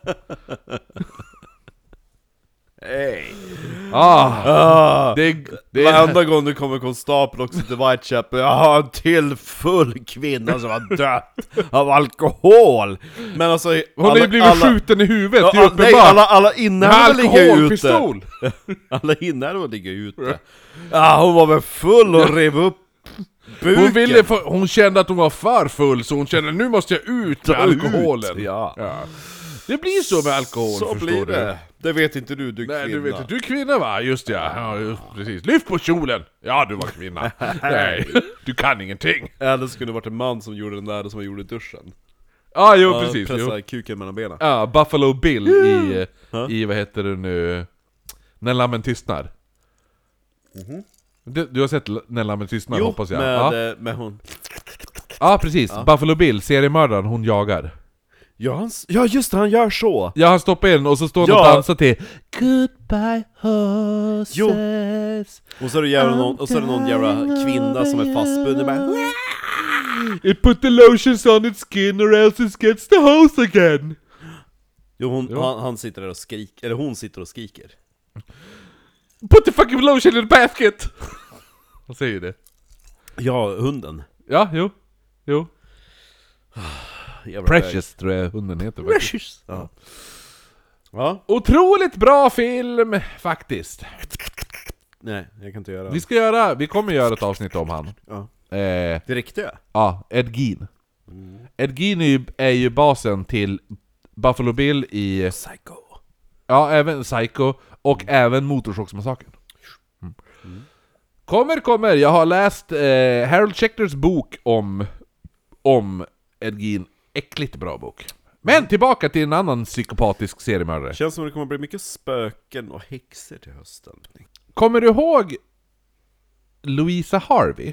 [SPEAKER 1] Hej.
[SPEAKER 2] Ah,
[SPEAKER 1] Ah.
[SPEAKER 2] det, det
[SPEAKER 1] Varenda gång det kommer konstapel också till Whitechapel, jag har en till full kvinna som har dött av alkohol. Men alltså...
[SPEAKER 2] hon har ju blivit skjuten i huvudet,
[SPEAKER 1] Ja,
[SPEAKER 2] det är
[SPEAKER 1] all, nej,
[SPEAKER 2] uppenbart.
[SPEAKER 1] alla, alla inärvor ligger ute.
[SPEAKER 2] Alkoholpistol.
[SPEAKER 1] Alla inärvor ligger ute. Ja, hon var väl full och rev upp buken.
[SPEAKER 2] Hon, ville för, hon kände att hon var för full, så hon kände nu måste jag ut med
[SPEAKER 1] Ta ut,
[SPEAKER 2] alkoholen.
[SPEAKER 1] ja.
[SPEAKER 2] Ja. Det blir så med alkohol,
[SPEAKER 1] Så
[SPEAKER 2] förstår
[SPEAKER 1] blir
[SPEAKER 2] du.
[SPEAKER 1] det. Det vet inte du, du är
[SPEAKER 2] Nej,
[SPEAKER 1] kvinna.
[SPEAKER 2] du vet inte. Du är kvinna, va? Just ja. Ja, just, precis. Lyft på kjolen! Ja, du var kvinna. Nej, du kan ingenting.
[SPEAKER 1] Eller skulle det varit en man som gjorde den där som han gjorde i duschen.
[SPEAKER 2] Ja, jo,
[SPEAKER 1] Ja,
[SPEAKER 2] precis. Jo.
[SPEAKER 1] pressa kuken mellan benen.
[SPEAKER 2] Ja, Buffalo Bill i, i, vad heter det nu? När lammen tystnar.
[SPEAKER 1] Mm-hmm.
[SPEAKER 2] Du, du har sett När lammen tystnar,
[SPEAKER 1] Jo,
[SPEAKER 2] hoppas jag.
[SPEAKER 1] med,
[SPEAKER 2] Ja.
[SPEAKER 1] eh, med hon.
[SPEAKER 2] Ja, precis.
[SPEAKER 1] Ja.
[SPEAKER 2] Buffalo Bill, seriemördaren, hon jagar.
[SPEAKER 1] Ja, han, s- ja just det, han gör så.
[SPEAKER 2] Ja, han stoppar in och så står han
[SPEAKER 1] Ja.
[SPEAKER 2] och dansar till Goodbye horses.
[SPEAKER 1] Jo. Och så är det, jävla någon, och så är det någon jävla kvinna som är fastbunden bara,
[SPEAKER 2] It put the lotions on its skin or else it gets the hose again.
[SPEAKER 1] jo, hon,
[SPEAKER 2] Jo.
[SPEAKER 1] Han, han sitter där och skriker, eller hon sitter och skriker.
[SPEAKER 2] Put the fucking lotion in the basket. Han säger ju det.
[SPEAKER 1] Ja, hunden.
[SPEAKER 2] Ja, jo. Jo.
[SPEAKER 1] Jävla
[SPEAKER 2] Precious tror jag hunden heter
[SPEAKER 1] väg.
[SPEAKER 2] faktiskt.
[SPEAKER 1] Precious. Ja. Ja.
[SPEAKER 2] Otroligt bra film, faktiskt.
[SPEAKER 1] Nej, jag kan inte göra.
[SPEAKER 2] Vi ska göra, vi kommer göra ett avsnitt om han.
[SPEAKER 1] Ja.
[SPEAKER 2] Eh,
[SPEAKER 1] Det riktiga.
[SPEAKER 2] ja, Ed Gein. Ed Gein är ju, är ju basen till Buffalo Bill i...
[SPEAKER 1] Psycho.
[SPEAKER 2] Ja, även Psycho och även Motorsågsmassakern. Mm. Kommer, kommer! Jag har läst eh, Harold Schechters bok om, om Ed Gein. Äckligt bra bok. Men tillbaka till en annan psykopatisk seriemördare.
[SPEAKER 1] Känns som det kommer bli mycket spöken och häxor till hösten.
[SPEAKER 2] Kommer du ihåg Louisa Harvey?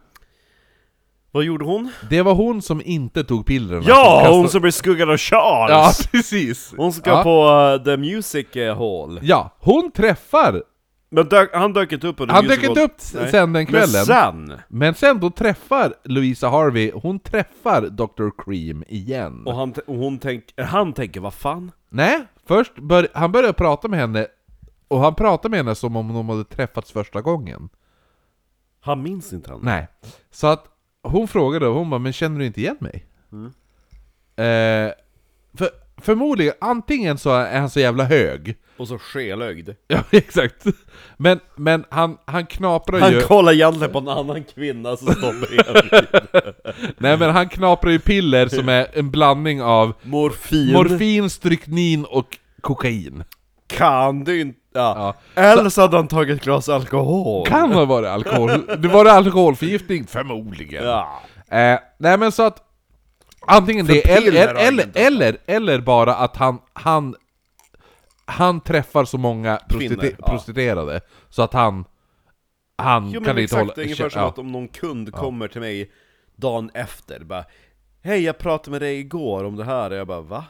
[SPEAKER 1] Vad gjorde hon?
[SPEAKER 2] Det var hon som inte tog pillerna. som
[SPEAKER 1] Ja,
[SPEAKER 2] kastade-
[SPEAKER 1] hon som blir skuggad av
[SPEAKER 2] Ja,
[SPEAKER 1] Charles!
[SPEAKER 2] precis.
[SPEAKER 1] Hon ska
[SPEAKER 2] ja.
[SPEAKER 1] på uh, The Music uh, Hall.
[SPEAKER 2] Ja, hon träffar...
[SPEAKER 1] Men dök, han dök inte upp på The
[SPEAKER 2] Han
[SPEAKER 1] Music
[SPEAKER 2] dök inte
[SPEAKER 1] Hall.
[SPEAKER 2] upp
[SPEAKER 1] Nej.
[SPEAKER 2] sen den kvällen.
[SPEAKER 1] Men sen!
[SPEAKER 2] Men sen då träffar Louisa Harvey, hon träffar doktor Cream igen.
[SPEAKER 1] Och han, och hon tänk, han tänker, vad fan?
[SPEAKER 2] Nej, först bör, han börjar prata med henne, och han pratar med henne som om de hade träffats första gången.
[SPEAKER 1] Han minns inte henne.
[SPEAKER 2] Nej. Så att hon frågade, och hon bara, men känner du inte igen mig?
[SPEAKER 1] Mm.
[SPEAKER 2] Eh, för, förmodligen, antingen så är han så jävla hög.
[SPEAKER 1] Och så skelögd.
[SPEAKER 2] Ja, exakt. Men, men han, han knaprar
[SPEAKER 1] Han
[SPEAKER 2] ju...
[SPEAKER 1] kollar egentligen på en annan kvinna som står bredvid.
[SPEAKER 2] Nej, men han knaprar ju piller som är en blandning av
[SPEAKER 1] Morfin.
[SPEAKER 2] morfin, stryknin och kokain.
[SPEAKER 1] Kan du inte... Ja.
[SPEAKER 2] Ja.
[SPEAKER 1] Eller så hade han tagit ett glas alkohol.
[SPEAKER 2] Kan ha varit alkohol. Det var det alkoholförgiftning? Förmodligen.
[SPEAKER 1] Ja.
[SPEAKER 2] Eh, nej, men så att antingen
[SPEAKER 1] För
[SPEAKER 2] det, eller,
[SPEAKER 1] piller har han
[SPEAKER 2] eller,
[SPEAKER 1] inte.
[SPEAKER 2] eller, eller bara att han, han han träffar så många
[SPEAKER 1] Kvinnor,
[SPEAKER 2] prostitu-
[SPEAKER 1] ja.
[SPEAKER 2] prostituerade så att han han
[SPEAKER 1] Jo
[SPEAKER 2] kan
[SPEAKER 1] men
[SPEAKER 2] inte
[SPEAKER 1] exakt,
[SPEAKER 2] hålla...
[SPEAKER 1] det är ungefär som
[SPEAKER 2] ja.
[SPEAKER 1] att om någon kund kommer till mig dagen efter bara, hej, jag pratade med dig igår om det här, och jag bara, va?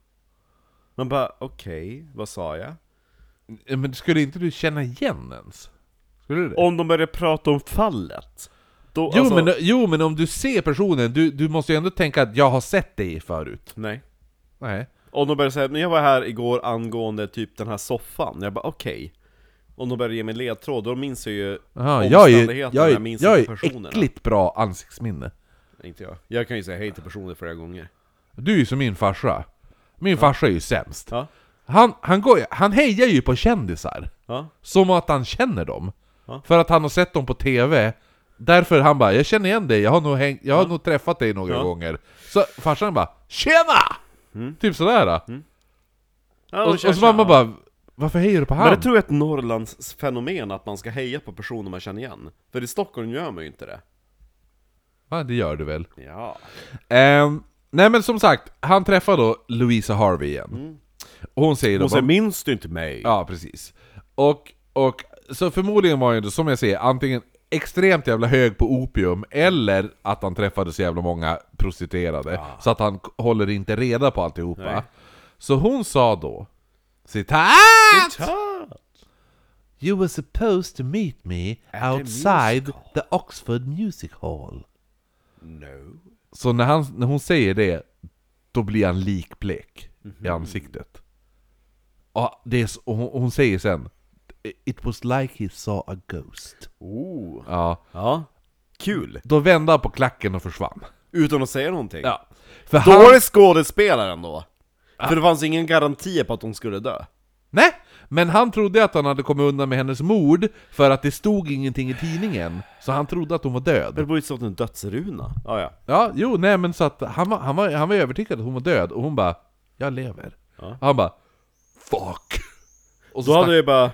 [SPEAKER 1] Man bara, okej, vad sa jag?
[SPEAKER 2] Men skulle inte du känna igen ens? Skulle du det?
[SPEAKER 1] Om de börjar prata om fallet då,
[SPEAKER 2] Jo,
[SPEAKER 1] alltså,
[SPEAKER 2] men, jo men om du ser personen, du, du måste ju ändå tänka att jag har sett dig förut.
[SPEAKER 1] nej.
[SPEAKER 2] Nej.
[SPEAKER 1] Om de börjar säga, men jag var här igår angående typ den här soffan, jag bara, okej. Om de börjar ge mig ledtråd, då minns jag ju
[SPEAKER 2] Aha, jag är,
[SPEAKER 1] omständigheterna,
[SPEAKER 2] jag
[SPEAKER 1] jag
[SPEAKER 2] är,
[SPEAKER 1] minns
[SPEAKER 2] jag
[SPEAKER 1] inte
[SPEAKER 2] är
[SPEAKER 1] personerna.
[SPEAKER 2] äckligt bra ansiktsminne.
[SPEAKER 1] Inte jag. Jag kan ju säga hej till personer flera gånger.
[SPEAKER 2] Du är ju som min farsa. Min farsa är ju sämst.
[SPEAKER 1] Ja,
[SPEAKER 2] Han, han, går, han hejar ju på kändisar.
[SPEAKER 1] ja,
[SPEAKER 2] Som att han känner dem.
[SPEAKER 1] Ja.
[SPEAKER 2] För att han har sett dem på tv. Därför han bara, jag känner igen dig, jag har nog, häng, jag har
[SPEAKER 1] Ja.
[SPEAKER 2] nog träffat dig några
[SPEAKER 1] Ja.
[SPEAKER 2] gånger. Så farsan bara, tjena!
[SPEAKER 1] Mm.
[SPEAKER 2] Typ sådär.
[SPEAKER 1] ja
[SPEAKER 2] och, och så mamma bara, varför hejar du på han?
[SPEAKER 1] Men det tror jag är ett Norrlands fenomen att man ska heja på personer man känner igen. För i Stockholm gör man ju inte det.
[SPEAKER 2] Ja, det gör du väl.
[SPEAKER 1] Ja.
[SPEAKER 2] Ehm, nej men som sagt, han träffar då Louisa Harvey igen.
[SPEAKER 1] Mm.
[SPEAKER 2] Och hon säger då
[SPEAKER 1] Och så
[SPEAKER 2] bara,
[SPEAKER 1] minns du inte mig?
[SPEAKER 2] ja precis. Och, och så förmodligen var ju det, som jag säger, antingen extremt jävla hög på opium, eller att han träffade så jävla många prostituerade,
[SPEAKER 1] Ja.
[SPEAKER 2] så att han k- håller inte reda på alltihopa.
[SPEAKER 1] Nej.
[SPEAKER 2] Så hon sa då, citat!
[SPEAKER 1] Citat!
[SPEAKER 2] You were supposed to meet me
[SPEAKER 1] At the
[SPEAKER 2] outside
[SPEAKER 1] music hall."
[SPEAKER 2] the Oxford Music Hall.
[SPEAKER 1] No.
[SPEAKER 2] Så när, han, när hon säger det, då blir han likblek
[SPEAKER 1] Mhm.
[SPEAKER 2] i ansiktet. Och, det är, så- och hon, och hon säger sen, it was like he saw a ghost.
[SPEAKER 1] Oh.
[SPEAKER 2] Ja.
[SPEAKER 1] Ja. Kul.
[SPEAKER 2] Då vände han på klacken och försvann.
[SPEAKER 1] Utan att säga någonting.
[SPEAKER 2] Ja. För
[SPEAKER 1] Då
[SPEAKER 2] han...
[SPEAKER 1] är det skådespelaren då. För det fanns ingen garanti på att hon skulle dö.
[SPEAKER 2] Nej, men han trodde att han hade kommit undan med hennes mord, för att det stod ingenting i tidningen. Så han trodde att hon var
[SPEAKER 1] Det
[SPEAKER 2] död.
[SPEAKER 1] borde ju stått en dödsruna. Ja, ja.
[SPEAKER 2] Ja, jo, nej men så att han var, han var, han var övertygad att hon var död, och hon bara, jag lever.
[SPEAKER 1] Ja.
[SPEAKER 2] Och han bara, fuck. Och så
[SPEAKER 1] Då hade
[SPEAKER 2] stack-
[SPEAKER 1] jag bara...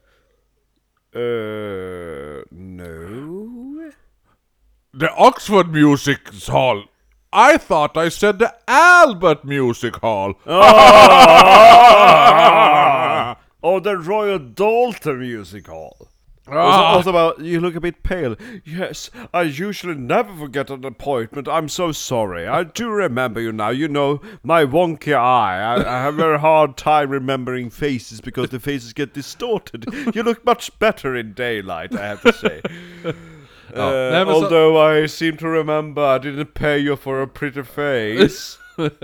[SPEAKER 1] Uh, no.
[SPEAKER 2] The Oxford Music Hall. I thought I said the Albert Music Hall.
[SPEAKER 1] Ah! Och the Royal Dalton Music Hall.
[SPEAKER 2] Ah.
[SPEAKER 1] Also, also about, you look a bit pale. Yes, I usually never forget an appointment. I'm so sorry. I do remember you now. You know, my wonky eye. I, I have a very hard time remembering faces because the faces get distorted. You look much better in daylight, I have to say.
[SPEAKER 2] Ja,
[SPEAKER 1] Uh,
[SPEAKER 2] nej, men så-
[SPEAKER 1] although I seem to remember I didn't pay you for a pretty face.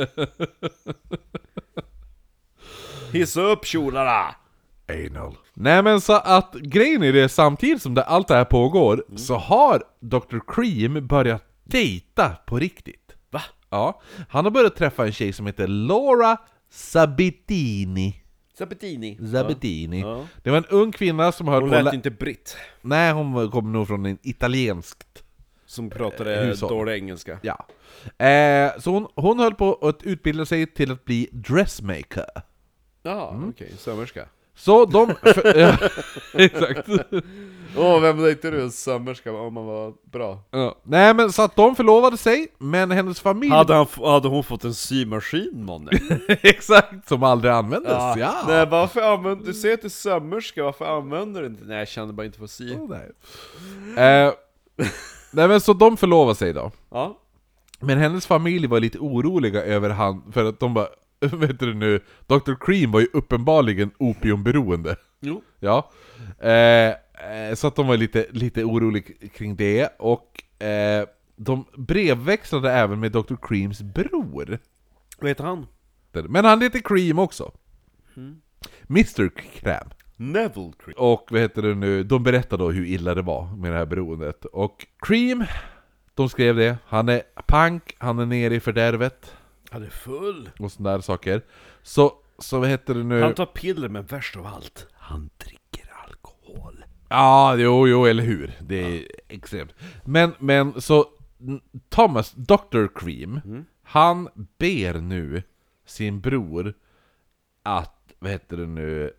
[SPEAKER 1] Hissa upp kjolarna!
[SPEAKER 2] Anal. Nej men så att grejen är det, samtidigt som det, allt det här pågår, mm. så har doktor Cream börjat dejta på riktigt.
[SPEAKER 1] Va?
[SPEAKER 2] Ja, han har börjat träffa en tjej som heter Laura Sabatini.
[SPEAKER 1] Sabatini.
[SPEAKER 2] Sabatini.
[SPEAKER 1] Ja.
[SPEAKER 2] Det var en ung kvinna som hörde
[SPEAKER 1] hon
[SPEAKER 2] på...
[SPEAKER 1] lät
[SPEAKER 2] lä-
[SPEAKER 1] inte britt.
[SPEAKER 2] Nej, hon kom nog från en italienskt.
[SPEAKER 1] Som pratade
[SPEAKER 2] Hushåll.
[SPEAKER 1] dålig engelska.
[SPEAKER 2] Ja. Eh, så hon, hon höll på att utbilda sig till att bli dressmaker.
[SPEAKER 1] Ja, mm. okej. Okay. Sömmerska.
[SPEAKER 2] Så de... För, ja, exakt.
[SPEAKER 1] Åh, oh, vem tänkte du? Sömmerska om man var bra.
[SPEAKER 2] Ja. Nej men så att de förlovade sig, men hennes familj...
[SPEAKER 1] Hade, han, hade hon fått en symaskin, månne?
[SPEAKER 2] Exakt, som aldrig användes, ja.
[SPEAKER 1] ja. Nej, varför använder du? Säger till sömmerska, varför använder du inte? Nej, jag kände bara inte för sy.
[SPEAKER 2] Oh, nej. eh, nej men så de förlovade sig då.
[SPEAKER 1] Ja.
[SPEAKER 2] Men hennes familj var lite oroliga över han, för att de bara... Vet du nu, doktor Cream var ju uppenbarligen opiumberoende.
[SPEAKER 1] Jo.
[SPEAKER 2] Ja. Eh, så att de var lite, lite oroliga kring det. Och eh, de brevväxlade även med doktor Creams bror.
[SPEAKER 1] Vad heter han?
[SPEAKER 2] Men han heter Cream också.
[SPEAKER 1] Mm.
[SPEAKER 2] mister Cream.
[SPEAKER 1] Neville Cream.
[SPEAKER 2] Och vad heter det nu, de berättade då hur illa det var med det här beroendet. Och Cream, de skrev det, han är pank, han är nere i fördärvet.
[SPEAKER 1] Han är full.
[SPEAKER 2] Och sådana där saker. Så, så vad heter det nu?
[SPEAKER 1] Han tar piller, men värst av allt, han dricker alkohol.
[SPEAKER 2] Ja, jo, jo, eller hur? Det är ja. extremt. Men, men så Thomas, doktor Cream, mm. han ber nu sin bror att, vad heter det nu,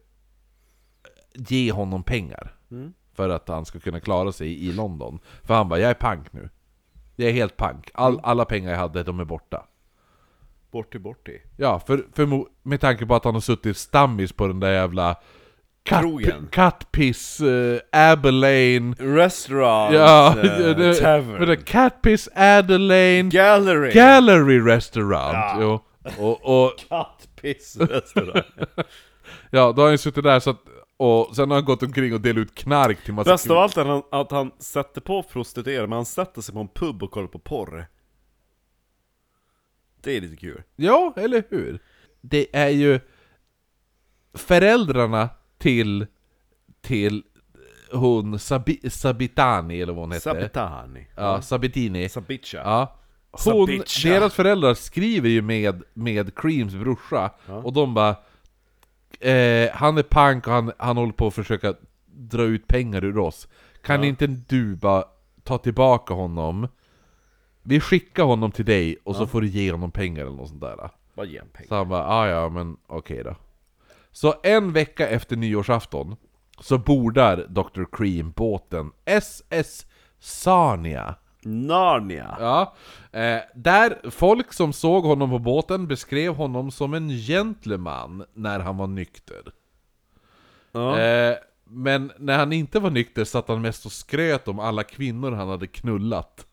[SPEAKER 2] ge honom pengar. Mm. För att han ska kunna klara sig i London. För han bara, jag är pank nu. Jag är helt pank. All, alla pengar jag hade, de är borta.
[SPEAKER 1] Borti, borti.
[SPEAKER 2] Ja, för, för med tanke på att han har suttit stammis på den där jävla cut, Catpiss, uh, Aberlane
[SPEAKER 1] Restaurant,
[SPEAKER 2] ja,
[SPEAKER 1] uh,
[SPEAKER 2] det,
[SPEAKER 1] tavern
[SPEAKER 2] det, Catpiss, Aberlane
[SPEAKER 1] Gallery
[SPEAKER 2] Gallery Restaurant ja. Jo. Och, och
[SPEAKER 1] Catpiss Restaurant.
[SPEAKER 2] Ja, då har han suttit där så att, och sen har han gått omkring och delat ut knark till massa.
[SPEAKER 1] Bäst av allt är han, att han sätter på prostituerade, men han sätter sig på en pub och kollar på porr. Det är lite kul.
[SPEAKER 2] Ja, eller hur? Det är ju föräldrarna till till hon Sabi, Sabitani eller vad hon heter.
[SPEAKER 1] Sabitani.
[SPEAKER 2] Ja, Sabitini.
[SPEAKER 1] Sabicha.
[SPEAKER 2] Ja. Hon,
[SPEAKER 1] Sabicha.
[SPEAKER 2] Deras föräldrar skriver ju med med Creams brorsa ja. Och de bara eh, han är pank och han, han håller på att försöka dra ut pengar ur oss. Kan ja. inte du bara ta tillbaka honom? Vi skickar honom till dig och ja. så får du ge honom pengar eller något sånt där.
[SPEAKER 1] Vad ge pengar?
[SPEAKER 2] Så han bara, ah, ja men okej okay då. Så en vecka efter nyårsafton så bordar doktor Cream båten S S Sarnia.
[SPEAKER 1] Narnia.
[SPEAKER 2] Ja, eh, där folk som såg honom på båten beskrev honom som en gentleman när han var nykter. Ja. Eh, men när han inte var nykter satt han mest och skröt om alla kvinnor han hade knullat.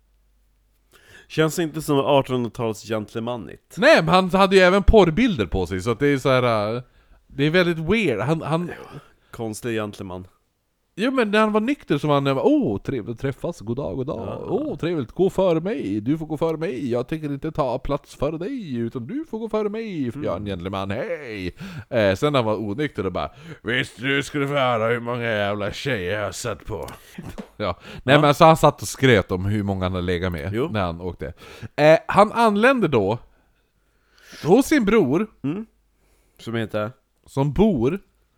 [SPEAKER 1] Känns inte som artonhundratals gentlemanigt.
[SPEAKER 2] Nej, men han hade ju även porrbilder på sig, så att det är så här. Uh, det är väldigt weird. Han, han...
[SPEAKER 1] Konstig gentleman.
[SPEAKER 2] Jo, men när han var nykter så var han, åh, oh, trevligt att träffas, god dag, god dag. Åh, ja. oh, trevligt, gå före mig, du får gå före mig. Jag tänker inte ta plats för dig, utan du får gå före mig, för mm. jag är en gentleman, hej. Eh, sen när han var onykter och bara, visst du skulle få höra hur många jävla tjejer jag har sett på. Ja, nej ja. Men så han satt och skröt om hur många han hade legat med jo. när han åkte. Eh, han anlände då hos sin bror,
[SPEAKER 1] mm. som heter?
[SPEAKER 2] Som bor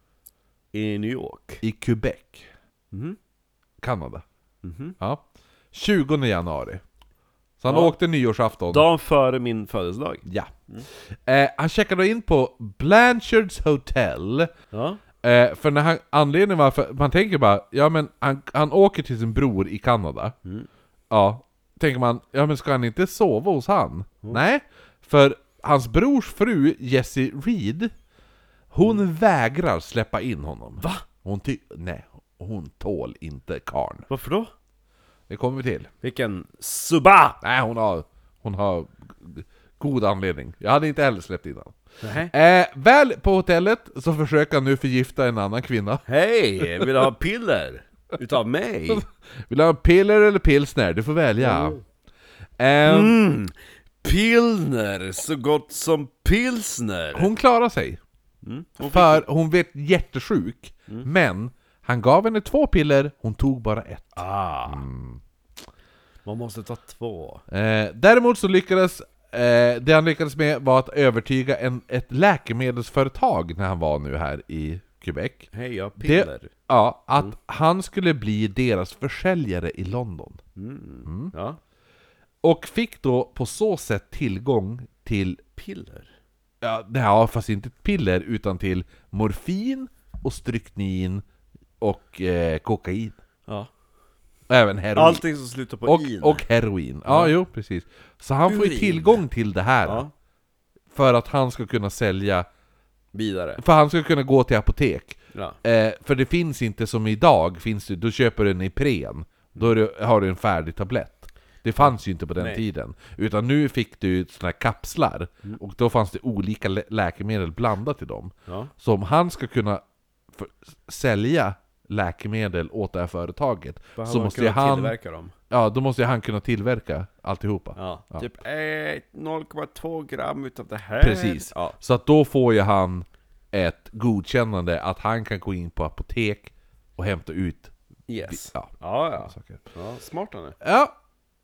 [SPEAKER 1] i New York.
[SPEAKER 2] I Quebec. Mm. Kanada. Mm. Ja. tjugonde januari. Så han ja. åkte nyårsafton.
[SPEAKER 1] Dagen före min födelsedag.
[SPEAKER 2] Ja. Mm. Eh, han checkade in på Blanchard's Hotel. Ja. Eh, för när han, anledningen var för, man tänker bara, ja men han, han åker till sin bror i Kanada. Mm. Ja. Tänker man, ja men ska han inte sova hos han? Mm. Nej. För hans brors fru, Jessie Reed, Hon vägrar släppa in honom.
[SPEAKER 1] Va?
[SPEAKER 2] Hon ty... Nej, hon tål inte karn.
[SPEAKER 1] Varför då?
[SPEAKER 2] Det kommer vi till.
[SPEAKER 1] Vilken subba!
[SPEAKER 2] Nej, hon har, hon har god anledning. Jag hade inte heller släppt in honom.
[SPEAKER 1] Nej.
[SPEAKER 2] Eh, väl på hotellet så försöker han nu förgifta en annan kvinna.
[SPEAKER 1] Hej, vill du ha piller? Utav mig?
[SPEAKER 2] Vill du ha piller eller pilsner? Du får välja.
[SPEAKER 1] Mm.
[SPEAKER 2] Eh,
[SPEAKER 1] Mm. Pilsner, så gott som pilsner.
[SPEAKER 2] Hon klarar sig.
[SPEAKER 1] Mm. Hon fick-
[SPEAKER 2] För hon vet jättesjuk. Men han gav henne två piller, hon tog bara ett.
[SPEAKER 1] Ah. Man måste ta två.
[SPEAKER 2] Eh, däremot så lyckades eh, det han lyckades med var att övertyga en, ett läkemedelsföretag när han var nu här i Quebec.
[SPEAKER 1] Hej, jag har piller.
[SPEAKER 2] Det, ja, att han skulle bli deras försäljare i London.
[SPEAKER 1] Mm. Ja.
[SPEAKER 2] Och fick då på så sätt tillgång till,
[SPEAKER 1] Piller?
[SPEAKER 2] ja, ja fast inte piller utan till morfin och stryknin och eh, kokain.
[SPEAKER 1] Ja.
[SPEAKER 2] Även heroin.
[SPEAKER 1] Allting som slutar på
[SPEAKER 2] och,
[SPEAKER 1] in.
[SPEAKER 2] och heroin. Ja,
[SPEAKER 1] Ja.
[SPEAKER 2] jo, precis. Så han får ju
[SPEAKER 1] Urin.
[SPEAKER 2] tillgång till det här.
[SPEAKER 1] Ja.
[SPEAKER 2] För att han ska kunna sälja.
[SPEAKER 1] Vidare.
[SPEAKER 2] För han ska kunna gå till apotek.
[SPEAKER 1] Ja.
[SPEAKER 2] eh, För det finns inte som idag, finns det, då köper du en Ipren. Då är det, har du en färdig tablett. Det fanns ju inte på den
[SPEAKER 1] Nej.
[SPEAKER 2] tiden. Utan nu fick du såna här kapslar.
[SPEAKER 1] Mm.
[SPEAKER 2] Och då fanns det olika lä- läkemedel blandat i dem.
[SPEAKER 1] Ja.
[SPEAKER 2] Så om han ska kunna för, sälja läkemedel åt det här företaget,
[SPEAKER 1] För
[SPEAKER 2] så
[SPEAKER 1] man
[SPEAKER 2] måste
[SPEAKER 1] kunna
[SPEAKER 2] ju han,
[SPEAKER 1] tillverka dem.
[SPEAKER 2] ja, då måste ju han kunna tillverka alltihopa.
[SPEAKER 1] Ja.
[SPEAKER 2] Ja.
[SPEAKER 1] Typ eh, noll komma två gram utav det här.
[SPEAKER 2] Precis.
[SPEAKER 1] Ja.
[SPEAKER 2] Så att då får ju han ett godkännande att han kan gå in på apotek och hämta ut
[SPEAKER 1] Yes.
[SPEAKER 2] ja,
[SPEAKER 1] Ja, ja.
[SPEAKER 2] saker.
[SPEAKER 1] Ja, smart han är.
[SPEAKER 2] Ja.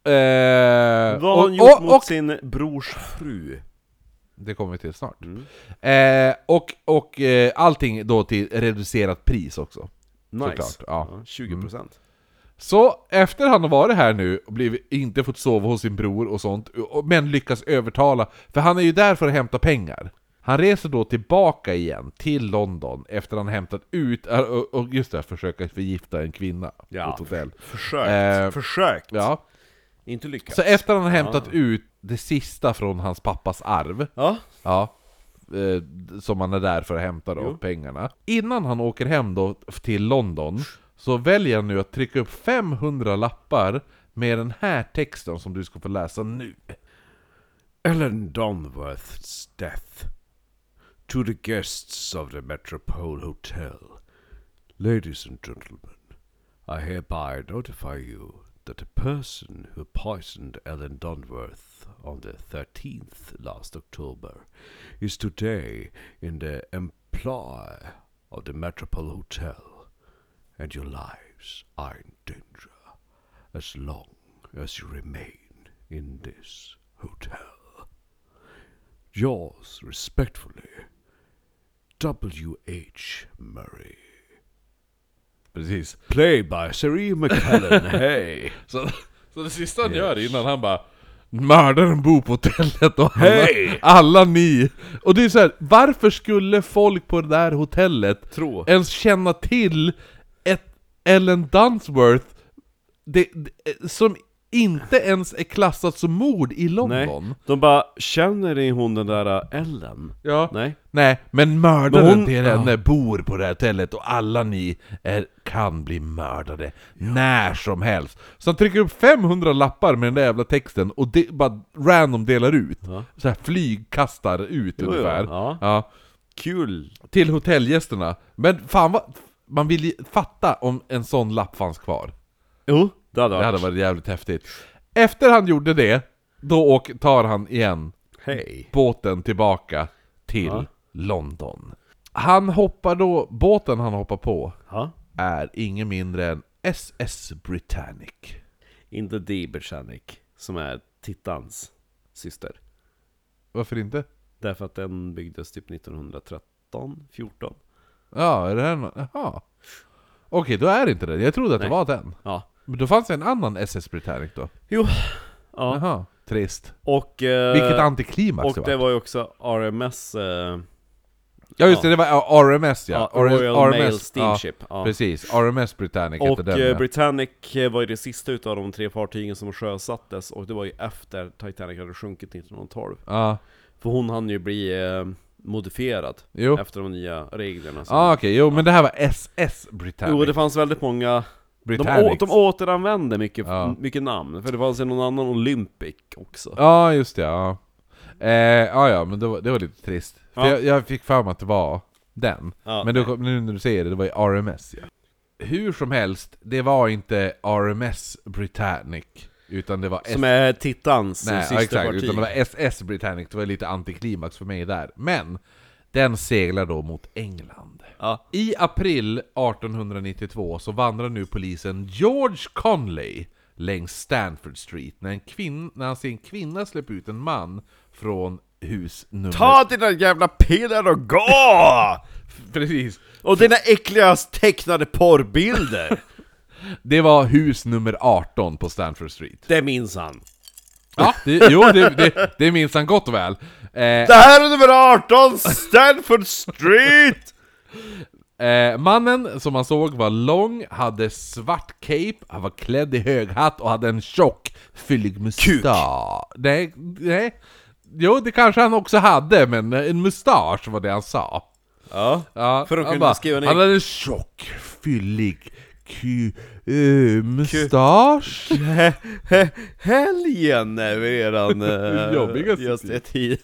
[SPEAKER 2] Eh,
[SPEAKER 1] Vad har han
[SPEAKER 2] och,
[SPEAKER 1] gjort
[SPEAKER 2] och,
[SPEAKER 1] mot
[SPEAKER 2] och,
[SPEAKER 1] sin brors fru?
[SPEAKER 2] det kommer vi till snart.
[SPEAKER 1] Mm.
[SPEAKER 2] Eh, och och eh, allting då till reducerat pris också.
[SPEAKER 1] Nice.
[SPEAKER 2] Såklart, ja.
[SPEAKER 1] Ja, tjugo procent.
[SPEAKER 2] Så efter han har varit här nu och blivit, inte fått sova hos sin bror och sånt, och- men lyckas övertala, för han är ju där för att hämta pengar. Han reser då tillbaka igen till London efter han hämtat ut, och, och just det, försöka förgifta en kvinna på
[SPEAKER 1] Ja.
[SPEAKER 2] ett hotell.
[SPEAKER 1] Försökt.
[SPEAKER 2] Eh,
[SPEAKER 1] Försökt.
[SPEAKER 2] Ja.
[SPEAKER 1] Inte lyckats.
[SPEAKER 2] Så efter han har hämtat
[SPEAKER 1] Ja.
[SPEAKER 2] ut det sista från hans pappas arv,
[SPEAKER 1] Ja.
[SPEAKER 2] ja, eh, som han är där för att hämta då,
[SPEAKER 1] Jo.
[SPEAKER 2] pengarna. Innan han åker hem då till London, så väljer han nu att trycka upp femhundra lappar med den här texten som du ska få läsa nu.
[SPEAKER 1] Ellen Donworth's death. To the guests of the Metropole Hotel. Ladies and gentlemen, I hereby notify you that the person who poisoned Ellen Donworth on the thirteenth last October is today in the employ of the Metropole Hotel, and your lives are in danger as long as you remain in this hotel. Yours respectfully, W H Murray.
[SPEAKER 2] Precis.
[SPEAKER 1] Played by Sheree McCallum. Hey.
[SPEAKER 2] Så, så det sista han
[SPEAKER 1] Yes.
[SPEAKER 2] gör innan han bara, mördaren bor på hotellet och alla,
[SPEAKER 1] Hej!
[SPEAKER 2] alla ni. Och det är så här, varför skulle folk på det där hotellet
[SPEAKER 1] Tro.
[SPEAKER 2] ens känna till ett Ellen Dunsworth det, det, som inte ens är klassat som mord i London?
[SPEAKER 1] Nej. De bara, känner ni hon den där Ellen?
[SPEAKER 2] Ja.
[SPEAKER 1] Nej.
[SPEAKER 2] Nej, men mördaren
[SPEAKER 1] Men hon-
[SPEAKER 2] till henne bor på det här hotellet och alla ni är, kan bli mördade när som helst. Så han trycker upp femhundra lappar med den där jävla texten och de, bara random delar ut.
[SPEAKER 1] Ja.
[SPEAKER 2] Så här flygkastar ut
[SPEAKER 1] Jo, jo,
[SPEAKER 2] ungefär.
[SPEAKER 1] ja.
[SPEAKER 2] Ja.
[SPEAKER 1] Kul.
[SPEAKER 2] Till hotellgästerna. Men fan vad, man vill ju fatta om en sån lapp fanns kvar.
[SPEAKER 1] Jo, det hade
[SPEAKER 2] Det
[SPEAKER 1] varit.
[SPEAKER 2] hade varit jävligt häftigt. Efter han gjorde det, då åk, tar han igen
[SPEAKER 1] Hej.
[SPEAKER 2] båten tillbaka till
[SPEAKER 1] Ja.
[SPEAKER 2] London. Han hoppar då, båten han hoppar på
[SPEAKER 1] Ja.
[SPEAKER 2] är ingen mindre än S S Britannic.
[SPEAKER 1] Inte Dee Britannic, som är Tittans syster.
[SPEAKER 2] Varför inte?
[SPEAKER 1] Därför att den byggdes typ nittonhundratretton, fjorton.
[SPEAKER 2] Ja, är det här no- Jaha. Okej, då är det inte det. Jag trodde att
[SPEAKER 1] Nej.
[SPEAKER 2] det var den.
[SPEAKER 1] Ja.
[SPEAKER 2] Men då fanns det en annan S S Britannic då.
[SPEAKER 1] Jo. Ja.
[SPEAKER 2] Jaha, trist.
[SPEAKER 1] Och, eh,
[SPEAKER 2] Vilket antiklimax
[SPEAKER 1] och
[SPEAKER 2] det
[SPEAKER 1] det
[SPEAKER 2] var.
[SPEAKER 1] var ju också R M S... Eh,
[SPEAKER 2] Ja just det,
[SPEAKER 1] ja.
[SPEAKER 2] det var ja, R M S ja.
[SPEAKER 1] ja, Royal
[SPEAKER 2] R M S,
[SPEAKER 1] Mail Steamship.
[SPEAKER 2] Ja,
[SPEAKER 1] Ja.
[SPEAKER 2] precis, R M S Britannic
[SPEAKER 1] Och
[SPEAKER 2] hette den.
[SPEAKER 1] eh,
[SPEAKER 2] Ja.
[SPEAKER 1] Britannic eh, var ju det sista utav de tre fartygen som sjösattes. Och det var ju efter Titanic hade sjunkit nittonhundratolv.
[SPEAKER 2] Ja,
[SPEAKER 1] För hon hann ju bli... Eh, modifierad
[SPEAKER 2] Jo.
[SPEAKER 1] efter de nya reglerna.
[SPEAKER 2] Ja ah, okej, okay. jo men det här var S S Britannic.
[SPEAKER 1] Jo, det fanns väldigt många. De, å, de återanvände mycket, ja. mycket namn. För det fanns ju någon annan Olympic också.
[SPEAKER 2] Ja just det, ja. Eh, ja ja, men det var, det var lite trist. För ja. jag, jag fick för mig att det var den. Ja. Men då, nu när du säger det, det var ju R M S, ja. Hur som helst, det var inte R M S Britannic, utan det var S-
[SPEAKER 1] som är Tittans
[SPEAKER 2] Nej,
[SPEAKER 1] sista
[SPEAKER 2] ja, exakt,
[SPEAKER 1] parti.
[SPEAKER 2] utan det var S S Britannic. Det var lite antiklimax för mig där. Men den seglar då mot England.
[SPEAKER 1] Ja.
[SPEAKER 2] I april arton nittiotvå så vandrar nu polisen George Conley längs Stanford Street när, en kvinn, när han ser en kvinna släppa ut en man från hus nummer...
[SPEAKER 1] Ta dina jävla piller och gå!
[SPEAKER 2] Precis.
[SPEAKER 1] Och dina äckliga tecknade porrbilder.
[SPEAKER 2] Det var hus nummer arton på Stanford Street.
[SPEAKER 1] Det minns han.
[SPEAKER 2] Ja, det, jo, det, det, det minns han gott och väl. Eh,
[SPEAKER 1] det här är nummer arton, Stanford Street!
[SPEAKER 2] Eh, mannen som man såg var lång, hade svart cape, han var klädd i hög hatt och hade en tjock, fyllig mustasch. Nej, nej. Jo, det kanske han också hade, men en mustasch var det han sa.
[SPEAKER 1] Ja,
[SPEAKER 2] ja
[SPEAKER 1] för de kunde
[SPEAKER 2] bara,
[SPEAKER 1] skriva ner.
[SPEAKER 2] Han hade en tjock, fyllig ky, uh, mustasch.
[SPEAKER 1] Helgen är redan uh,
[SPEAKER 2] jobbigaste
[SPEAKER 1] just det tid.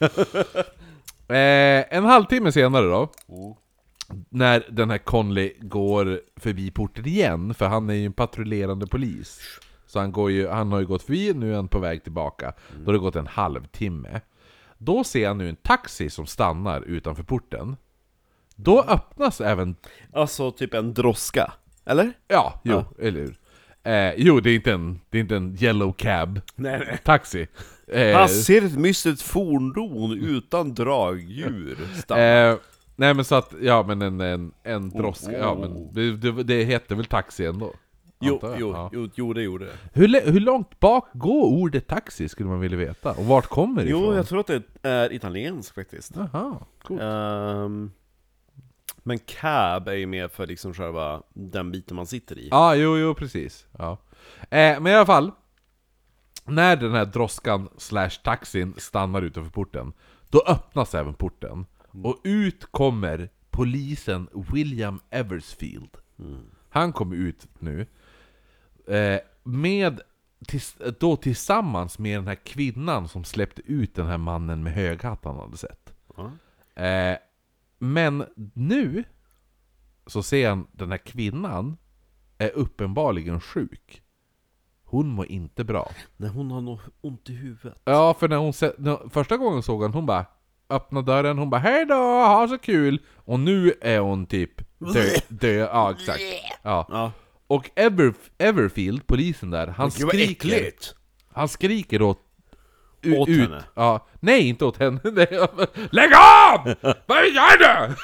[SPEAKER 2] eh, En halvtimme senare då, oh. när den här Conley går förbi porten igen, för han är ju en patrullerande polis. Så han, går ju, han har ju gått förbi, nu är han på väg tillbaka. Mm. Då har det gått en halvtimme. Då ser han nu en taxi som stannar utanför porten. Då öppnas även...
[SPEAKER 1] Alltså typ en droska, eller?
[SPEAKER 2] Ja, jo, ja. Eller hur? Eh, jo, det är inte en, det är inte en yellow cab
[SPEAKER 1] nej, nej.
[SPEAKER 2] taxi. Eh,
[SPEAKER 1] han ser ett mystiskt fordon utan dragdjur.
[SPEAKER 2] eh, Nej men så att, ja men en, en, en droska, oh, oh. ja men det, det, det heter väl taxi ändå?
[SPEAKER 1] Jo, jo, ja. jo, jo, det gjorde det.
[SPEAKER 2] Hur, hur långt bak går ordet taxi skulle man vilja veta? Och vart kommer det ifrån?
[SPEAKER 1] Jo, jag tror att det är italienskt faktiskt.
[SPEAKER 2] Aha, coolt.
[SPEAKER 1] Um, men cab är ju mer för liksom själva den biten man sitter i.
[SPEAKER 2] Ja, ah, jo, jo, precis. Ja. Eh, men i alla fall, när den här droskan slash taxin stannar utanför porten, då öppnas även porten. Mm. Och ut kommer polisen William Eversfield. Mm. Han kommer ut nu eh, med tis, då tillsammans med den här kvinnan som släppte ut den här mannen med höghatt han hade sett. Mm. Eh, men nu så ser han den här kvinnan är uppenbarligen sjuk. Hon mår inte bra.
[SPEAKER 1] Nej, hon har nog ont i huvudet.
[SPEAKER 2] Ja, för när hon när, första gången såg han, hon bara öppna dörren, hon bara hej då, ha så kul. Och nu är hon typ dö, dö ja exakt. Ja. Ja. Och Ever, Everfield, polisen där, han skriker. Han skriker åt u,
[SPEAKER 1] åt
[SPEAKER 2] ut.
[SPEAKER 1] henne.
[SPEAKER 2] Ja, nej, inte åt henne. Lägg av! Vad gör du?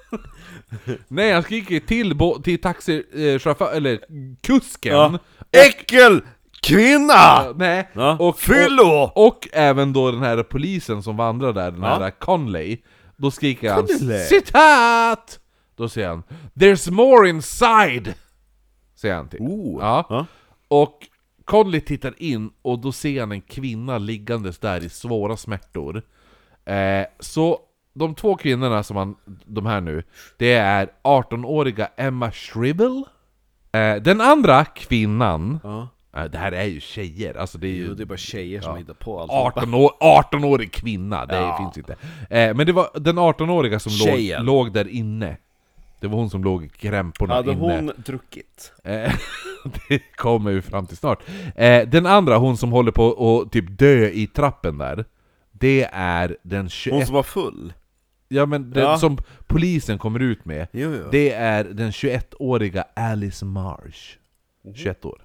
[SPEAKER 2] Nej, han skriker till bo, till taxichaufför eller kusken. Ja.
[SPEAKER 1] Äckel! Kvinna!
[SPEAKER 2] Ja, nej.
[SPEAKER 1] Ja.
[SPEAKER 2] Och,
[SPEAKER 1] Fyllo!
[SPEAKER 2] Och, och även då den här polisen som vandrar där, den här ja. Conley. Då skriker han
[SPEAKER 1] Conley.
[SPEAKER 2] Citat! Då säger han There's more inside! Säger han till.
[SPEAKER 1] Oh.
[SPEAKER 2] Ja.
[SPEAKER 1] Ja.
[SPEAKER 2] Och Conley tittar in och då ser han en kvinna liggandes där i svåra smärtor. Eh, så de två kvinnorna som han, de här nu, det är arton-åriga Emma Shrivel. Eh, den andra kvinnan,
[SPEAKER 1] ja.
[SPEAKER 2] eh, det här är ju tjejer, alltså det är ju...
[SPEAKER 1] Jo, det är bara tjejer som ja. hittar på allt.
[SPEAKER 2] arton-årig kvinna, det
[SPEAKER 1] ja.
[SPEAKER 2] finns inte. Eh, men det var den arton-åriga som låg, låg där inne. Det var hon som låg i krämporna
[SPEAKER 1] hade
[SPEAKER 2] inne.
[SPEAKER 1] Hade hon druckit?
[SPEAKER 2] Eh, det kommer ju fram till snart. Eh, den andra, hon som håller på att typ dö i trappen där, det är den tjugoett...
[SPEAKER 1] Hon som var full?
[SPEAKER 2] Ja, men den
[SPEAKER 1] ja.
[SPEAKER 2] som polisen kommer ut med,
[SPEAKER 1] jo, jo.
[SPEAKER 2] det är den tjugoett-åriga Alice Marsh. tjugoett år.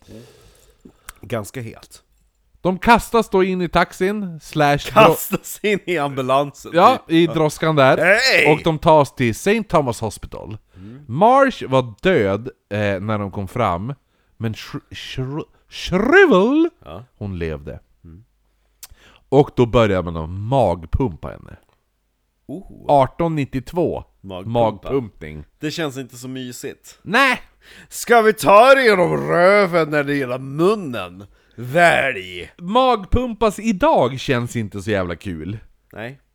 [SPEAKER 1] Ganska helt.
[SPEAKER 2] De kastas då in i taxin slash
[SPEAKER 1] kastas in i ambulansen.
[SPEAKER 2] Ja, i droskan där.
[SPEAKER 1] Hey!
[SPEAKER 2] Och de tas till Saint Thomas Hospital. Mm. Marsh var död eh, när de kom fram, men Sh- Sh- Shrivel, ja. hon levde. Mm. Och då började man att magpumpa henne.
[SPEAKER 1] Oh.
[SPEAKER 2] arton nittiotvå
[SPEAKER 1] Magpumpa.
[SPEAKER 2] Magpumpning.
[SPEAKER 1] Det känns inte så mysigt.
[SPEAKER 2] Nej.
[SPEAKER 1] Ska vi ta det genom röven eller genom munnen? Välj.
[SPEAKER 2] Magpumpas idag känns inte så jävla kul.
[SPEAKER 1] Nej.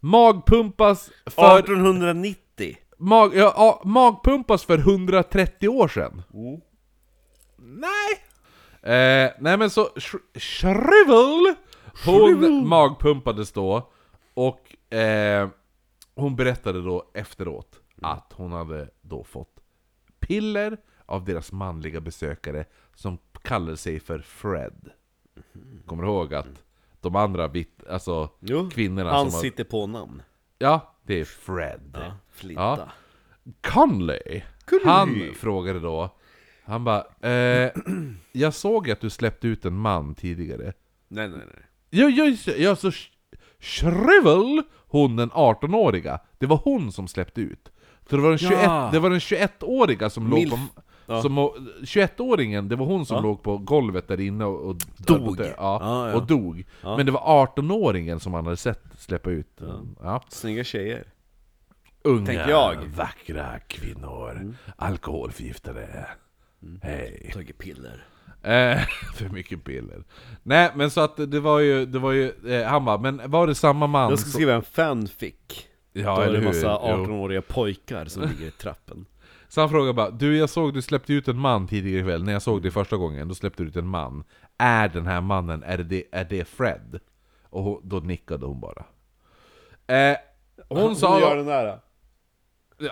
[SPEAKER 2] magpumpas för...
[SPEAKER 1] artonhundranittio.
[SPEAKER 2] Mag, ja, ja, magpumpas för hundratrettio år sedan.
[SPEAKER 1] Mm.
[SPEAKER 2] Nej! Eh, nej men så Sh- Shrivel, hon
[SPEAKER 1] Shrivel.
[SPEAKER 2] magpumpades då. Och eh, hon berättade då efteråt att hon hade då fått piller av deras manliga besökare som kallade sig för Fred. Kommer du ihåg att de andra bit, alltså
[SPEAKER 1] Jo,
[SPEAKER 2] kvinnorna
[SPEAKER 1] han
[SPEAKER 2] som
[SPEAKER 1] sitter på namn.
[SPEAKER 2] har, ja, det är Fred.
[SPEAKER 1] Ja, flitta.
[SPEAKER 2] Ja. Conley,
[SPEAKER 1] Conley.
[SPEAKER 2] han frågade då, han bara, eh, jag såg att du släppte ut en man tidigare.
[SPEAKER 1] Nej, nej, nej.
[SPEAKER 2] Ja, ja, ja, så Sh- Shrivel, hon den arton-åriga, det var hon som släppte ut. Så det var den,
[SPEAKER 1] Ja.
[SPEAKER 2] tjugoett, det var den tjugoett-åriga som
[SPEAKER 1] Milf.
[SPEAKER 2] låg på...
[SPEAKER 1] Ja.
[SPEAKER 2] Som, tjugoett-åringen, det var hon som
[SPEAKER 1] Ja.
[SPEAKER 2] låg på golvet där inne och, och
[SPEAKER 1] Dog.
[SPEAKER 2] Ja,
[SPEAKER 1] Ja, ja.
[SPEAKER 2] och dog.
[SPEAKER 1] Ja.
[SPEAKER 2] Men det var arton-åringen som han hade sett släppa ut. Ja. Ja.
[SPEAKER 1] Snygga tjejer.
[SPEAKER 2] Unga,
[SPEAKER 1] Tänker jag.
[SPEAKER 2] vackra kvinnor, mm. alkoholförgiftade. Mm. Hej.
[SPEAKER 1] Tagit piller.
[SPEAKER 2] Eh, för mycket piller. Nej, men så att det var ju, det var ju eh, han bara, men var det samma man?
[SPEAKER 1] Jag ska
[SPEAKER 2] som-
[SPEAKER 1] skriva en fanfic.
[SPEAKER 2] Ja,
[SPEAKER 1] Då är
[SPEAKER 2] eller
[SPEAKER 1] det en
[SPEAKER 2] hur?
[SPEAKER 1] massa
[SPEAKER 2] Jo.
[SPEAKER 1] arton-åriga pojkar som ligger i trappen.
[SPEAKER 2] Så han frågade bara, du jag såg du släppte ut en man tidigare ikväll. När jag såg det första gången, då släppte du ut en man. Är den här mannen, är det, är det Fred? Och hon, då nickade hon bara. Eh, hon sa
[SPEAKER 1] gör
[SPEAKER 2] då,
[SPEAKER 1] den där.
[SPEAKER 2] ja.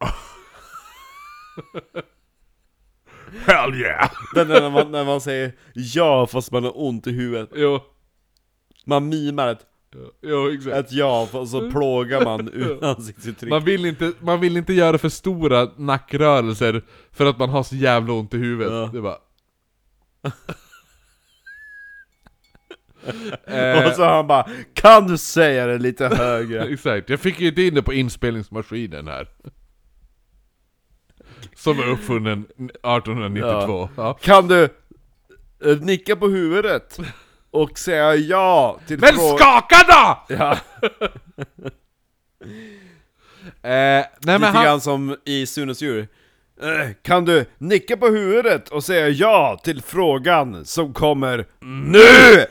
[SPEAKER 2] Hell yeah!
[SPEAKER 1] Den där när man, när man säger ja fast man har ont i huvudet.
[SPEAKER 2] Jo,
[SPEAKER 1] Man mimar ett,
[SPEAKER 2] jo exakt.
[SPEAKER 1] ett ja och så plågar man ur ansiktsuttryck.
[SPEAKER 2] Man vill, inte, man vill inte göra för stora nackrörelser för att man har så jävla ont i huvudet.
[SPEAKER 1] Ja.
[SPEAKER 2] Det är bara...
[SPEAKER 1] Och så han bara, kan du säga det lite högre?
[SPEAKER 2] Exakt, jag fick ju inte in det på inspelningsmaskinen här. Som är uppfunnen artonhundranittiotvå. Ja.
[SPEAKER 1] Kan du eh, nicka på huvudet och säga ja till
[SPEAKER 2] Men
[SPEAKER 1] frå-
[SPEAKER 2] skaka då!
[SPEAKER 1] Ja,
[SPEAKER 2] Eh, nej men
[SPEAKER 1] lite
[SPEAKER 2] han...
[SPEAKER 1] grann som i Sunes djur. Eh, Kan du nicka på huvudet och säga ja till frågan som kommer nu?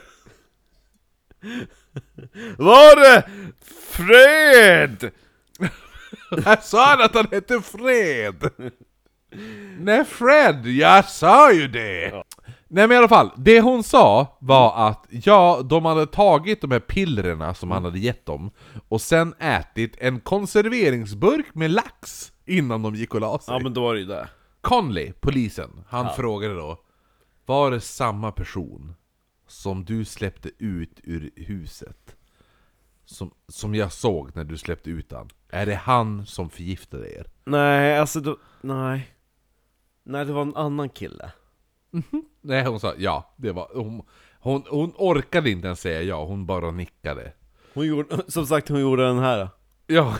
[SPEAKER 1] Var det Fred?
[SPEAKER 2] Jag sa att han hette Fred! Nej Fred, jag sa ju det! Ja. Nej men i alla fall, det hon sa var att ja, de hade tagit de här pillerna som han hade gett dem och sen ätit en konserveringsburk med lax innan de gick och la sig.
[SPEAKER 1] Ja men då var det ju det.
[SPEAKER 2] Conley, polisen, han
[SPEAKER 1] Ja.
[SPEAKER 2] frågade då, var det samma person som du släppte ut ur huset som, som jag såg när du släppte ut han? Är det han som förgiftade er?
[SPEAKER 1] Nej, alltså då, nej. Nej, det var en annan kille.
[SPEAKER 2] Nej, hon sa ja, det var hon, hon, hon orkade inte ens säga ja, hon bara nickade.
[SPEAKER 1] Hon gjorde, som sagt, hon gjorde den här.
[SPEAKER 2] Ja,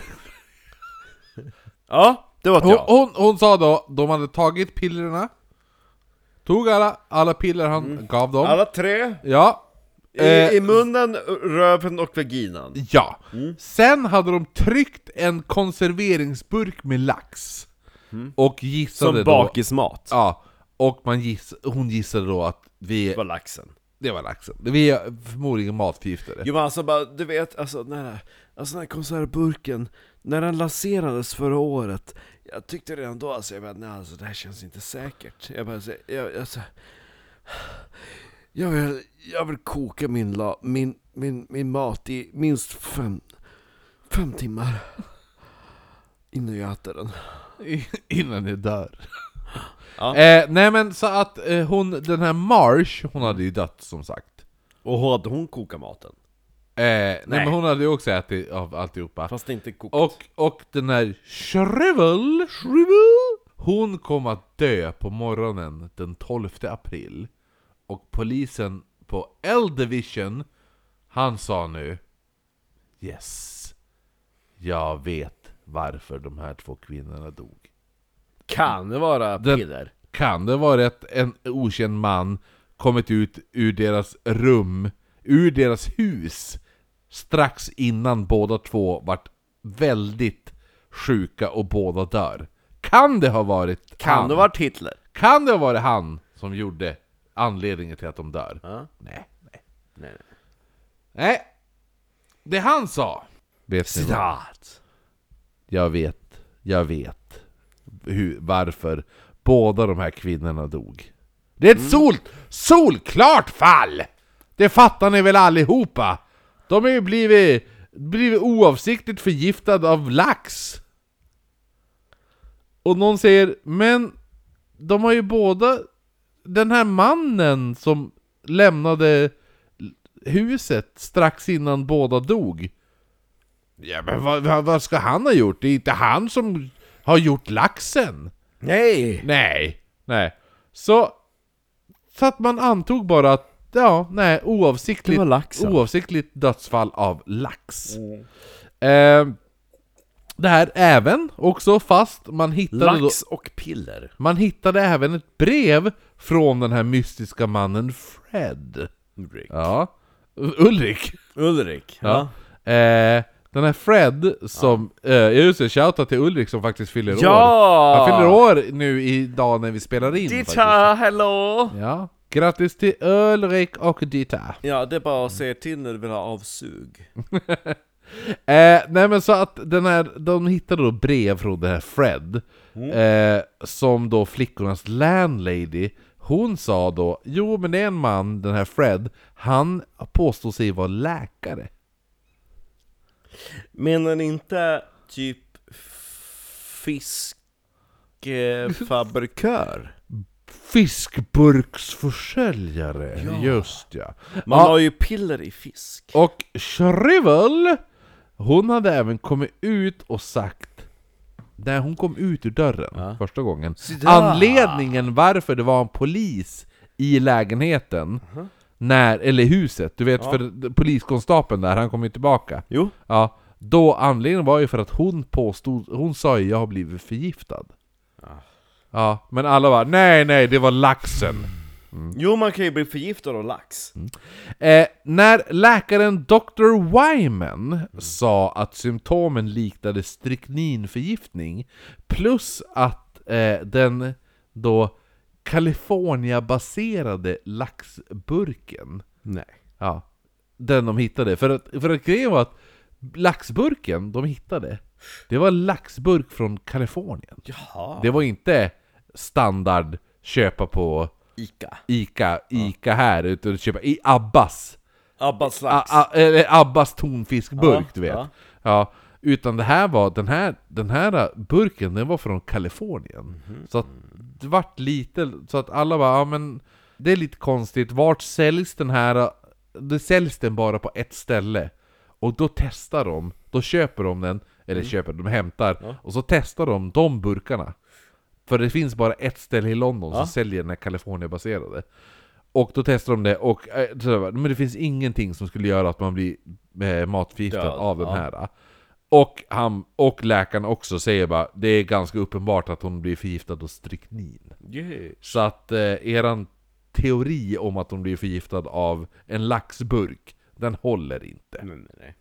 [SPEAKER 1] Ja, det var ett
[SPEAKER 2] hon,
[SPEAKER 1] ja.
[SPEAKER 2] hon, hon sa då, de hade tagit pillerna, tog alla, alla piller han gav dem.
[SPEAKER 1] Alla tre.
[SPEAKER 2] Ja.
[SPEAKER 1] I,
[SPEAKER 2] Eh,
[SPEAKER 1] I munnen, röven och vaginan.
[SPEAKER 2] Ja. Sen hade de tryckt en konserveringsburk med lax. Och gissade
[SPEAKER 1] Som
[SPEAKER 2] då...
[SPEAKER 1] bakismat.
[SPEAKER 2] Ja. Och man giss, hon gissade då att vi...
[SPEAKER 1] Det var laxen.
[SPEAKER 2] Det var laxen. Vi är förmodligen matförgiftade.
[SPEAKER 1] Jo men alltså bara, du vet, alltså när, alltså den här konservburken, när den lanserades förra året, jag tyckte redan då, alltså jag bara, nej alltså det här känns inte säkert. Jag bara, så, jag, jag, så, jag, vill, jag vill koka min, la, min, min, min mat i minst fem, fem timmar innan jag äter den.
[SPEAKER 2] Innan ni dör.
[SPEAKER 1] Ja.
[SPEAKER 2] Eh, nej men så att eh, hon, den här Marsh, hon hade ju dött som sagt.
[SPEAKER 1] Och hade hon kokat maten?
[SPEAKER 2] Eh, nej. nej men hon hade ju också ätit av alltihopa.
[SPEAKER 1] Fast inte kokat.
[SPEAKER 2] Och, och den här Shrivel, Shrivel, hon kom att dö på morgonen den tolfte april. Och polisen på L-Division, han sa nu, yes, jag vet varför de här två kvinnorna dog.
[SPEAKER 1] Kan det vara
[SPEAKER 2] Den-
[SPEAKER 1] piller?
[SPEAKER 2] Kan det vara att en okänd man kommit ut ur deras rum, ur deras hus, strax innan båda två vart väldigt sjuka och båda dör? Kan det ha varit
[SPEAKER 1] Kan
[SPEAKER 2] han?
[SPEAKER 1] det vara Hitler?
[SPEAKER 2] Kan det ha varit han som gjorde anledningen till att de dör?
[SPEAKER 1] Ja.
[SPEAKER 2] Nej, nej.
[SPEAKER 1] Nej, nej.
[SPEAKER 2] Nej. Det han sa Vet ni vad?
[SPEAKER 1] Citat.
[SPEAKER 2] Jag vet, jag vet hur, varför båda de här kvinnorna dog. Det är ett sol, solklart fall! Det fattar ni väl allihopa? De har ju blivit, blivit oavsiktligt förgiftade av lax. Och någon säger, men de har ju båda... Den här mannen som lämnade huset strax innan båda dog. Ja, men vad, vad, vad ska han ha gjort? Det är inte han som har gjort laxen.
[SPEAKER 1] Nej!
[SPEAKER 2] Nej, nej. Så, så att man antog bara att, ja, nej, oavsiktligt,
[SPEAKER 1] Det var laxen.
[SPEAKER 2] oavsiktligt dödsfall av lax. Mm. Eh, det här även också, fast man hittade
[SPEAKER 1] Lax
[SPEAKER 2] då,
[SPEAKER 1] och piller.
[SPEAKER 2] man hittade även ett brev från den här mystiska mannen Fred.
[SPEAKER 1] Ulrik.
[SPEAKER 2] Ja, Ulrik.
[SPEAKER 1] Ulrik.
[SPEAKER 2] Ja. Eh, den här Fred som, ja. eh, just det, shoutout till Ulrik som faktiskt fyller
[SPEAKER 1] ja!
[SPEAKER 2] år. Han fyller år nu idag när vi spelar in.
[SPEAKER 1] Dita, hello!
[SPEAKER 2] Ja, grattis till Ulrik och Dita.
[SPEAKER 1] Ja, det är bara att säga till när du vill ha avsug.
[SPEAKER 2] eh, nej men så att den här, de hittade då brev från den här Fred, mm. eh, som då flickornas landlady, hon sa då, jo men det är en man, den här Fred, han påstår sig vara läkare.
[SPEAKER 1] Menar ni inte typ fiskfabrikör?
[SPEAKER 2] Fiskburksförsäljare, ja. Just ja.
[SPEAKER 1] Man
[SPEAKER 2] ja.
[SPEAKER 1] har ju piller i fisk.
[SPEAKER 2] Och Shrivel, hon hade även kommit ut och sagt, när hon kom ut ur dörren ja. första gången, Sida. anledningen varför det var en polis i lägenheten, uh-huh. när, eller huset, du vet, ja. för poliskonstapeln där, han kom ju tillbaka.
[SPEAKER 1] Jo.
[SPEAKER 2] Ja, då anledningen var ju för att hon påstod, hon sa ju jag har blivit förgiftad. Ja. Ja, men alla var nej, nej, det var laxen. Mm.
[SPEAKER 1] Jo, man kan ju bli förgiftad av lax.
[SPEAKER 2] Mm. Eh, när läkaren doktor Wyman mm. sa att symptomen liknade strykninförgiftning, plus att eh, den då California-baserade laxburken,
[SPEAKER 1] nej.
[SPEAKER 2] Ja, den de hittade. För att, för att grejen var att laxburken de hittade, det var laxburk från Kalifornien.
[SPEAKER 1] Jaha.
[SPEAKER 2] Det var inte standard köpa på
[SPEAKER 1] Ica.
[SPEAKER 2] Ica, Ica ja. här, utan köpa i Abbas.
[SPEAKER 1] Abbas lax.
[SPEAKER 2] A, a, eller Abbas tonfiskburk, ja, du vet.
[SPEAKER 1] Ja.
[SPEAKER 2] Ja, utan det här var, den här, den här burken, den var från Kalifornien. Mm-hmm. Så att det vart lite, så att alla bara, ja men det är lite konstigt, vart säljs den här, det säljs den bara på ett ställe. Och då testar de, då köper de den, eller mm. köper, de hämtar, ja. och så testar de de burkarna. För det finns bara ett ställe i London ja. som säljer den här California-baserade. Och då testar de det, och men det finns ingenting som skulle göra att man blir eh, matförgiftad ja, av den ja. här. Och, han, och läkaren också säger bara, det är ganska uppenbart att hon blir förgiftad av stryknin.
[SPEAKER 1] Yes.
[SPEAKER 2] Så att eh, eran teori om att hon blir förgiftad av en laxburk, den håller inte.
[SPEAKER 1] Nej, nej, nej.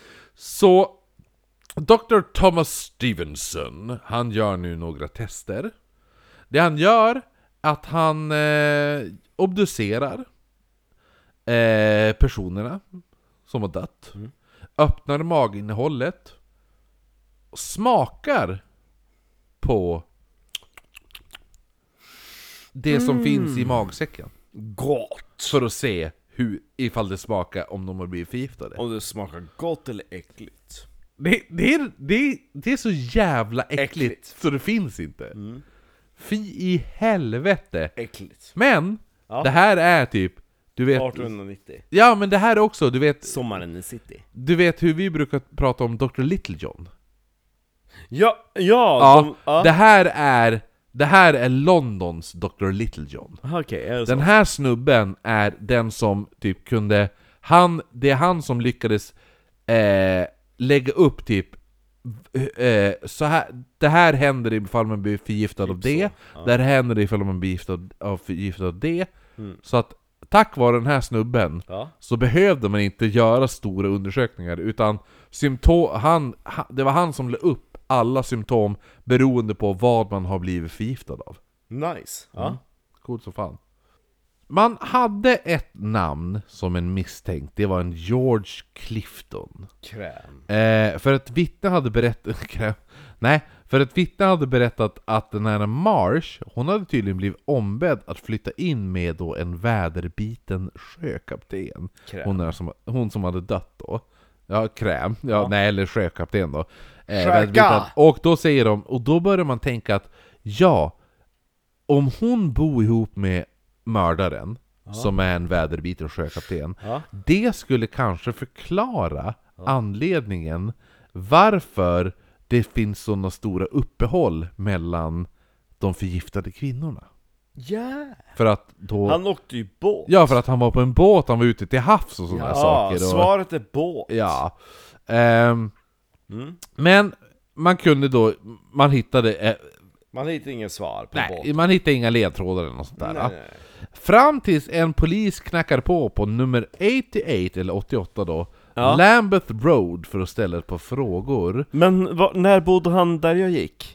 [SPEAKER 2] Så doktor Thomas Stevenson, han gör nu några tester. Det han gör att han eh, obducerar eh, personerna som har dött, mm. öppnar maginnehållet, smakar på det mm. som finns i magsäcken.
[SPEAKER 1] Gott!
[SPEAKER 2] För att se hur, ifall det smakar, om de har blivit förgiftade.
[SPEAKER 1] Om det smakar gott eller äckligt.
[SPEAKER 2] Det, det, är, det, det är så jävla äckligt, äckligt. Så det finns inte. Mm. Fy i helvete.
[SPEAKER 1] Äckligt.
[SPEAKER 2] Men
[SPEAKER 1] ja.
[SPEAKER 2] det här är typ, du vet,
[SPEAKER 1] artonhundranittio.
[SPEAKER 2] Ja, men det här är också, du vet,
[SPEAKER 1] Sommaren i city.
[SPEAKER 2] Du vet hur vi brukar prata om doktor Littlejohn.
[SPEAKER 1] Ja, ja,
[SPEAKER 2] ja,
[SPEAKER 1] de, ja.
[SPEAKER 2] Det här är Det här är Londons doktor Littlejohn.
[SPEAKER 1] Okay, är det så?
[SPEAKER 2] Den här snubben är den som typ kunde han, det är han som lyckades eh, lägga upp typ eh, så här, det här händer ifall man blir förgiftad typ av det, ja. Det här händer ifall man blir förgiftad av, förgiftad av det. Mm. Så att tack vare den här snubben ja. Så behövde man inte göra stora undersökningar, utan symptom, han, han, det var han som la upp alla symptom beroende på vad man har blivit förgiftad av.
[SPEAKER 1] Nice. Ja. Mm.
[SPEAKER 2] Coolt så fan. Man hade ett namn som en misstänkt. Det var en George Clifton.
[SPEAKER 1] Kräm.
[SPEAKER 2] Eh, för ett vittne hade berättat... Kräm. Nej, för ett vittne hade berättat att den här Marsh, hon hade tydligen blivit ombedd att flytta in med då en väderbiten sjökapten. Hon, är som, hon som hade dött då. Ja, kräm. Ja, ja. Nej, eller sjökapten då. Eh, och då säger de, och då börjar man tänka att ja, om hon bor ihop med mördaren, ja. som är en väderbiten sjökapten, ja. det skulle kanske förklara ja. anledningen varför det finns sådana stora uppehåll mellan de förgiftade kvinnorna.
[SPEAKER 1] Ja.
[SPEAKER 2] För att då...
[SPEAKER 1] Han åkte ju båt.
[SPEAKER 2] Ja, för att han var på en båt, han var ute till havs och sådana
[SPEAKER 1] ja,
[SPEAKER 2] saker.
[SPEAKER 1] Ja, svaret är båt.
[SPEAKER 2] Ja. Um, mm. Men man kunde då, man hittade... Eh,
[SPEAKER 1] man hittade ingen svar på
[SPEAKER 2] nej,
[SPEAKER 1] båt.
[SPEAKER 2] Man hittade inga ledtrådar eller något sånt där.
[SPEAKER 1] Nej, nej.
[SPEAKER 2] Fram tills en polis knackar på på nummer åttioåtta eller åttioåtta då. Ja. Lambeth Road för att ställa ett par frågor.
[SPEAKER 1] Men va, när bodde han där jag gick?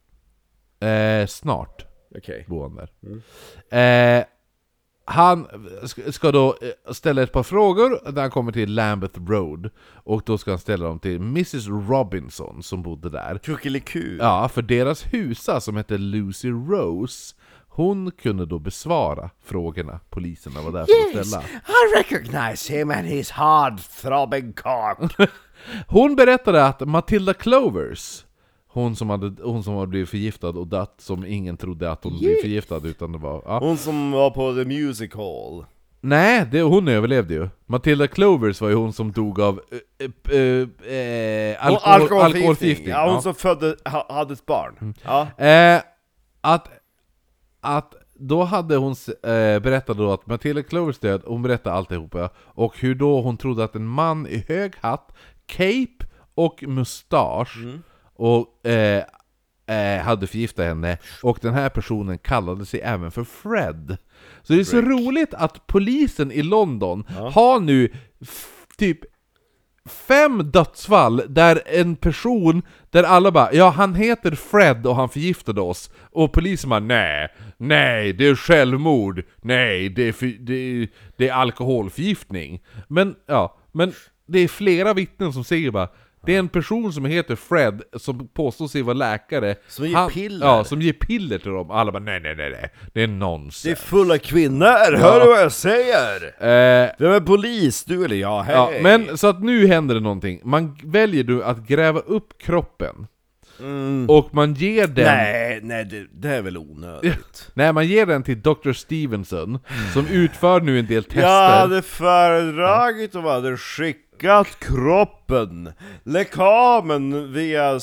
[SPEAKER 2] Eh, snart.
[SPEAKER 1] Okej.
[SPEAKER 2] Bor han där. Mm. Eh, han ska då ställa ett par frågor när han kommer till Lambeth Road. Och då ska han ställa dem till missus Robinson som bodde där.
[SPEAKER 1] Kuckeliku.
[SPEAKER 2] Ja, för deras husa som heter Lucy Rose, hon kunde då besvara frågorna poliserna var där för att ställa.
[SPEAKER 1] Yes, I recognize him and his hard throbbing cock.
[SPEAKER 2] Hon berättade att Matilda Clovers, hon som hade, hon som hade blivit förgiftad och dött, som ingen trodde att hon yes. blev förgiftad utan det var... Ja.
[SPEAKER 1] Hon som var på The Music Hall.
[SPEAKER 2] Nej, det, hon överlevde ju. Matilda Clovers var ju hon som dog av äh, äh, äh, alkohol, alkoholförgiftning. alkoholförgiftning.
[SPEAKER 1] Ja, hon ja. som födde, hade ett barn.
[SPEAKER 2] Mm.
[SPEAKER 1] Ja.
[SPEAKER 2] Äh, att... att då hade hon eh, berättat då att Matilda Clovers död, hon berättade alltihopa, och hur då hon trodde att en man i hög hatt, cape och mustasch mm. och eh, eh, hade förgiftat henne, och den här personen kallade sig även för Fred. Så det är så Rick. roligt att polisen i London ja. har nu f- typ fem dödsfall där en person, där alla bara, ja han heter Fred och han förgiftade oss, och polisen bara, nej, nej det är självmord, nej det är, för, det är, det är alkoholförgiftning. Men ja, men det är flera vittnen som säger bara, det är en person som heter Fred som påstår sig vara läkare,
[SPEAKER 1] som ger
[SPEAKER 2] han,
[SPEAKER 1] piller.
[SPEAKER 2] Ja, som ger piller till dem. Alla bara, nej, nej, nej, nej. Det är nonsens.
[SPEAKER 1] Det är fulla kvinnor, ja. Hör du vad jag säger? Eh, Vem är polis? Du eller jag? Hej.
[SPEAKER 2] Ja, men så att nu händer det någonting. Man väljer du att gräva upp kroppen. Mm. Och man ger den...
[SPEAKER 1] Nej, nej det, det är väl onödigt.
[SPEAKER 2] Nej, man ger den till doktor Stevenson, som utför nu en del tester.
[SPEAKER 1] Jag hade föredragit och hade skickat kroppen, lekamen via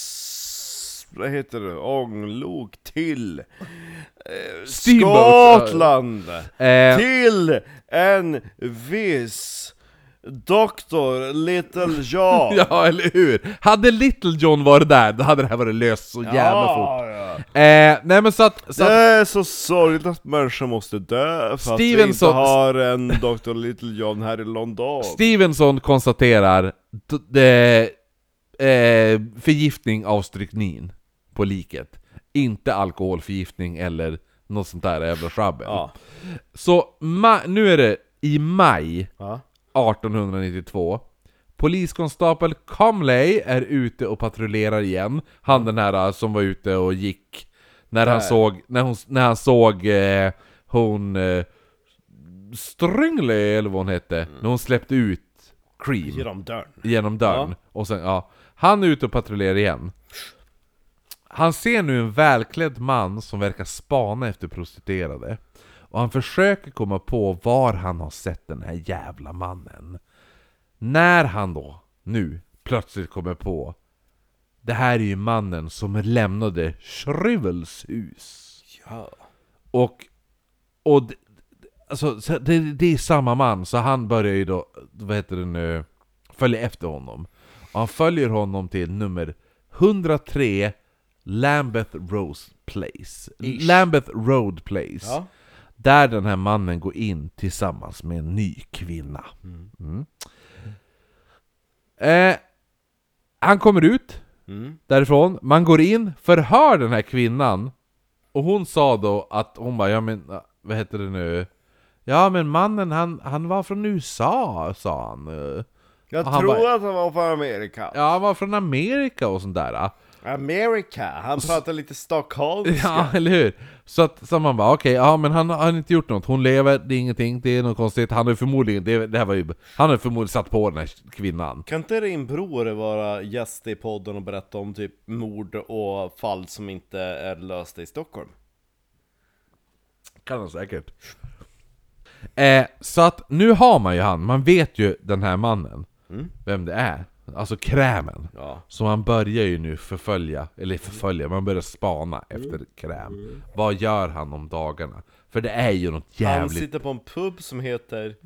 [SPEAKER 1] s- vad heter det, ånglok till eh, Skottland eh. till en viss doktor Little John.
[SPEAKER 2] Ja, eller hur? Hade Little John varit där, då hade det här varit löst så jävla
[SPEAKER 1] ja,
[SPEAKER 2] fort.
[SPEAKER 1] Ja.
[SPEAKER 2] Eh, nej men så att, så att...
[SPEAKER 1] Det är så sorgligt att människor måste dö för Stevenson... att vi inte har en doktor Little John här i London.
[SPEAKER 2] Stevenson konstaterar d- d- eh, förgiftning av stryknin på liket. Inte alkoholförgiftning eller något sånt där jävla schabbel. Ja. Så ma- nu är det i maj ja. arton nittiotvå. Poliskonstapel Comley är ute och patrullerar igen. Han den här som var ute och gick när han såg när hon när han såg eh, hon eh, Stringley eller vad hon hette, mm. när hon släppte ut Cream
[SPEAKER 1] genom dörren.
[SPEAKER 2] Genom dörren. Ja. Och sen ja, han är ute och patrullerar igen. Han ser nu en välklädd man som verkar spana efter prostituerade. Och han försöker komma på var han har sett den här jävla mannen. När han då, nu, plötsligt kommer på, det här är ju mannen som lämnade Shrivels hus.
[SPEAKER 1] Ja.
[SPEAKER 2] Och, och alltså, det, det är samma man, så han börjar ju då, vad heter det nu, följa efter honom. Och han följer honom till nummer hundratre Lambeth Rose Place. Ish. Lambeth Road Place. Ja. Där den här mannen går in tillsammans med en ny kvinna. Mm. Mm. Eh, han kommer ut mm. därifrån. Man går in, förhör den här kvinnan. Och hon sa då att hon bara, ja men vad heter det nu? Ja, men mannen, han, han var från U S A, sa han.
[SPEAKER 1] Jag
[SPEAKER 2] han
[SPEAKER 1] tror
[SPEAKER 2] bara,
[SPEAKER 1] att han var från Amerika.
[SPEAKER 2] Ja, han var från Amerika och sånt där.
[SPEAKER 1] Amerika, han pratar lite stockholmska.
[SPEAKER 2] Ja, eller hur? Så att så man bara, okej, okay, ja men han har inte gjort något. Hon lever, det är ingenting, det är något konstigt. Han har förmodligen, det, det här var ju, han har förmodligen satt på den här kvinnan.
[SPEAKER 1] Kan inte din bror vara gäst i podden och berätta om typ mord och fall som inte är lösta i Stockholm?
[SPEAKER 2] Kan han säkert. Eh, så att nu har man ju han, man vet ju den här mannen, mm. vem det är. Alltså krämen.
[SPEAKER 1] Ja.
[SPEAKER 2] Så man börjar ju nu förfölja, eller förfölja, man börjar spana efter kräm. Mm. Vad gör han om dagarna? För det är ju något jävligt...
[SPEAKER 1] Han sitter på en pub som heter...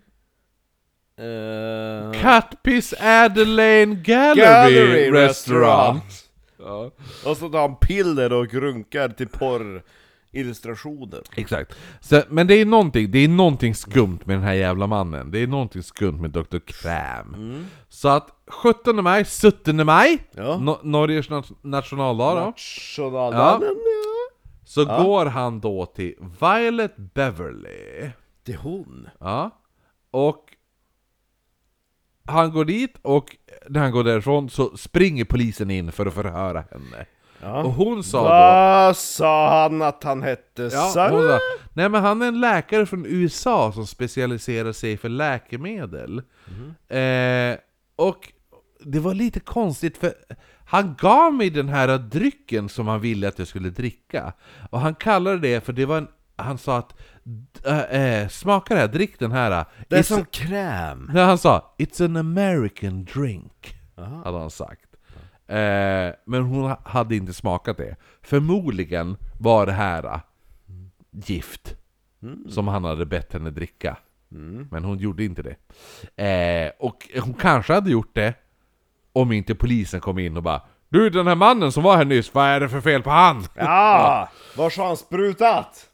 [SPEAKER 1] Uh...
[SPEAKER 2] Cutpiss Adelaine Gallery,
[SPEAKER 1] Gallery
[SPEAKER 2] Restaurant.
[SPEAKER 1] Restaurant. Ja. Och så tar han piller och grunkar till porr illustrationer.
[SPEAKER 2] Exakt. Så, men det är någonting, det är någonting skumt med den här jävla mannen. Det är någonting skumt med doktor Kräm. Mm. Så att sjuttonde maj, sjuttonde maj, ja. no- Norges nat- nationaldag då.
[SPEAKER 1] Nationaldagen, ja. ja.
[SPEAKER 2] Så
[SPEAKER 1] ja.
[SPEAKER 2] går han då till Violet Beverly.
[SPEAKER 1] Det är hon.
[SPEAKER 2] Ja. Och han går dit, och när han går därifrån så springer polisen in för att förhöra henne. Ja. Och hon sa då...
[SPEAKER 1] Vad sa han att han hette?
[SPEAKER 2] Ja, hon sa, nej men han är en läkare från U S A som specialiserar sig för läkemedel. Mm. Eh, och det var lite konstigt, för han gav mig den här drycken som han ville att jag skulle dricka. Och han kallade det, för det var en... Han sa att äh, smaka det här, drick den här.
[SPEAKER 1] Det är som kräm.
[SPEAKER 2] Nej, han sa, it's an American drink. Aha. Hade han sagt. Eh, men hon hade inte smakat det. Förmodligen var det här uh, gift mm. som han hade bett henne dricka. Mm. Men hon gjorde inte det. Eh, och hon kanske hade gjort det om inte polisen kom in och bara, du, den här mannen som var här nyss, vad är det för fel på han?
[SPEAKER 1] Ja, var har han sprutat?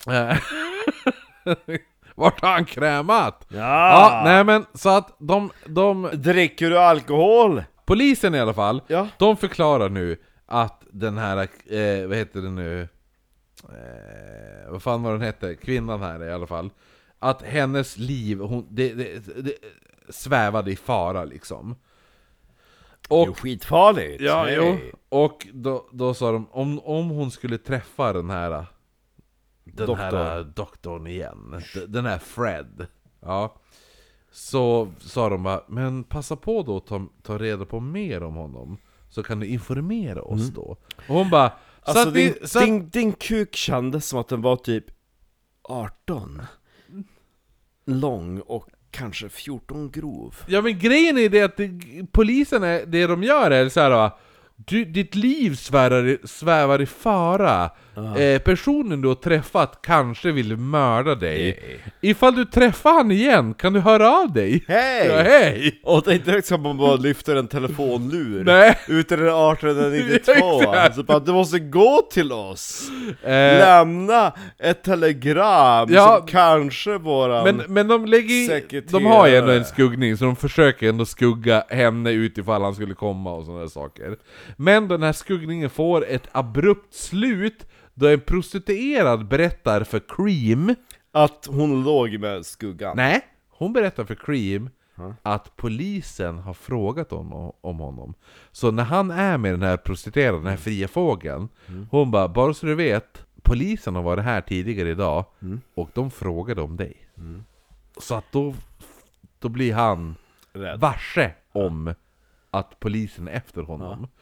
[SPEAKER 2] Vart har han krämat?
[SPEAKER 1] Ja.
[SPEAKER 2] Ja, nej men så att de, de...
[SPEAKER 1] Dricker du alkohol?
[SPEAKER 2] Polisen i alla fall,
[SPEAKER 1] ja.
[SPEAKER 2] de förklarar nu att den här, eh, vad heter det nu, eh, vad fan var den hette, kvinnan här i alla fall, att hennes liv, hon, det, det, det svävade i fara liksom.
[SPEAKER 1] Och, det är skitfarligt.
[SPEAKER 2] Ja, jo. Och då, då sa de, om, om hon skulle träffa den här den Doktor. här doktorn igen, den här Fred, ja, så sa de bara, men passa på då att ta, ta reda på mer om honom, så kan du informera oss mm. då. Och hon bara,
[SPEAKER 1] alltså
[SPEAKER 2] så
[SPEAKER 1] din,
[SPEAKER 2] ni, så
[SPEAKER 1] din, din kuk kändes som att den var typ arton lång och kanske fjorton grov.
[SPEAKER 2] Ja, men grejen är det att det, polisen är, det de gör är så här va, du, ditt liv svävar, svävar i fara. Uh. Eh, personen du har träffat kanske vill mörda dig. Hey. Ifall du träffar han igen, kan du höra av dig?
[SPEAKER 1] Hej!
[SPEAKER 2] Ja, hej!
[SPEAKER 1] Och det är inte liksom man bara lyfter en telefonlur.
[SPEAKER 2] Nej.
[SPEAKER 1] Ute den arton nittiotvå. Så bara, du måste gå till oss.
[SPEAKER 2] Eh.
[SPEAKER 1] Lämna ett telegram
[SPEAKER 2] ja.
[SPEAKER 1] som kanske våran
[SPEAKER 2] Men, men de lägger de har ju ändå en skuggning, så de försöker ändå skugga henne utifall han skulle komma och sådana saker. Men den här skuggningen får ett abrupt slut då en prostituerad berättar för Cream
[SPEAKER 1] att hon låg med skuggan.
[SPEAKER 2] Nej, hon berättar för Cream huh? att polisen har frågat om, om honom. Så när han är med den här prostituerade, den här fria fågeln, mm. hon bara, bara så du vet, polisen har varit här tidigare idag mm. och de frågade om dig. Mm. Så att då, då blir han rädd. Varse om att polisen är efter honom. Ja.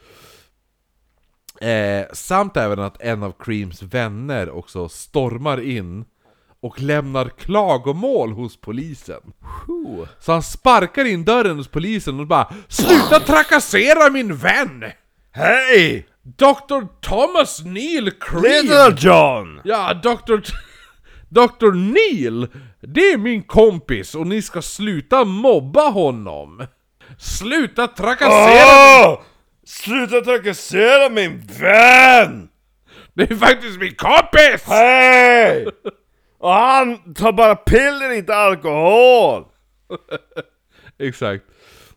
[SPEAKER 2] Eh, samt även att en av Creams vänner också stormar in och lämnar klagomål hos polisen.
[SPEAKER 1] Whew.
[SPEAKER 2] Så han sparkar in dörren hos polisen och bara, sluta trakassera min vän!
[SPEAKER 1] Hej!
[SPEAKER 2] doktor Thomas Neil Cream!
[SPEAKER 1] Little John!
[SPEAKER 2] Ja, doktor T- doktor Neil! Det är min kompis och ni ska sluta mobba honom! Sluta trakassera!
[SPEAKER 1] Oh! Sluta trakassera min vän!
[SPEAKER 2] Det är faktiskt min kompis!
[SPEAKER 1] Hej! Och han tar bara piller, inte alkohol!
[SPEAKER 2] Exakt.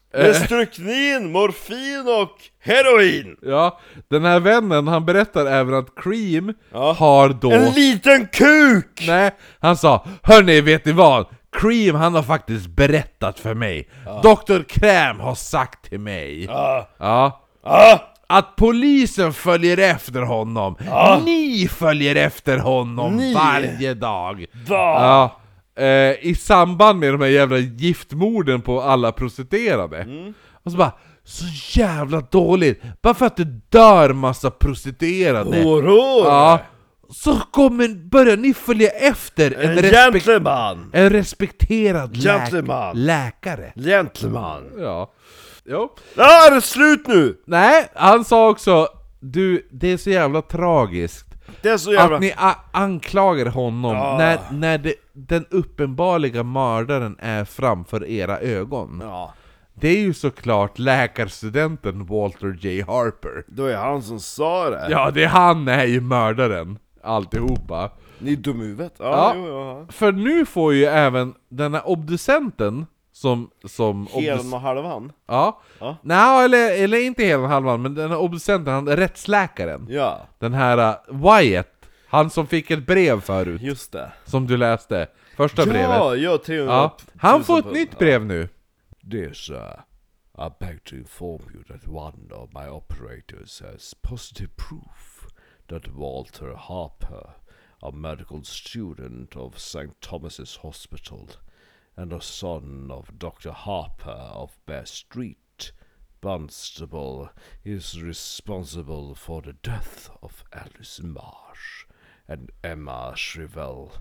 [SPEAKER 1] Med stryknin, morfin och heroin.
[SPEAKER 2] Ja, den här vännen, han berättar även att Cream
[SPEAKER 1] Ja.
[SPEAKER 2] har då...
[SPEAKER 1] En liten kuk!
[SPEAKER 2] Nej, han sa, hörni, vet ni vad? Cream, han har faktiskt berättat för mig. Ja. doktor Kräm har sagt till mig.
[SPEAKER 1] Ja.
[SPEAKER 2] Ja.
[SPEAKER 1] Ja.
[SPEAKER 2] Att polisen följer efter honom.
[SPEAKER 1] Ja.
[SPEAKER 2] Ni följer efter honom
[SPEAKER 1] Ni.
[SPEAKER 2] varje dag.
[SPEAKER 1] Va?
[SPEAKER 2] Ja. Eh, I samband med de här jävla giftmorden på alla prostituerade.
[SPEAKER 1] Mm.
[SPEAKER 2] Och så bara, så jävla dåligt. Bara för att det dör massa prostituerade.
[SPEAKER 1] Horor!
[SPEAKER 2] Ja. Så kommer, börjar ni följa efter en,
[SPEAKER 1] En
[SPEAKER 2] respek-
[SPEAKER 1] gentleman!
[SPEAKER 2] en respekterad läk-
[SPEAKER 1] Gentleman.
[SPEAKER 2] läkare.
[SPEAKER 1] Gentleman!
[SPEAKER 2] Ja. Jo.
[SPEAKER 1] Ja, är det slut nu?
[SPEAKER 2] Nej, han sa också, du, det är så jävla tragiskt
[SPEAKER 1] Det är så jävla...
[SPEAKER 2] att ni a- anklagar honom
[SPEAKER 1] Ja.
[SPEAKER 2] när, när det, den uppenbarliga mördaren är framför era ögon.
[SPEAKER 1] Ja,
[SPEAKER 2] Det är ju såklart läkarstudenten Walter J. Harper.
[SPEAKER 1] då är han som sa det.
[SPEAKER 2] Ja, det är han är ju mördaren. Alltihopa.
[SPEAKER 1] Ni är dum i huvudet. Ja,
[SPEAKER 2] Ja.
[SPEAKER 1] jo, ja.
[SPEAKER 2] För nu får ju även den här obducenten som... som
[SPEAKER 1] Helen
[SPEAKER 2] obdus-
[SPEAKER 1] och halvan.
[SPEAKER 2] Ja.
[SPEAKER 1] Ja.
[SPEAKER 2] Nej, eller, eller inte hela halvan, men den här obducenten, han är rättsläkaren.
[SPEAKER 1] Ja,
[SPEAKER 2] Den här uh, Wyatt, han som fick ett brev förut,
[SPEAKER 1] just det.
[SPEAKER 2] som du läste. Första brevet.
[SPEAKER 1] Ja, ja, trehundra
[SPEAKER 2] Ja. Han får ett
[SPEAKER 1] tusen
[SPEAKER 2] nytt
[SPEAKER 1] pund.
[SPEAKER 2] brev nu.
[SPEAKER 3] Dear sir, I beg to inform you that one of my operators has positive proof that Walter Harper, a medical student of Saint Thomas's Hospital and a son of Doctor Harper of Bear Street, Dunstable, is responsible for the death of Alice Marsh and Emma Shrivell.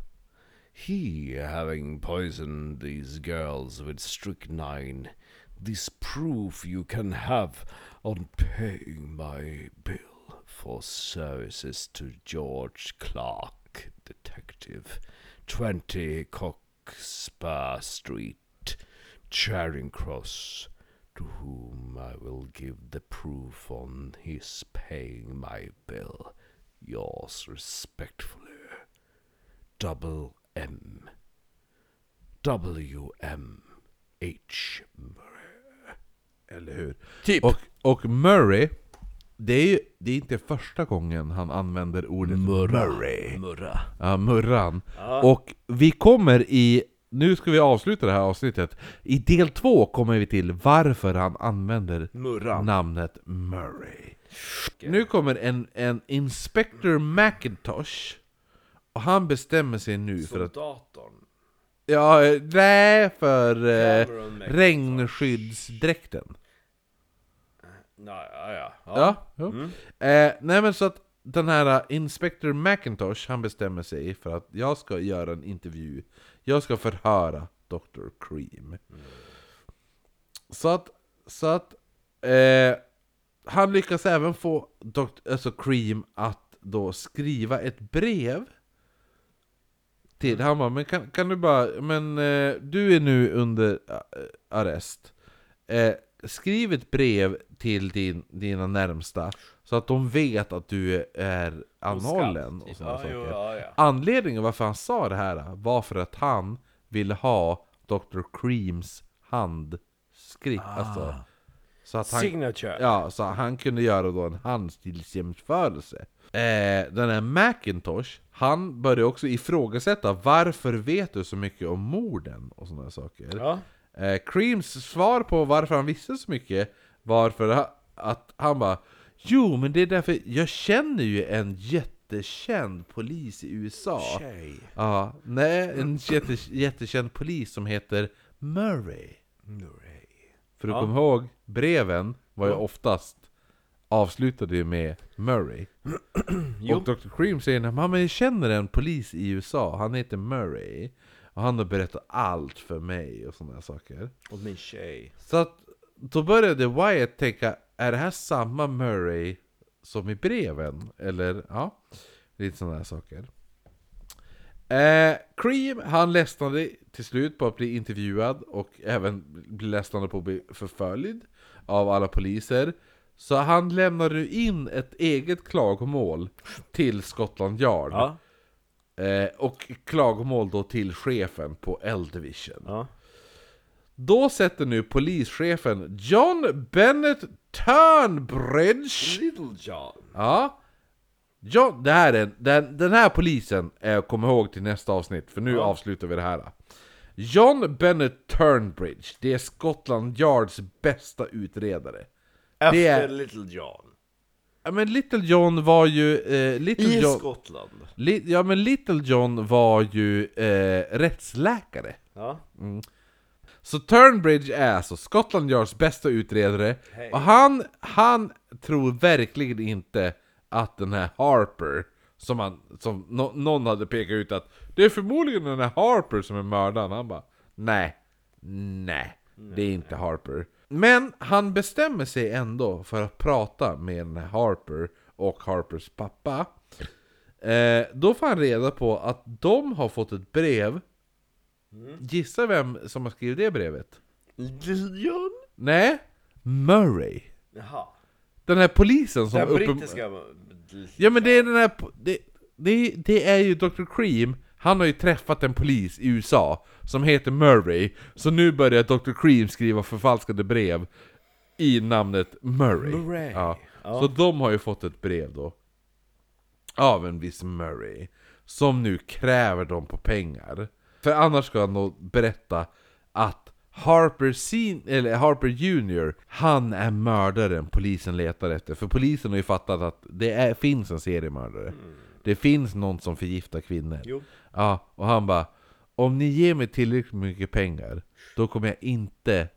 [SPEAKER 3] He, having poisoned these girls with strychnine, this proof you can have on paying my bill for services to George Clark, detective, twenty Cockspur Street, Charing Cross, to whom I will give the proof on his paying my bill. Yours respectfully, Double M. W M H Murray.
[SPEAKER 2] Eller hur?
[SPEAKER 1] Typ.
[SPEAKER 2] Och, och Murray, det är ju det är inte första gången han använder ordet Murray.
[SPEAKER 1] Murra.
[SPEAKER 2] Ja, Murran.
[SPEAKER 1] Ja.
[SPEAKER 2] Och vi kommer i... Nu ska vi avsluta det här avsnittet. I del två kommer vi till varför han använder
[SPEAKER 1] Murran.
[SPEAKER 2] namnet Murray. Nu kommer en, en Inspector McIntosh. Och han bestämmer sig nu för att...
[SPEAKER 1] Soldatorn.
[SPEAKER 2] Ja, eh, nej, för eh,
[SPEAKER 1] Cameron McIntosh.
[SPEAKER 2] regnskyddsdräkten.
[SPEAKER 1] Nej, ja, ja.
[SPEAKER 2] Ja, jo.
[SPEAKER 1] Mm.
[SPEAKER 2] Eh, nej men så att den här uh, Inspector McIntosh, han bestämmer sig för att jag ska göra en intervju. Jag ska förhöra doktor Cream. Mm. Så att, så att eh, han lyckas även få doktor, alltså Cream att då skriva ett brev till. Mm. Han bara, men kan, kan du bara, men eh, du är nu under uh, arrest. Eh, skriv ett brev till din, dina närmsta så att de vet att du är anhållen och sådana
[SPEAKER 1] Ja,
[SPEAKER 2] saker.
[SPEAKER 1] jo, ja, ja.
[SPEAKER 2] Anledningen varför han sa det här var för att han ville ha doktor Creams handskrift.
[SPEAKER 1] Ah.
[SPEAKER 2] Alltså, så att han,
[SPEAKER 1] Signature.
[SPEAKER 2] ja, så han kunde göra då en handstilsjämförelse. Eh, den här McIntosh, han började också ifrågasätta varför vet du så mycket om morden och sådana saker.
[SPEAKER 1] Ja.
[SPEAKER 2] Eh, Creams svar på varför han visste så mycket var för att han bara, jo men det är därför jag känner ju en jättekänd polis i U S A.
[SPEAKER 1] Tjej.
[SPEAKER 2] Ja, nej, en jätte, jättekänd polis som heter Murray.
[SPEAKER 1] Murray.
[SPEAKER 2] För du
[SPEAKER 1] Ja.
[SPEAKER 2] kommer ihåg, breven var ju
[SPEAKER 1] Ja.
[SPEAKER 2] oftast avslutade med Murray.
[SPEAKER 1] Jo.
[SPEAKER 2] Och doktor Cream säger, mamma jag känner en polis i U S A, han heter Murray. Och han har berättat allt för mig och sådana saker.
[SPEAKER 1] Och min tjej.
[SPEAKER 2] Så att då började Wyatt tänka, är det här samma Murray som i breven? Eller, ja, lite sådana här saker. Eh, Cream, han ledsnade till slut på att bli intervjuad och även bli ledsnande på att bli förföljd av alla poliser. Så han lämnade in ett eget klagomål till Scotland Yard.
[SPEAKER 1] Ja.
[SPEAKER 2] Eh, och klagomål då till chefen på L-division.
[SPEAKER 1] Ja.
[SPEAKER 2] Då sätter nu polischefen John Bennett Turnbridge.
[SPEAKER 3] Little John.
[SPEAKER 2] Ja. John, det här är, den, den här polisen är, kommer ihåg till nästa avsnitt, för nu
[SPEAKER 3] Ja.
[SPEAKER 2] avslutar vi det här. John Bennett Turnbridge, det är Scotland Yards bästa utredare.
[SPEAKER 3] Efter
[SPEAKER 2] Det är-
[SPEAKER 3] Little John.
[SPEAKER 2] Ja, men Little John var ju... Eh, Little
[SPEAKER 3] I
[SPEAKER 2] John,
[SPEAKER 3] Skottland.
[SPEAKER 2] li, ja, men Little John var ju eh, rättsläkare.
[SPEAKER 3] Ja.
[SPEAKER 2] Så Turnbridge är alltså Scotland Yards bästa utredare.
[SPEAKER 3] Hej.
[SPEAKER 2] Och han, han tror verkligen inte att den här Harper, som, han, som no, någon hade pekat ut att det är förmodligen den här Harper som är mördaren. Han bara, nej, nej, det är inte Harper. Men han bestämmer sig ändå för att prata med den här Harper och Harpers pappa. Eh, då får han reda på att de har fått ett brev. Gissa vem som har skrivit det brevet?
[SPEAKER 3] Little John?
[SPEAKER 2] Nej, Murray.
[SPEAKER 3] Jaha.
[SPEAKER 2] Den här polisen som
[SPEAKER 3] Den
[SPEAKER 2] uppe...
[SPEAKER 3] brittiska...
[SPEAKER 2] Ja, men det är den här... Det, det, det är ju doktor Cream. Han har ju träffat en polis i U S A som heter Murray. Så nu börjar doktor Cream skriva förfalskade brev i namnet Murray.
[SPEAKER 3] Murray.
[SPEAKER 2] Ja.
[SPEAKER 3] Ja.
[SPEAKER 2] Så de har ju fått ett brev då av en viss Murray, som nu kräver dem på pengar. För annars ska han då berätta att Harper, sen- eller Harper junior, han är mördaren polisen letar efter. För polisen har ju fattat att det är, finns en seriemördare. Det finns någon som förgiftar kvinnor.
[SPEAKER 3] Jo.
[SPEAKER 2] Ja, och han bara, om ni ger mig tillräckligt mycket pengar, då kommer jag inte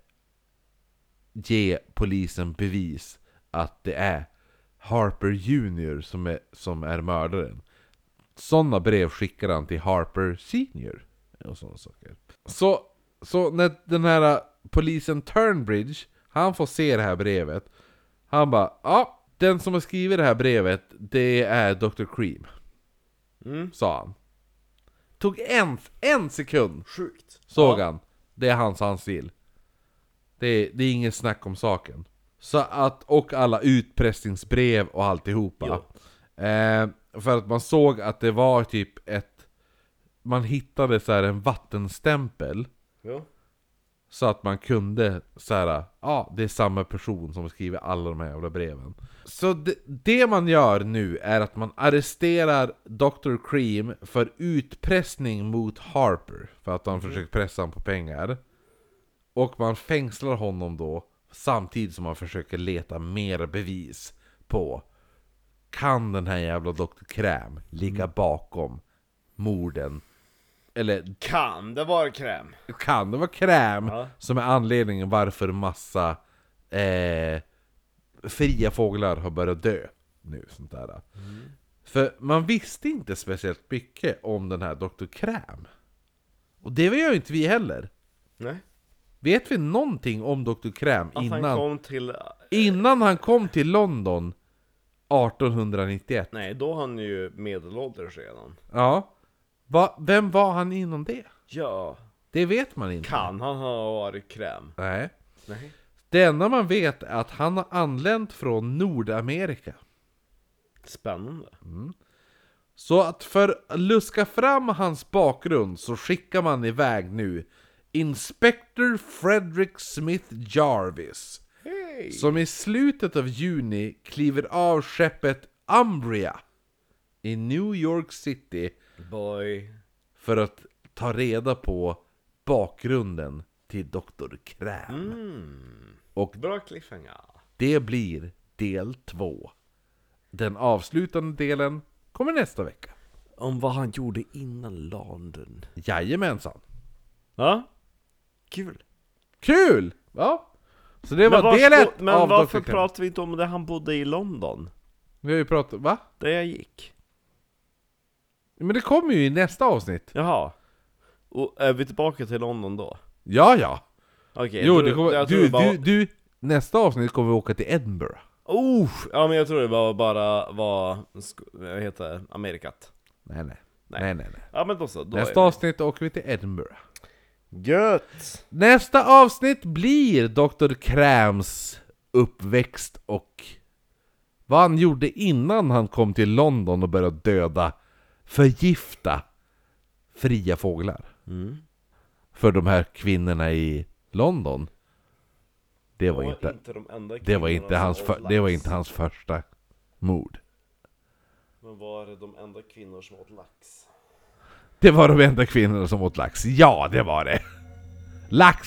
[SPEAKER 2] ge polisen bevis att det är Harper junior som är, som är mördaren. Sådana brev skickar han till Harper senior och sådana saker. Så, så när den här polisen Turnbridge, han får se det här brevet, han bara, ja, den som har skrivit det här brevet, det är doktor Cream.
[SPEAKER 3] Mm.
[SPEAKER 2] Sa han. Tog en, en sekund,
[SPEAKER 3] Sjukt.
[SPEAKER 2] såg
[SPEAKER 3] Ja.
[SPEAKER 2] han. Det är hans handstil. Det är, det är ingen snack om saken. Så att, och alla utpressningsbrev och alltihopa. Eh, för att man såg att det var typ ett... Man hittade så här en vattenstämpel.
[SPEAKER 3] Jo.
[SPEAKER 2] Så att man kunde så här, ja, ah, det är samma person som skriver alla de här jävla breven. Så det, det man gör nu är att man arresterar doktor Cream för utpressning mot Harper. För att han försökt pressa honom på pengar. Och man fängslar honom då, samtidigt som man försöker leta mer bevis på, kan den här jävla doktor Kräm ligga bakom morden? Eller
[SPEAKER 3] Kan det vara kräm?
[SPEAKER 2] kan det vara Kräm
[SPEAKER 3] Ja.
[SPEAKER 2] som är anledningen varför massa eh, fria fåglar har börjat dö nu, sånt där.
[SPEAKER 3] Mm.
[SPEAKER 2] För man visste inte speciellt mycket om den här doktor Kräm. Och det gör ju inte vi heller.
[SPEAKER 3] Nej.
[SPEAKER 2] Vet vi någonting om doktor Kräm
[SPEAKER 3] Att
[SPEAKER 2] innan
[SPEAKER 3] han kom till...
[SPEAKER 2] innan han kom till London artonhundranittioett?
[SPEAKER 3] Nej, då har han ju medelålders redan.
[SPEAKER 2] Ja. Va, vem var han innan det?
[SPEAKER 3] Ja.
[SPEAKER 2] Det vet man inte.
[SPEAKER 3] Kan han ha varit kräm?
[SPEAKER 2] Nej.
[SPEAKER 3] Nej.
[SPEAKER 2] Det enda man vet är att han har anlänt från Nordamerika.
[SPEAKER 3] Spännande.
[SPEAKER 2] Så att för att luska fram hans bakgrund så skickar man iväg nu Inspector Frederick Smith Jarvis,
[SPEAKER 3] Hej!
[SPEAKER 2] som i slutet av juni kliver av skeppet Umbria i New York City
[SPEAKER 3] Boy.
[SPEAKER 2] för att ta reda på bakgrunden till doktor Kräm.
[SPEAKER 3] Mm.
[SPEAKER 2] Och
[SPEAKER 3] Bra cliffhanger.
[SPEAKER 2] det blir del två. Den avslutande delen kommer nästa vecka.
[SPEAKER 3] Om vad han gjorde innan London.
[SPEAKER 2] Jajamensan.
[SPEAKER 3] Ja? Kul.
[SPEAKER 2] Kul! Ja. Så det
[SPEAKER 3] Men,
[SPEAKER 2] var del
[SPEAKER 3] vars-
[SPEAKER 2] ett
[SPEAKER 3] men
[SPEAKER 2] av
[SPEAKER 3] varför
[SPEAKER 2] doktor Kräm.
[SPEAKER 3] pratar vi inte om det han bodde i London?
[SPEAKER 2] Vi har ju pratat, va?
[SPEAKER 3] Där jag gick.
[SPEAKER 2] Men det kommer ju i nästa avsnitt.
[SPEAKER 3] Jaha. Och är vi tillbaka till London då?
[SPEAKER 2] Ja, ja.
[SPEAKER 3] Okej.
[SPEAKER 2] Jo,
[SPEAKER 3] jag
[SPEAKER 2] det
[SPEAKER 3] tror-
[SPEAKER 2] kommer,
[SPEAKER 3] jag tror
[SPEAKER 2] du,
[SPEAKER 3] det bara...
[SPEAKER 2] du, du, nästa avsnitt kommer vi åka till Edinburgh.
[SPEAKER 3] Oh! Ja, men jag tror det var bara var... sk- Vad heter det? Amerikat.
[SPEAKER 2] Nej, nej.
[SPEAKER 3] Nej.
[SPEAKER 2] Nej, nej, nej.
[SPEAKER 3] Ja, men då så. Då
[SPEAKER 2] Nästa
[SPEAKER 3] är
[SPEAKER 2] avsnitt åker vi till Edinburgh.
[SPEAKER 3] det. Gött!
[SPEAKER 2] Nästa avsnitt blir doktor Kräms uppväxt och vad han gjorde innan han kom till London och började döda, förgifta fria fåglar.
[SPEAKER 3] Mm.
[SPEAKER 2] För de här kvinnorna i London. Det var inte,
[SPEAKER 1] inte de enda
[SPEAKER 2] det var inte
[SPEAKER 1] kvinnorna
[SPEAKER 2] hans
[SPEAKER 1] som
[SPEAKER 2] för,
[SPEAKER 1] åt
[SPEAKER 2] det var
[SPEAKER 1] lax.
[SPEAKER 2] inte hans första mord.
[SPEAKER 1] Men var det de enda kvinnor som åt lax?
[SPEAKER 2] Det var de enda kvinnorna som åt lax. Ja, det var det.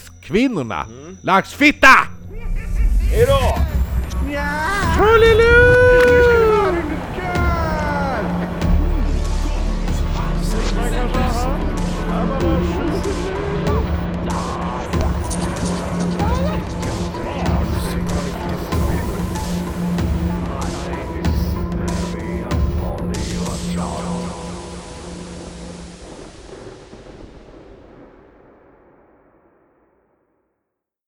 [SPEAKER 2] Laxkvinnorna.
[SPEAKER 1] Mm.
[SPEAKER 2] Laxfitta!
[SPEAKER 1] Hejdå!
[SPEAKER 2] Halleluja!